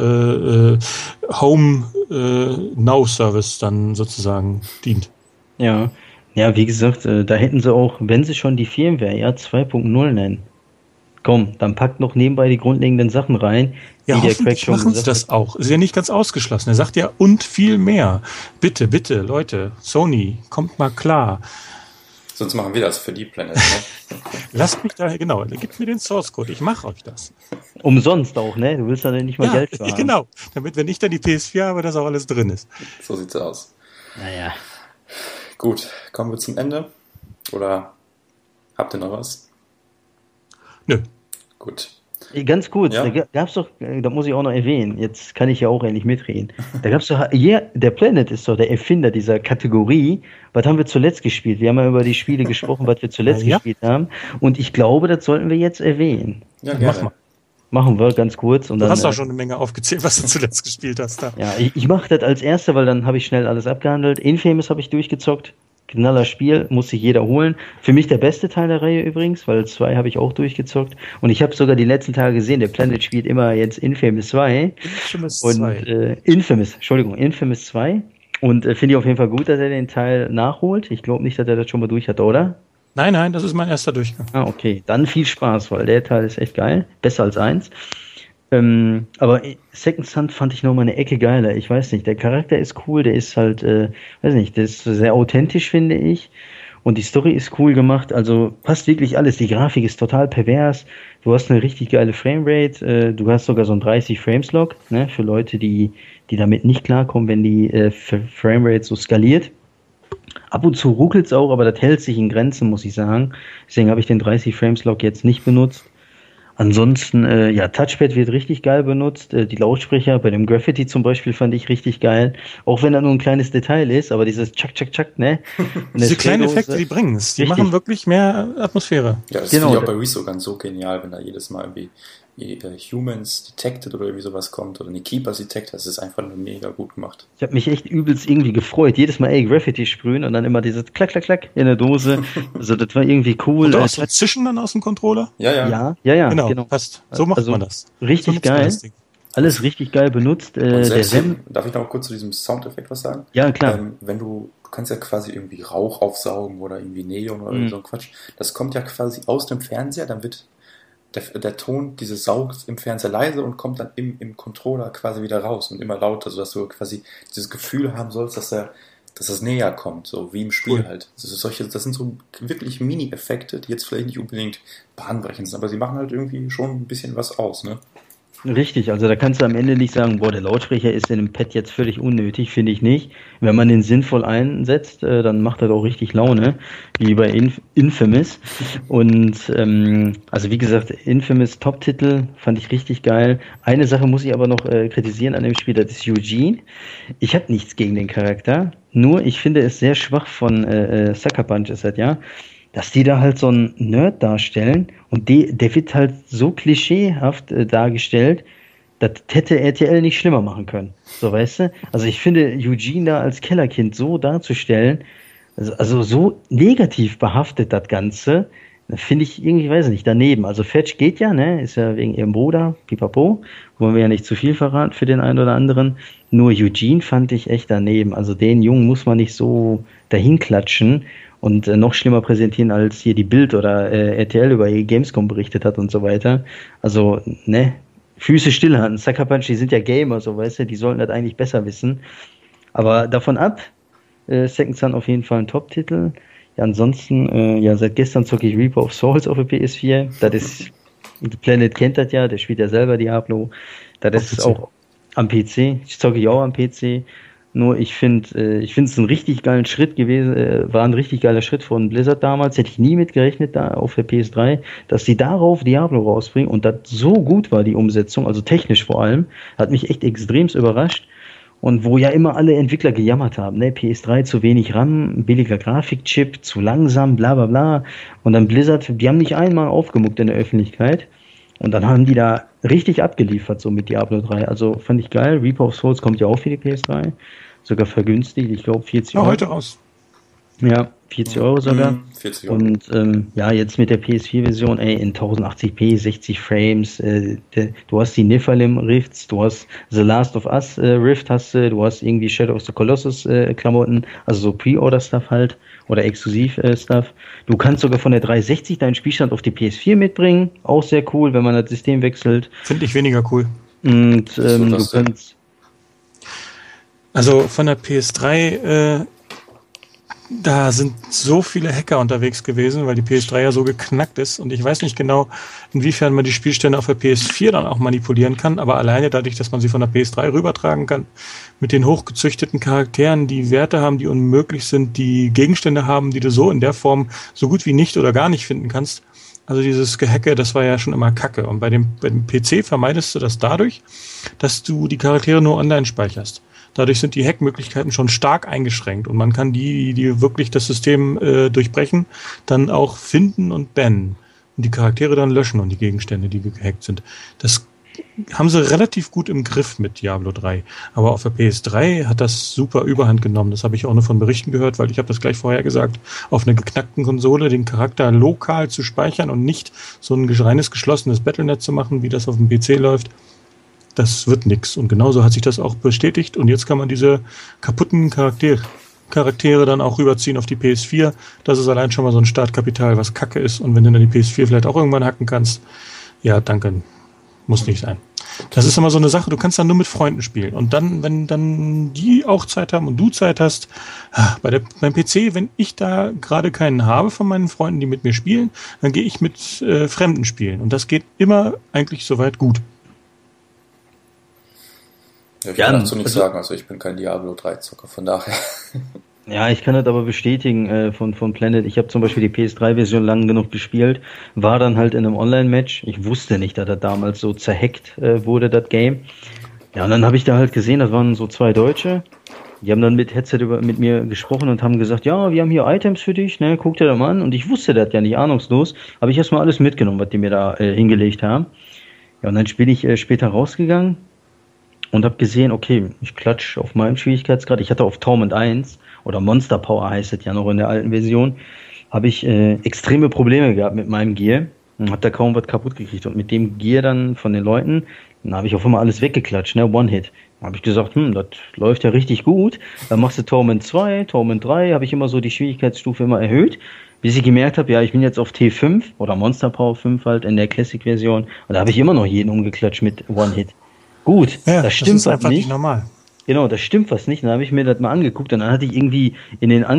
Home-Now-Service dann sozusagen dient. Ja, wie gesagt, da hätten sie auch, wenn sie schon die Firmware 2.0 nennen, komm, dann packt noch nebenbei die grundlegenden Sachen rein. Ja, hoffentlich machen sie das auch. Ist ja nicht ganz ausgeschlossen. Er sagt ja, und viel mehr. Bitte, bitte, Leute, Sony, kommt mal klar. Sonst machen wir das für die Planet, ne? Lasst mich da, genau, gebt mir den Source Code, ich mache euch das. Umsonst auch, ne? Du willst da nicht mal Geld für haben. Genau, damit, wenn ich dann die PS4 habe, dass auch alles drin ist. So sieht's aus. Naja. Gut, kommen wir zum Ende? Oder habt ihr noch was? Nö. Gut, Ganz kurz, Ja. da gab's doch, da muss ich auch noch erwähnen, jetzt kann ich ja auch endlich mitreden. Da gab's doch, der Planet ist doch der Erfinder dieser Kategorie. Was haben wir zuletzt gespielt? Wir haben ja über die Spiele gesprochen, was wir zuletzt gespielt haben. Und ich glaube, das sollten wir jetzt erwähnen. Ja, gerne. Machen wir ganz kurz. Und du dann, hast auch schon eine Menge aufgezählt, was du zuletzt gespielt hast. Da. Ja, ich mache das als Erster, weil dann habe ich schnell alles abgehandelt. Infamous habe ich durchgezockt. Knaller Spiel, muss sich jeder holen. Für mich der beste Teil der Reihe übrigens, weil 2 habe ich auch durchgezockt. Und ich habe sogar die letzten Tage gesehen, der Planet spielt immer jetzt Infamous 2. Infamous 2. Infamous 2. Und finde ich auf jeden Fall gut, dass er den Teil nachholt. Ich glaube nicht, dass er das schon mal durch hat, oder? Nein, das ist mein erster Durchgang. Ah, okay. Dann viel Spaß, weil der Teil ist echt geil. Besser als 1. Aber Second Son fand ich noch mal eine Ecke geiler. Ich weiß nicht, der Charakter ist cool, der ist halt, weiß nicht, der ist sehr authentisch, finde ich. Und die Story ist cool gemacht, also passt wirklich alles. Die Grafik ist total pervers. Du hast eine richtig geile Framerate. Du hast sogar so ein 30 Frames Lock, ne, für Leute, die damit nicht klarkommen, wenn die Framerate so skaliert. Ab und zu ruckelt's auch, aber das hält sich in Grenzen, muss ich sagen. Deswegen habe ich den 30 Frames Lock jetzt nicht benutzt. Ansonsten, Touchpad wird richtig geil benutzt. Die Lautsprecher bei dem Graffiti zum Beispiel fand ich richtig geil. Auch wenn da nur ein kleines Detail ist, aber dieses Chuck, Chuck, Chuck, ne? Diese kleinen Effekte, die bringen es. Die machen wirklich mehr Atmosphäre. Ja, das finde ich auch bei Resogun so genial, wenn da jedes Mal irgendwie Humans Detected oder irgendwie sowas kommt oder eine Keepers Detected, das ist einfach nur mega gut gemacht. Ich habe mich echt übelst irgendwie gefreut. Jedes Mal Graffiti sprühen und dann immer dieses Klack, Klack, Klack in der Dose. Also das war irgendwie cool. Und auch so ein Zischen dann aus dem Controller? Ja, genau. Passt. So macht man das. Richtig so geil. Alles richtig geil benutzt. Darf ich noch kurz zu diesem Soundeffekt was sagen? Ja, klar. Wenn du kannst ja quasi irgendwie Rauch aufsaugen oder irgendwie Neon oder so ein Quatsch. Das kommt ja quasi aus dem Fernseher, dann wird der Ton dieses Saugs im Fernseher leise und kommt dann im Controller quasi wieder raus und immer lauter, sodass du quasi dieses Gefühl haben sollst, dass das näher kommt, so wie im Spiel halt. Das sind so wirklich Mini-Effekte, die jetzt vielleicht nicht unbedingt bahnbrechend sind, aber sie machen halt irgendwie schon ein bisschen was aus, ne? Richtig, also da kannst du am Ende nicht sagen, boah, der Lautsprecher ist in einem Pad jetzt völlig unnötig, finde ich nicht. Wenn man den sinnvoll einsetzt, dann macht das auch richtig Laune, wie bei Infamous. Und also wie gesagt, Infamous Top-Titel fand ich richtig geil. Eine Sache muss ich aber noch kritisieren an dem Spiel, das ist Eugene. Ich habe nichts gegen den Charakter, nur ich finde es sehr schwach von Sucker Punch ist das, ja, dass die da halt so einen Nerd darstellen und der wird halt so klischeehaft dargestellt, das hätte RTL nicht schlimmer machen können. So, weißt du? Also ich finde, Eugene da als Kellerkind so darzustellen, also so negativ behaftet das Ganze, finde ich irgendwie, weiß ich nicht, daneben. Also Fetch geht ja, ne? Ist ja wegen ihrem Bruder, pipapo. Wollen wir ja nicht zu viel verraten für den einen oder anderen. Nur Eugene fand ich echt daneben. Also den Jungen muss man nicht so dahin klatschen und noch schlimmer präsentieren, als hier die Bild oder RTL über Gamescom berichtet hat und so weiter. Also, ne, Füße stillhalten. Sucker Punch, die sind ja Gamer, so, weißt du, die sollten das eigentlich besser wissen. Aber davon ab, Second Son auf jeden Fall ein Top-Titel. Ja, ansonsten, seit gestern zocke ich Reaper of Souls auf der PS4. Das ist, Planet kennt das ja, der spielt ja selber Diablo. Das ist auch am PC. Ich zocke ja auch am PC. Nur ich finde es ein richtig geilen Schritt gewesen, war ein richtig geiler Schritt von Blizzard damals, hätte ich nie mitgerechnet da auf der PS3, dass sie darauf Diablo rausbringen und das so gut war, die Umsetzung, also technisch vor allem, hat mich echt extremst überrascht. Und wo ja immer alle Entwickler gejammert haben, ne, PS3 zu wenig RAM, billiger Grafikchip, zu langsam, bla bla bla. Und dann Blizzard, die haben nicht einmal aufgemuckt in der Öffentlichkeit. Und dann haben die da richtig abgeliefert, so mit Diablo 3. Also fand ich geil. Reaper of Souls kommt ja auch für die PS3. Sogar vergünstigt, ich glaube 40 Euro. Ja, heute raus. Ja, 40 Euro sogar. 40 Euro. Und jetzt mit der PS4-Version, in 1080p, 60 Frames, du hast die Nephilim Rifts, du hast The Last of Us Rift, du hast irgendwie Shadow of the Colossus Klamotten, also so Pre-Order-Stuff halt, oder Exklusiv-Stuff. Du kannst sogar von der 360 deinen Spielstand auf die PS4 mitbringen, auch sehr cool, wenn man das System wechselt. Finde ich weniger cool. Und du kannst... Also von der PS3, da sind so viele Hacker unterwegs gewesen, weil die PS3 ja so geknackt ist und ich weiß nicht genau, inwiefern man die Spielstände auf der PS4 dann auch manipulieren kann, aber alleine dadurch, dass man sie von der PS3 rübertragen kann, mit den hochgezüchteten Charakteren, die Werte haben, die unmöglich sind, die Gegenstände haben, die du so in der Form so gut wie nicht oder gar nicht finden kannst, Also dieses Gehacke, das war ja schon immer Kacke. Und bei dem PC vermeidest du das dadurch, dass du die Charaktere nur online speicherst. Dadurch sind die Hackmöglichkeiten schon stark eingeschränkt und man kann die wirklich das System durchbrechen, dann auch finden und bannen und die Charaktere dann löschen und die Gegenstände, die gehackt sind. Das haben sie relativ gut im Griff mit Diablo 3. Aber auf der PS3 hat das super Überhand genommen. Das habe ich auch nur von Berichten gehört, weil ich habe das gleich vorher gesagt, auf einer geknackten Konsole den Charakter lokal zu speichern und nicht so ein reines geschlossenes Battlenet zu machen, wie das auf dem PC läuft. Das wird nix. Und genauso hat sich das auch bestätigt. Und jetzt kann man diese kaputten Charaktere dann auch rüberziehen auf die PS4. Das ist allein schon mal so ein Startkapital, was Kacke ist. Und wenn du dann die PS4 vielleicht auch irgendwann hacken kannst, ja, danke. Muss nicht sein. Das ist immer so eine Sache, du kannst dann nur mit Freunden spielen. Und dann, wenn dann die auch Zeit haben und du Zeit hast, beim PC, wenn ich da gerade keinen habe von meinen Freunden, die mit mir spielen, dann gehe ich mit Fremden spielen. Und das geht immer eigentlich soweit gut. Ja, ich kann dazu nichts sagen, also ich bin kein Diablo 3-Zocker, von daher. Ja, ich kann das aber bestätigen von Planet. Ich habe zum Beispiel die PS3-Version lang genug gespielt, war dann halt in einem Online-Match. Ich wusste nicht, dass das damals so zerhackt wurde, das Game. Ja, und dann habe ich da halt gesehen, das waren so 2 Deutsche. Die haben dann mit Headset mit mir gesprochen und haben gesagt, ja, wir haben hier Items für dich, ne, guck dir das mal an. Und ich wusste das ja nicht ahnungslos, aber ich erstmal alles mitgenommen, was die mir da hingelegt haben. Ja, und dann bin ich später rausgegangen und habe gesehen, okay, ich klatsch auf meinem Schwierigkeitsgrad. Ich hatte auf Torment 1 oder Monster Power heißt es ja noch in der alten Version, habe ich extreme Probleme gehabt mit meinem Gear und habe da kaum was kaputt gekriegt. Und mit dem Gear dann von den Leuten, dann habe ich auf einmal alles weggeklatscht, ne, One-Hit. Dann habe ich gesagt, das läuft ja richtig gut. Dann machst du Torment 2, Torment 3, habe ich immer so die Schwierigkeitsstufe immer erhöht, bis ich gemerkt habe, ja, ich bin jetzt auf T5 oder Monster Power 5 halt in der Classic-Version und da habe ich immer noch jeden umgeklatscht mit One-Hit. Gut, ja, das stimmt ist einfach nicht normal. Genau, das stimmt was nicht. Dann habe ich mir das mal angeguckt und dann hatte ich irgendwie in den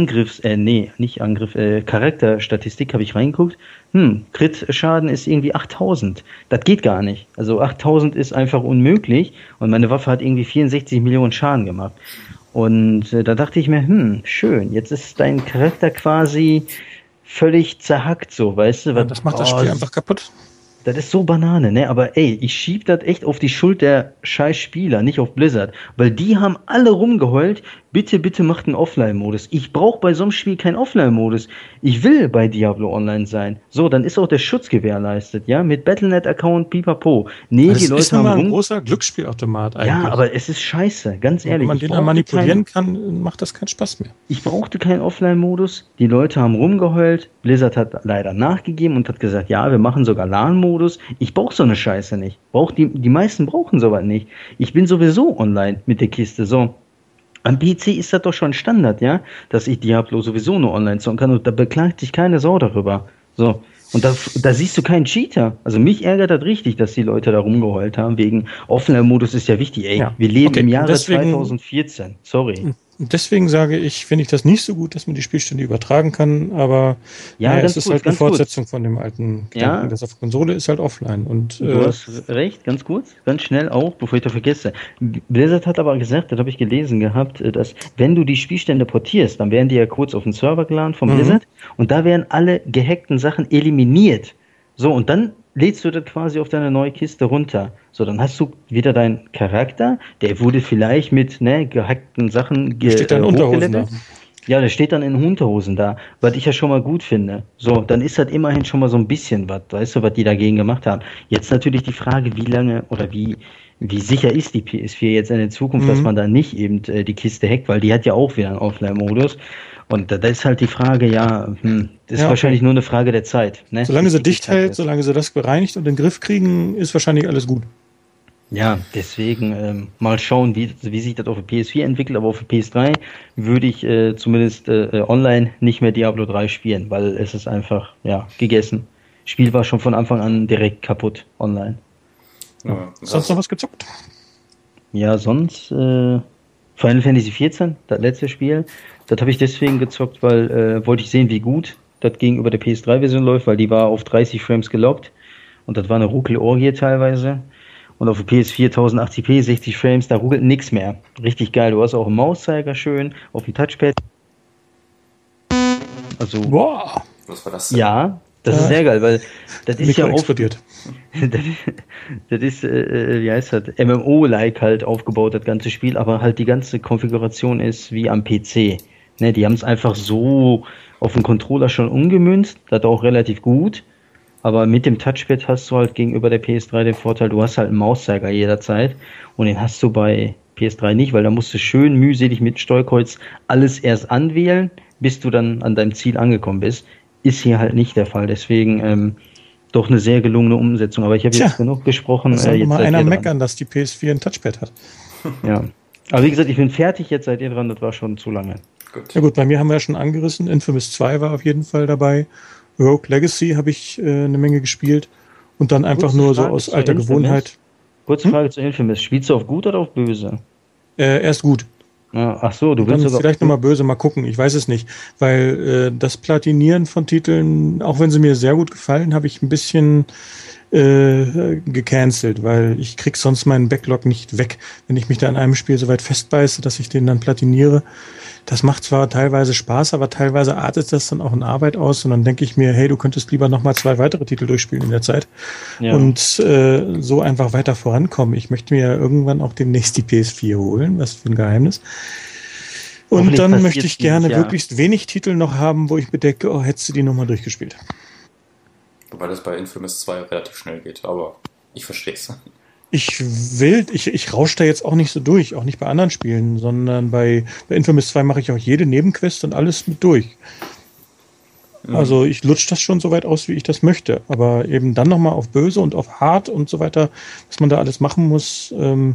Charakterstatistik habe ich reingeguckt. Crit-Schaden ist irgendwie 8000. Das geht gar nicht. Also 8000 ist einfach unmöglich und meine Waffe hat irgendwie 64 Millionen Schaden gemacht. Und da dachte ich mir, schön, jetzt ist dein Charakter quasi völlig zerhackt so, weißt du? Ja, das macht das Spiel einfach kaputt. Das ist so Banane, ne? Aber ey, ich schieb das echt auf die Schuld der scheiß Spieler, nicht auf Blizzard. Weil die haben alle rumgeheult, bitte macht einen Offline-Modus. Ich brauche bei so einem Spiel keinen Offline-Modus. Ich will bei Diablo Online sein. So, dann ist auch der Schutz gewährleistet, ja? Mit Battle.net-Account, pipapo. Nee, das die Leute ist immer ein großer Glücksspielautomat eigentlich. Ja, aber es ist scheiße, ganz ehrlich. Wenn man den dann manipulieren kann, macht das keinen Spaß mehr. Ich brauchte keinen Offline-Modus. Die Leute haben rumgeheult. Blizzard hat leider nachgegeben und hat gesagt, ja, wir machen sogar LAN-Modus. Ich brauche so eine Scheiße nicht. Die meisten brauchen sowas nicht. Ich bin sowieso online mit der Kiste. So. Am PC ist das doch schon Standard, ja, dass ich Diablo sowieso nur online zocken kann und da beklagt sich keine Sau darüber. So. Und da siehst du keinen Cheater. Also mich ärgert das richtig, dass die Leute da rumgeheult haben, wegen Offline-Modus ist ja wichtig. Ey, ja. Wir leben im Jahre 2014. Sorry. Deswegen sage ich, finde ich das nicht so gut, dass man die Spielstände übertragen kann, aber ja, es ist halt eine Fortsetzung von dem alten Gedanken. Das auf Konsole ist halt offline. Und, du hast recht, ganz kurz, ganz schnell auch, bevor ich das vergesse. Blizzard hat aber gesagt, das habe ich gelesen gehabt, dass wenn du die Spielstände portierst, dann werden die ja kurz auf den Server geladen von Blizzard und da werden alle gehackten Sachen eliminiert. So, und dann lädst du das quasi auf deine neue Kiste runter. So, dann hast du wieder deinen Charakter, der wurde vielleicht mit gehackten Sachen steht dann Unterhosen da. Ja, der steht dann in Unterhosen da, was ich ja schon mal gut finde. So, dann ist das immerhin schon mal so ein bisschen was, weißt du, was die dagegen gemacht haben. Jetzt natürlich die Frage, wie lange oder wie sicher ist die PS4 jetzt in der Zukunft, dass man da nicht eben die Kiste hackt, weil die hat ja auch wieder einen Offline-Modus. Und da ist halt die Frage, das ist wahrscheinlich nur eine Frage der Zeit. Ne? Solange sie dicht hält, solange sie das bereinigt und in den Griff kriegen, ist wahrscheinlich alles gut. Ja, deswegen mal schauen, wie sich das auf der PS4 entwickelt, aber auf der PS3 würde ich zumindest online nicht mehr Diablo 3 spielen, weil es ist einfach, gegessen. Spiel war schon von Anfang an direkt kaputt online. Ja. Sonst noch was gezockt? Ja, sonst Final Fantasy 14, das letzte Spiel, das habe ich deswegen gezockt, weil wollte ich sehen, wie gut das gegenüber der PS3-Version läuft, weil die war auf 30 Frames gelockt und das war eine Ruckelorgie teilweise. Und auf der PS4 1080p, 60 Frames, da ruckelt nichts mehr. Richtig geil. Du hast auch einen Mauszeiger schön auf dem Touchpad. Also. Wow. Was war das denn? Ja, Das ist sehr geil, weil das ist ja explodiert. Das ist, wie heißt das, MMO-like halt aufgebaut, das ganze Spiel, aber halt die ganze Konfiguration ist wie am PC. Ne, die haben es einfach so auf den Controller schon umgemünzt, das auch relativ gut, aber mit dem Touchpad hast du halt gegenüber der PS3 den Vorteil, du hast halt einen Mauszeiger jederzeit und den hast du bei PS3 nicht, weil da musst du schön mühselig mit Steuerkreuz alles erst anwählen, bis du dann an deinem Ziel angekommen bist. Ist hier halt nicht der Fall, deswegen doch eine sehr gelungene Umsetzung, aber ich habe jetzt genug gesprochen. Soll jetzt mal einer meckern, dass die PS4 ein Touchpad hat. Ja, aber wie gesagt, ich bin fertig, jetzt seid ihr dran, das war schon zu lange. Gut. Ja gut, bei mir haben wir ja schon angerissen, Infamous 2 war auf jeden Fall dabei, Rogue Legacy habe ich eine Menge gespielt und dann einfach nur so aus alter Gewohnheit. Kurze Frage zu Infamous, spielst du auf gut oder auf böse? Erst gut. Ach so, du willst dann vielleicht nochmal böse, mal gucken, ich weiß es nicht, weil das Platinieren von Titeln, auch wenn sie mir sehr gut gefallen, habe ich ein bisschen gecancelt, weil ich krieg sonst meinen Backlog nicht weg, wenn ich mich da in einem Spiel so weit festbeiße, dass ich den dann platiniere. Das macht zwar teilweise Spaß, aber teilweise artet das dann auch in Arbeit aus und dann denke ich mir, hey, du könntest lieber nochmal 2 weitere Titel durchspielen in der Zeit und so einfach weiter vorankommen. Ich möchte mir ja irgendwann auch demnächst die PS4 holen, was für ein Geheimnis. Und dann möchte ich gerne möglichst wenig Titel noch haben, wo ich mir denke, oh, hättest du die nochmal durchgespielt. Wobei das bei Infamous 2 relativ schnell geht, aber ich verstehe es. Ich rausche da jetzt auch nicht so durch, auch nicht bei anderen Spielen, sondern bei Infamous 2 mache ich auch jede Nebenquest und alles mit durch. Also ich lutsche das schon so weit aus, wie ich das möchte, aber eben dann nochmal auf böse und auf hart und so weiter, was man da alles machen muss,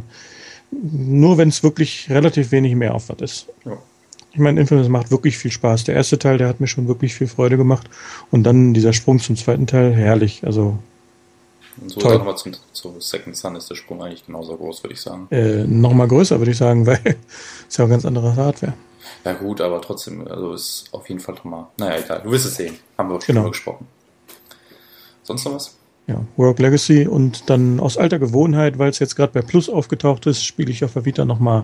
nur wenn es wirklich relativ wenig Mehraufwand ist. Ja. Ich meine, Infamous macht wirklich viel Spaß. Der erste Teil, der hat mir schon wirklich viel Freude gemacht. Und dann dieser Sprung zum zweiten Teil, herrlich. Also so toll. Nochmal zu Second Son ist der Sprung eigentlich genauso groß, würde ich sagen. Nochmal größer, würde ich sagen, weil es ja auch ganz andere Hardware. Ja gut, aber trotzdem, also ist auf jeden Fall nochmal, naja, egal, du wirst es sehen. Haben wir auch schon drüber gesprochen. Sonst noch was? Ja, Rogue Legacy und dann aus alter Gewohnheit, weil es jetzt gerade bei Plus aufgetaucht ist, spiele ich auf der Vita nochmal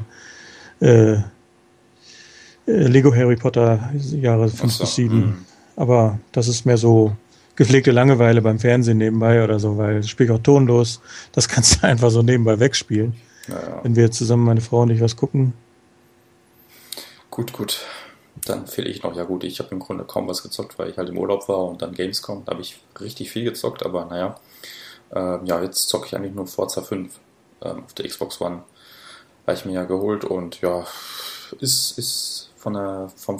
Lego Harry Potter Jahre 5 bis 7. Aber das ist mehr so gepflegte Langeweile beim Fernsehen nebenbei oder so, weil das Spiel auch tonlos. Das kannst du einfach so nebenbei wegspielen. Ja. Wenn wir zusammen, meine Frau und ich, was gucken. Gut. Dann fehle ich noch. Ja gut, ich habe im Grunde kaum was gezockt, weil ich halt im Urlaub war und dann Gamescom. Da habe ich richtig viel gezockt, aber naja. Jetzt zocke ich eigentlich nur Forza 5 auf der Xbox One. Habe ich mir ja geholt und ja, ist vom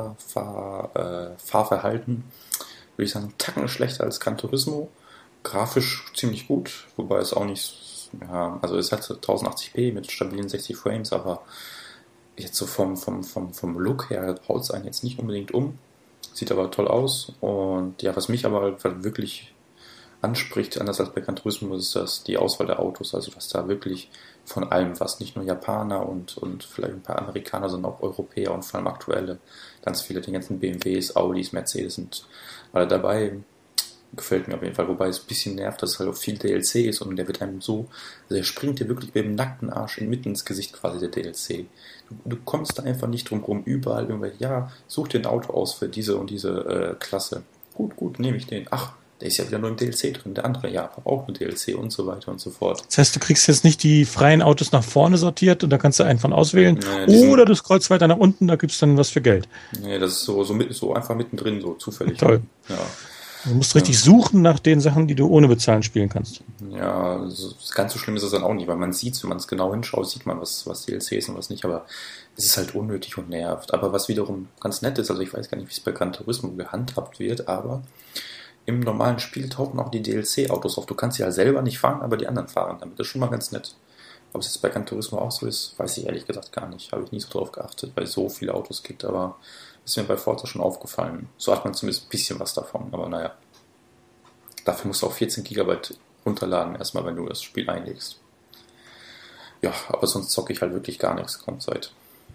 Fahrverhalten, würde ich sagen, einen Tacken schlechter als Gran Turismo. Grafisch ziemlich gut, wobei es auch nicht, ja, also es hat 1080p mit stabilen 60 Frames, aber jetzt so vom Look her haut es einen jetzt nicht unbedingt um. Sieht aber toll aus und ja, was mich aber wirklich anspricht, anders als bei Gran Turismo, ist das die Auswahl der Autos, also dass da wirklich von allem was, nicht nur Japaner und vielleicht ein paar Amerikaner, sondern auch Europäer und vor allem aktuelle, ganz viele, die ganzen BMWs, Audis, Mercedes sind alle dabei. Gefällt mir auf jeden Fall, wobei es ein bisschen nervt, dass es halt auch viel DLC ist und der wird einem so, also der springt dir wirklich mit dem nackten Arsch mitten ins Gesicht quasi, der DLC. Du kommst da einfach nicht drum rum, überall irgendwelche, ja, such dir ein Auto aus für diese und diese Klasse. Gut, nehme ich den. Ach, der ist ja wieder nur im DLC drin, der andere, ja, aber auch ein DLC und so weiter und so fort. Das heißt, du kriegst jetzt nicht die freien Autos nach vorne sortiert und da kannst du einen von auswählen, oder du scrollst weiter nach unten, da gibt's dann was für Geld. Nee, das ist so einfach mittendrin, so zufällig. Toll. Ja. Du musst richtig suchen nach den Sachen, die du ohne Bezahlen spielen kannst. Ja, ganz so schlimm ist es dann auch nicht, weil man sieht, wenn man es genau hinschaut, sieht man, was DLC ist und was nicht, aber es ist halt unnötig und nervt. Aber was wiederum ganz nett ist, also ich weiß gar nicht, wie es bei Gran Turismo gehandhabt wird, aber im normalen Spiel tauchen auch die DLC-Autos auf. Du kannst sie ja selber nicht fahren, aber die anderen fahren damit. Das ist schon mal ganz nett. Ob es jetzt bei Gran Turismo auch so ist, weiß ich ehrlich gesagt gar nicht. Habe ich nie so drauf geachtet, weil es so viele Autos gibt, aber ist mir bei Forza schon aufgefallen. So hat man zumindest ein bisschen was davon, aber naja. Dafür musst du auch 14 GB runterladen, erstmal, wenn du das Spiel einlegst. Ja, aber sonst zocke ich halt wirklich gar nichts, kaum Zeit.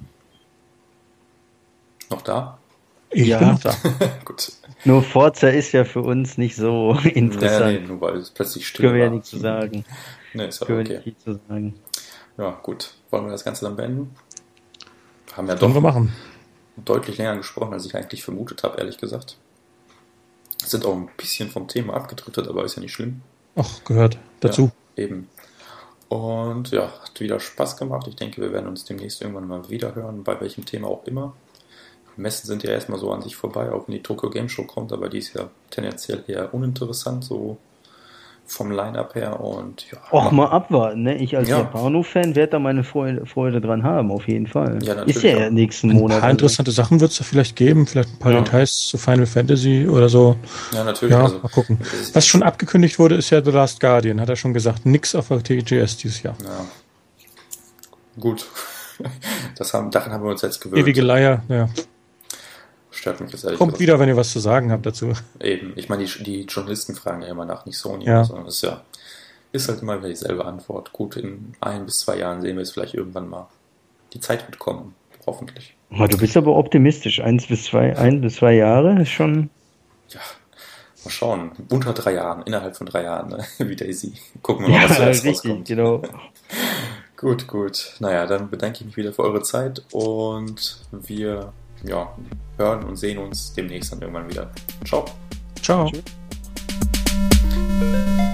Noch da? Ich bin noch da. Gut. Nur Forza ist ja für uns nicht so interessant. Nee, nur weil es plötzlich still war. Können wir ja nichts zu sagen. Nee, ist aber okay. Zu sagen. Ja, gut. Wollen wir das Ganze dann beenden? Haben ja doch machen. deutlich länger gesprochen, als ich eigentlich vermutet habe, ehrlich gesagt. Sind auch ein bisschen vom Thema abgedriftet, aber ist ja nicht schlimm. Ach, gehört dazu. Ja, eben. Und ja, hat wieder Spaß gemacht. Ich denke, wir werden uns demnächst irgendwann mal wieder hören, bei welchem Thema auch immer. Messen sind ja erstmal so an sich vorbei, auch wenn die Tokyo Game Show kommt, aber die ist ja tendenziell eher uninteressant, so vom Line-Up her. Und ja. Och, mal abwarten, ne? Ich als Japano-Fan werde da meine Freude dran haben, auf jeden Fall. Ja, ist ja nächsten Monat. Ein paar interessante Sachen wird es da vielleicht geben, vielleicht ein paar Details zu Final Fantasy oder so. Ja, natürlich. Ja, mal gucken. Was schon abgekündigt wurde, ist ja The Last Guardian, hat er schon gesagt. Nix auf der TGS dieses Jahr. Ja. Gut. Daran haben wir uns jetzt gewöhnt. Ewige Leier, ja. Stört mich jetzt ehrlich. Kommt wieder, wenn ihr was zu sagen habt dazu. Eben. Ich meine, die Journalisten fragen ja immer nach, nicht Sony ja. oder so. Das ist halt immer wieder dieselbe Antwort. Gut, in 1 bis 2 Jahren sehen wir es vielleicht irgendwann mal. Die Zeit wird kommen, hoffentlich. Du bist aber optimistisch. 1 bis 2 Jahre ist schon... Ja, mal schauen. Unter 3 Jahren, innerhalb von 3 Jahren, ne? Wie Daisy. Gucken wir mal, was zuerst rauskommt. Genau. Gut. Naja, dann bedanke ich mich wieder für eure Zeit und wir hören und sehen uns demnächst dann irgendwann wieder. Ciao. Ciao. Tschüss.